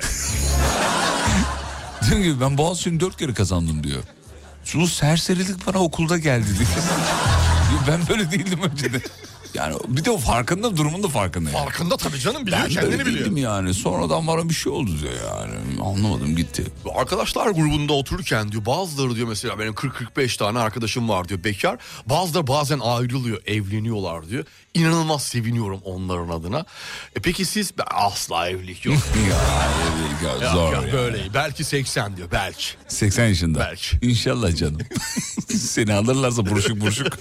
Speaker 4: Diyor ki ben Boğaziçi'ni dört kere kazandım diyor. Şu serserilik bana okulda geldi diyor. Diyor, ben böyle değildim önceden. Yani bir de o farkında, durumun da farkında. Yani.
Speaker 5: Farkında tabii canım, biliyor,
Speaker 4: Ben
Speaker 5: kendini
Speaker 4: böyle
Speaker 5: biliyor.
Speaker 4: değildim yani. Sonradan bana bir şey oldu diyor yani. Anlamadım, gitti.
Speaker 5: Arkadaşlar grubunda otururken diyor, bazıları diyor mesela benim kırk kırk beş tane arkadaşım var diyor bekar. Bazıları bazen ayrılıyor, evleniyorlar diyor. İnanılmaz seviniyorum onların adına. E peki siz? Ben asla evlilik yok.
Speaker 4: ya, evlilik ya,
Speaker 5: Ya,
Speaker 4: zor
Speaker 5: ya,
Speaker 4: ya.
Speaker 5: böyle belki seksen diyor, belki.
Speaker 4: seksen yaşında.
Speaker 5: Belki.
Speaker 4: İnşallah canım. Seni alırlarsa buruşuk buruşuk.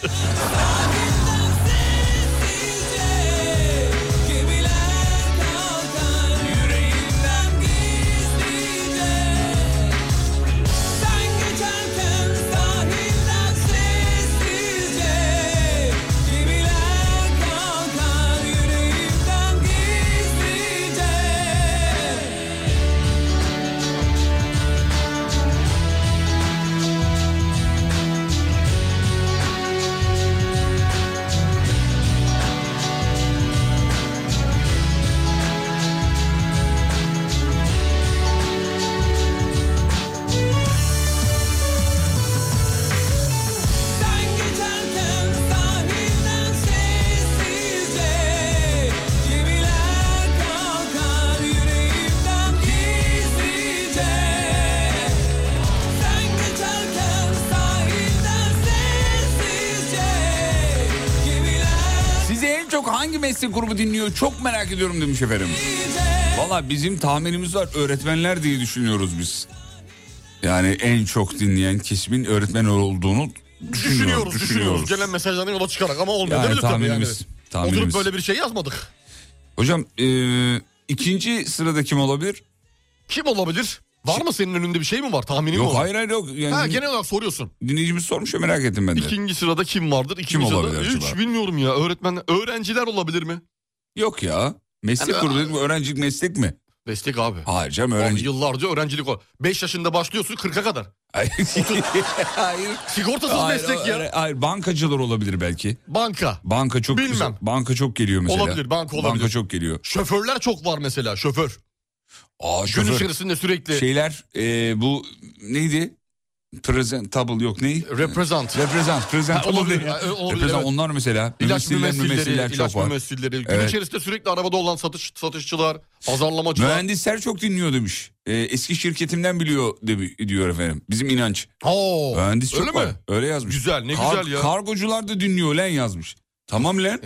Speaker 4: Hangi meslek grubu dinliyor çok merak ediyorum demiş efendim. Valla bizim tahminimiz var, öğretmenler diye düşünüyoruz biz. Yani en çok dinleyen kesimin öğretmen olduğunu düşünüyoruz.
Speaker 5: Düşünüyoruz, düşünüyoruz. Gelen mesajlardan yola çıkarak ama olmuyor.
Speaker 4: Yani
Speaker 5: Değil mi tabii
Speaker 4: tahminimiz,
Speaker 5: yani?
Speaker 4: tahminimiz.
Speaker 5: Oturup böyle bir şey yazmadık.
Speaker 4: Hocam e, ikinci sırada kim olabilir?
Speaker 5: Kim olabilir? Var mı senin önünde bir şey mi var? Tahminin
Speaker 4: Yok
Speaker 5: mi var?
Speaker 4: hayır hayır yok. Yani
Speaker 5: ha, genel olarak soruyorsun.
Speaker 4: Dinleyicimiz sormuş ya, merak ettim ben de.
Speaker 5: İkinci sırada kim vardır? İkinci
Speaker 4: Kim
Speaker 5: sırada,
Speaker 4: olabilir
Speaker 5: hiç
Speaker 4: acaba?
Speaker 5: bilmiyorum ya. Öğretmen, öğrenciler olabilir mi?
Speaker 4: Yok ya. Meslek
Speaker 5: Yani-
Speaker 4: grubu dedim, öğrencilik meslek mi?
Speaker 5: Meslek abi.
Speaker 4: Hayır canım,
Speaker 5: Abi
Speaker 4: öğrenci.
Speaker 5: yıllarca öğrencilik o. beş yaşında başlıyorsun kırka kadar.
Speaker 4: Hayır. hayır.
Speaker 5: Sigortasız
Speaker 4: Hayır,
Speaker 5: meslek ya.
Speaker 4: hayır, hayır, bankacılar olabilir belki.
Speaker 5: Banka.
Speaker 4: Banka çok
Speaker 5: Bilmem.
Speaker 4: güzel. Banka çok geliyor mesela.
Speaker 5: Olabilir, banka olabilir.
Speaker 4: Banka çok geliyor.
Speaker 5: Şoförler çok var mesela, şoför.
Speaker 4: Aa,
Speaker 5: Gün
Speaker 4: şoför.
Speaker 5: içerisinde sürekli.
Speaker 4: Şeyler e, bu neydi? Presentable yok ne?
Speaker 5: Represent.
Speaker 4: Represent. Present
Speaker 5: Ha, olabilir.
Speaker 4: olabilir.
Speaker 5: Ha, olabilir,
Speaker 4: Represent,
Speaker 5: evet.
Speaker 4: onlar mesela.
Speaker 5: İlaç
Speaker 4: Mümessiller,
Speaker 5: mümessilleri,
Speaker 4: mümessiller
Speaker 5: ilaç
Speaker 4: çok var.
Speaker 5: mümessilleri. Gün
Speaker 4: Evet.
Speaker 5: içerisinde sürekli arabada olan satış satışçılar, pazarlamacılar.
Speaker 4: Mühendisler çok dinliyor demiş. E, eski şirketimden biliyor de, diyor efendim. Bizim inanç.
Speaker 5: Oo,
Speaker 4: Mühendis çok
Speaker 5: öyle
Speaker 4: var.
Speaker 5: mi?
Speaker 4: Öyle yazmış.
Speaker 5: Güzel, ne
Speaker 4: Kar-
Speaker 5: güzel ya.
Speaker 4: Kargocular da dinliyor lan yazmış. Tamam lan.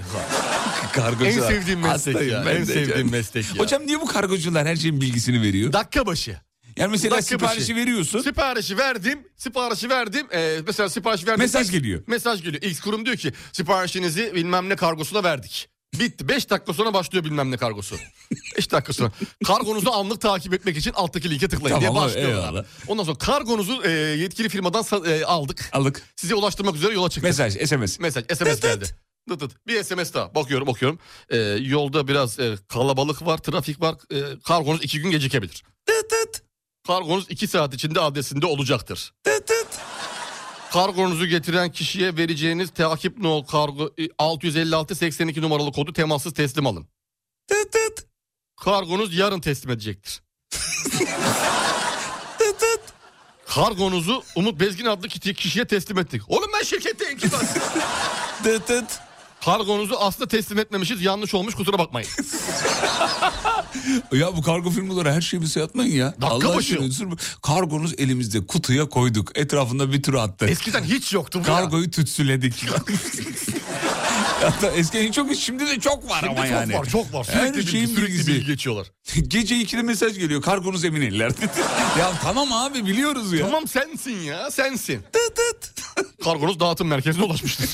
Speaker 5: En
Speaker 4: Kargocular.
Speaker 5: sevdiğim meslek
Speaker 4: Hastayım
Speaker 5: ya.
Speaker 4: ben
Speaker 5: En
Speaker 4: de
Speaker 5: sevdiğim
Speaker 4: canım.
Speaker 5: meslek ya.
Speaker 4: Hocam niye bu kargocular her şeyin bilgisini veriyor?
Speaker 5: Dakika başı.
Speaker 4: Yani mesela
Speaker 5: dakika
Speaker 4: siparişi
Speaker 5: başı.
Speaker 4: veriyorsun.
Speaker 5: Siparişi verdim. Siparişi verdim. Ee, mesela sipariş verdim.
Speaker 4: Mesaj geliyor.
Speaker 5: Mesaj geliyor. X kurum diyor ki siparişinizi bilmem ne kargosuna verdik. Bitti. beş dakika sonra başlıyor bilmem ne kargosu. beş dakika sonra. Kargonuzu anlık takip etmek için alttaki linke tıklayın
Speaker 4: Tamam,
Speaker 5: diye başlıyorlar.
Speaker 4: eyvallah.
Speaker 5: Ondan sonra kargonuzu e, yetkili firmadan sa- e, aldık.
Speaker 4: Aldık.
Speaker 5: Size ulaştırmak üzere yola çıktık.
Speaker 4: Mesaj, S M S.
Speaker 5: Mesaj, S M S geldi. Dıt dıt. Bir S M S daha. Bakıyorum, okuyorum. Ee, yolda biraz e, kalabalık var, trafik var. E, kargonuz iki gün gecikebilir.
Speaker 4: Tıt tıt.
Speaker 5: Kargonuz iki saat içinde adresinde olacaktır.
Speaker 4: Tıt tıt.
Speaker 5: Kargonuzu getiren kişiye vereceğiniz takip no kargo e, altı yüz elli altı seksen iki numaralı kodu temassız teslim alın.
Speaker 4: Tıt tıt.
Speaker 5: Kargonuz yarın teslim edecektir.
Speaker 4: Tıt tıt.
Speaker 5: Kargonuzu Umut Bezgin adlı kişiye teslim ettik. Oğlum ben şirketteyim.
Speaker 4: Tıt tıt.
Speaker 5: Kargonuzu aslında teslim etmemişiz. Yanlış olmuş, kusura bakmayın.
Speaker 4: Ya bu kargo firmaları her şeyi bize atmayın ya.
Speaker 5: Dakika
Speaker 4: Allah
Speaker 5: başı.
Speaker 4: aşkına. Kargonuz elimizde, kutuya koyduk. Etrafında bir tur attık.
Speaker 5: Eskiden hiç yoktu bu
Speaker 4: Kargoyu
Speaker 5: ya.
Speaker 4: tütsüledik. Hatta eskiden çok, şimdi de çok var
Speaker 5: Şimdi
Speaker 4: ama
Speaker 5: çok
Speaker 4: yani.
Speaker 5: var, çok var. Sürekli
Speaker 4: Her
Speaker 5: bilgi,
Speaker 4: şeyin
Speaker 5: sürekli
Speaker 4: bilgisi.
Speaker 5: bilgi geçiyorlar.
Speaker 4: Gece ikide mesaj geliyor. Kargonuz emin ellerde. Ya tamam abi, biliyoruz ya.
Speaker 5: Tamam sensin ya, sensin.
Speaker 4: Tıt tıt.
Speaker 5: Kargonuz dağıtım merkezine ulaşmıştır.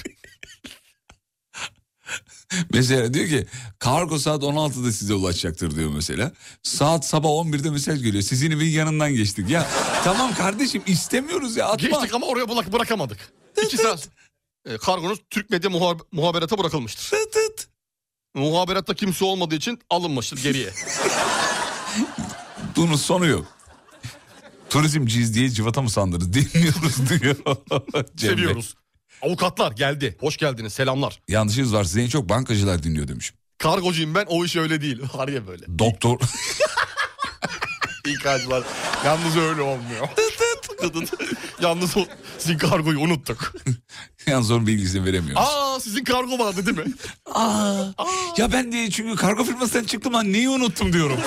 Speaker 4: Mesela diyor ki kargo saat on altıda size ulaşacaktır diyor mesela. Saat sabah on birde mesaj geliyor. Sizin evin yanından geçtik. Ya tamam kardeşim, istemiyoruz ya, atma.
Speaker 5: Geçtik ama oraya bırak, bırakamadık. İki saat. E, kargonuz Türk Medya muha- muhaberata bırakılmıştır.
Speaker 4: Tıt tıt.
Speaker 5: Muhaberatta kimse olmadığı için alınmıştır geriye.
Speaker 4: Bunun sonu yok. Turizmciyiz diye cıvata mı sandınız? Dinliyoruz diyor. Cem Bey.
Speaker 5: Seviyoruz. Avukatlar geldi. Hoş geldiniz. Selamlar.
Speaker 4: Yanlışınız var. Sizi en çok bankacılar dinliyor demiş.
Speaker 5: Kargocuyum ben. O iş öyle değil. Var ya böyle.
Speaker 4: Doktor.
Speaker 5: İK'cılar. Yalnız öyle olmuyor. Yalnız o, sizin kargoyu unuttuk.
Speaker 4: Yalnız onun bilgisini veremiyoruz.
Speaker 5: Aa, sizin kargo vardı değil mi?
Speaker 4: Aa. Ya ben de çünkü kargo firmasından çıktım, ha neyi unuttum diyorum.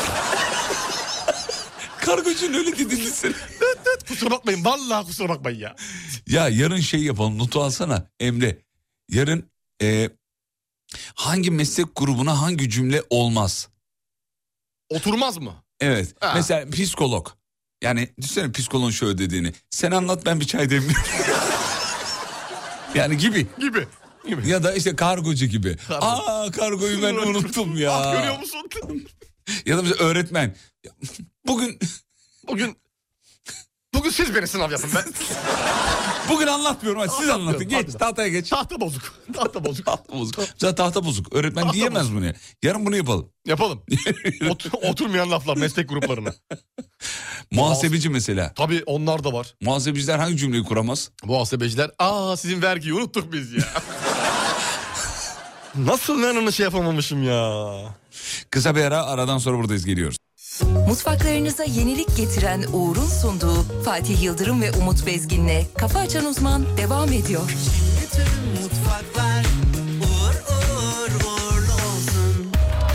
Speaker 4: Kargocun öyle dedin sen.
Speaker 5: Kusura bakmayın. Vallahi kusura bakmayın ya.
Speaker 4: Ya yarın şey yapalım, notu alsana Emre. Yarın e, hangi meslek grubuna hangi cümle olmaz?
Speaker 5: Oturmaz mı?
Speaker 4: Evet.
Speaker 5: Ha.
Speaker 4: Mesela psikolog. Yani düşünsene psikoloğun şöyle dediğini. Sen anlat, ben bir çay demliyorum. Yani gibi.
Speaker 5: Gibi. gibi.
Speaker 4: Ya da işte kargocu gibi.
Speaker 5: Kargo.
Speaker 4: Aa, kargoyu ben unuttum ya.
Speaker 5: Ah, görüyor musun?
Speaker 4: Ya da mesela öğretmen. Bugün
Speaker 5: Bugün Bugün siz beni sınav yapın ben.
Speaker 4: bugün anlatmıyorum. Hadi siz anlatın. Geç,
Speaker 5: Hadi.
Speaker 4: tahtaya geç.
Speaker 5: Tahta bozuk. Tahta bozuk.
Speaker 4: Tahta bozuk. Zaten tahta bozuk. Öğretmen
Speaker 5: Tahta
Speaker 4: diyemez
Speaker 5: bozuk.
Speaker 4: bunu ya. Yarın bunu yapalım.
Speaker 5: Yapalım. Ot- oturmayan laflar meslek gruplarına.
Speaker 4: Muhasebeci mesela.
Speaker 5: Tabii onlar da var.
Speaker 4: Muhasebeciler hangi cümleyi kuramaz?
Speaker 5: Muhasebeciler. Aa, sizin vergiyi unuttuk biz ya. Nasıl ben onu şey yapamamışım ya.
Speaker 4: Kısa bir ara, aradan sonra buradayız, geliyoruz.
Speaker 1: Mutfaklarınıza yenilik getiren Uğur'un sunduğu Fatih Yıldırım ve Umut Bezgin'le Kafa Açan Uzman devam ediyor.
Speaker 2: Bütün mutfaklar uğur uğur uğurlu olsun.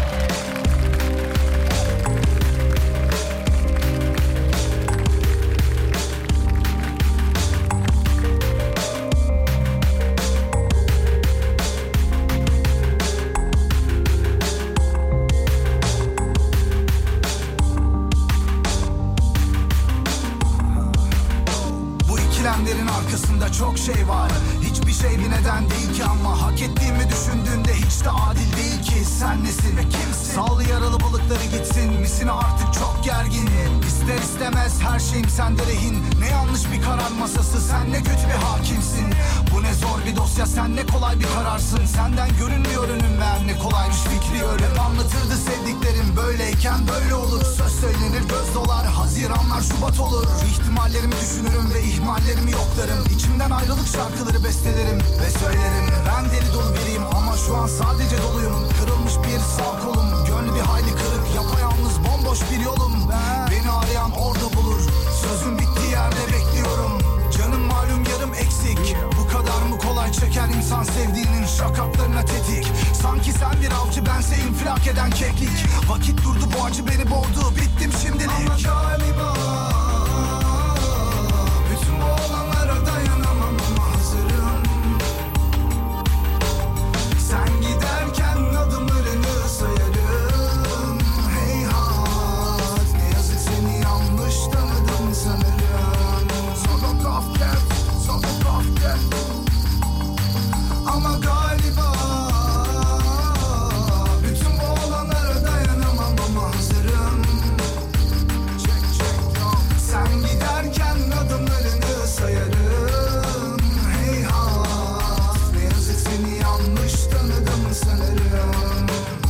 Speaker 10: Bu ikilemlerin arkasında çok şey var. Hiçbir şey bir neden değil ki, ama hak ettiğimi düşündüğünde hiç de adil değil ki. Sen nesin ve kimsin? Sal yaralı balıkları gitsin. Misin artık çok gerginim. İster istemez her şeyim sende rehin. Ne yanlış bir karar masası, sen ne kötü bir hakimsin. Bu ne zor bir dosya, sen ne kolay bir kararsın. Senden görünmüyor önüm, ver ne kolaymış fikri ölüm. Anlatırdı sevdiklerim, böyleyken böyle olur. Söz söylenir, göz dolar, haziranlar şubat olur. İhtimallerimi düşünürüm ve ihmallerimi yoklarım. İçimden ayrılık şarkıları bestelerim ve söylerim. Ben deli dolu biriyim ama şu an sadece doluyum. Kırılmış bir sağ kolum, gönlü bir hayli kırık. Yapayalnız bomboş bir yolum. Beni arayan orada bulur, sözüm bittiği yerde bekliyorum. Canım malum yarım eksik. Bu kadar mı kolay çeker insan sevdiğinin şakaklarına tetik? Sanki sen bir avcı, bense infilak eden keklik. Vakit durdu, bu acı beni boğdu, bittim şimdilik. Ama galiba bütün bu olanlara dayanamam ama hazırım. Sen giderken adımlarını sayarım. Heyhat, ne yazık seni yanlış tanıdım sanırım. Sokak rafter, sokak rafter. Ama galiba bütün bu olanlara dayanamam ama hazırım. Check, check, yo. Sen giderken adımlarını sayarım. Heyhat, ne yazık seni yanlış tanıdım sanırım.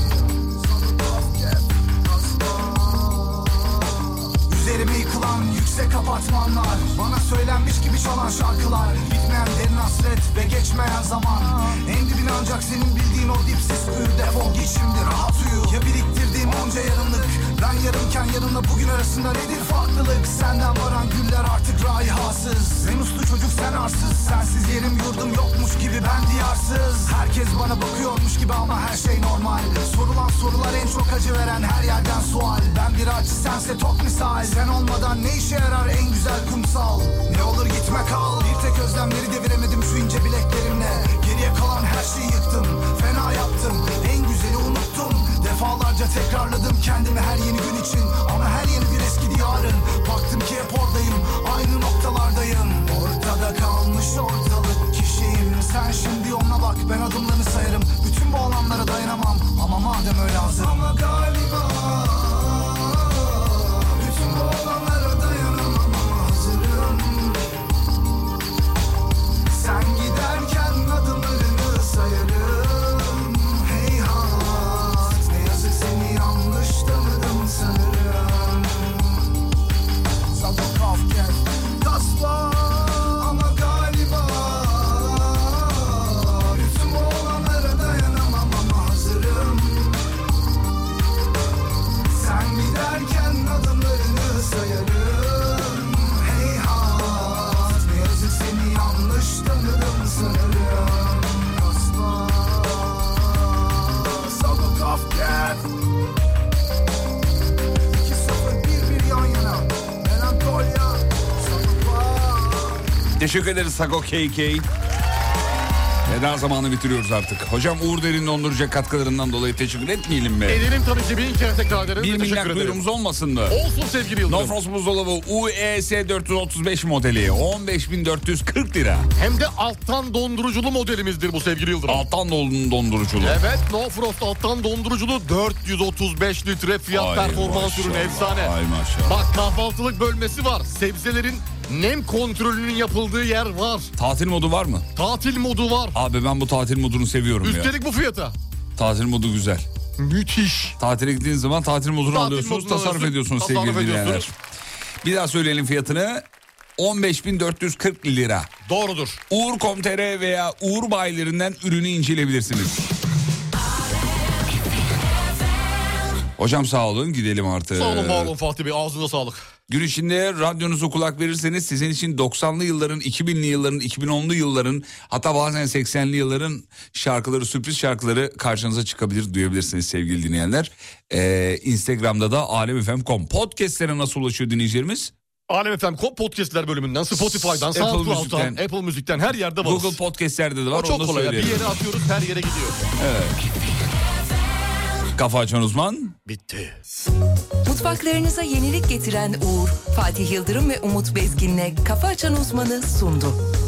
Speaker 10: Üzerime yıkılan yüksek apartmanlar, bana söylenmiş gibi çalan şarkılar. Bitmeyen derin hasret ve geçmeyen zaman. En dibin ancak senin bildiğin o dipsiz kuyu. Defol git şimdi, rahat uyu. Ya biriktirdiğim onca yarınlık Ben yarımken yanımla bugün arasında nedir farklılık? Senden varan güller artık raihasız. En uslu çocuk sen arsız. Sensiz yerim yurdum yokmuş gibi ben diyarsız. Herkes bana bakıyormuş gibi ama her şey normal. Sorulan sorular en çok acı veren her yerden sual. Ben bir acı sense tok misal. Sen olmadan ne işe yarar en güzel kumsal? Ne olur gitme kal. Bir tek özlemleri deviremedim şu ince bileklerimle. Geriye kalan her şeyi yıktım. Fena yaptım. En güzeli unuttum. Defalarca tekrarladım kendimi her yeni gün için. Ama her yeni bir eski diyarın. Baktım ki hep oradayım. Aynı noktalardayım. Ortada kalmış ortalık kişiyim. Sen şimdi ona bak ben adımlarını sayarım. Bütün bu olanlara dayanamam. Ama madem öyle hazır. Ama galiba bütün bu olanlara dayanamam ama hazırım. Sen giderken adımlarını sayarım. Heyhat ne yazık seni yanlış tanıdım sanırım. Sabah kafken kasba ama galiba bütün bu olanlara dayanamam ama hazırım. Sen giderken adımlarını sayarım. Heyhat ne yazık seni yanlış tanıdım sanırım. Kasba Sabah kafken iki sıfır bir bir yan yana. Melankolya Sabah.
Speaker 4: Teşekkür ederiz Sago K K. Veda zamanı bitiriyoruz artık. Hocam Uğur Derin'in dondurucu katkılarından dolayı teşekkür etmeyelim mi?
Speaker 5: Edelim tabii ki bin kere tekrar ederim.
Speaker 4: Bir
Speaker 5: Teşekkür
Speaker 4: minnak
Speaker 5: ederim.
Speaker 4: duyurumuz olmasın mı?
Speaker 5: Olsun sevgili Yıldırım.
Speaker 4: No Frost buzdolabı U E S dört yüz otuz beş modeli on beş bin dört yüz kırk lira.
Speaker 5: Hem de alttan donduruculu modelimizdir bu sevgili Yıldırım.
Speaker 4: Alttan dolduğun donduruculu.
Speaker 5: Evet, No Frost alttan donduruculu dört yüz otuz beş litre fiyat
Speaker 4: Ay
Speaker 5: performans
Speaker 4: maşallah,
Speaker 5: ürünü efsane.
Speaker 4: ay maşallah.
Speaker 5: Bak kahvaltılık bölmesi var. Sebzelerin nem kontrolünün yapıldığı yer var.
Speaker 4: Tatil modu var mı?
Speaker 5: Tatil modu var.
Speaker 4: Abi ben bu tatil modunu seviyorum ya.
Speaker 5: Üstelik bu fiyata.
Speaker 4: Tatil modu güzel.
Speaker 5: Müthiş.
Speaker 4: Tatile gittiğiniz zaman tatil modunu
Speaker 5: Tatil
Speaker 4: alıyorsunuz,
Speaker 5: modunu
Speaker 4: tasarruf
Speaker 5: alıyorsun,
Speaker 4: ediyorsunuz
Speaker 5: tasarruf
Speaker 4: sevgili dinleyenler.
Speaker 5: ediyorsunuz.
Speaker 4: Bir daha söyleyelim fiyatını. on beş bin dört yüz kırk lira.
Speaker 5: Doğrudur.
Speaker 4: uğur nokta com nokta tr veya Uğur bayilerinden ürünü inceleyebilirsiniz. Hocam sağ olun, gidelim artık.
Speaker 5: Sağ olun, var olun Fatih Bey, ağzınıza sağlık.
Speaker 4: Gün içinde radyonuza kulak verirseniz sizin için doksanlı yılların, iki binli yılların, iki bin onlu yılların, hatta bazen seksenli yılların şarkıları, sürpriz şarkıları karşınıza çıkabilir, duyabilirsiniz sevgili dinleyenler. Ee, Instagram'da da alem f m nokta com. Podcast'lere nasıl ulaşıyor dinleyicilerimiz?
Speaker 5: Alem F M nokta com podcastler bölümünden, Spotify'dan,
Speaker 4: Apple
Speaker 5: SoundCloud'dan,
Speaker 4: Müzik'ten,
Speaker 5: Apple Müzik'ten her yerde varız.
Speaker 4: Google Podcast'lerde de var.
Speaker 5: O çok
Speaker 4: onu da
Speaker 5: kolay. Bir
Speaker 4: söyleyelim.
Speaker 5: yere atıyoruz, her yere gidiyor.
Speaker 4: Evet. Kafa Açan Uzman
Speaker 5: bitti.
Speaker 1: Mutfaklarınıza yenilik getiren Uğur, Fatih Yıldırım ve Umut Bezgin'le Kafa Açan Uzman'ı sundu.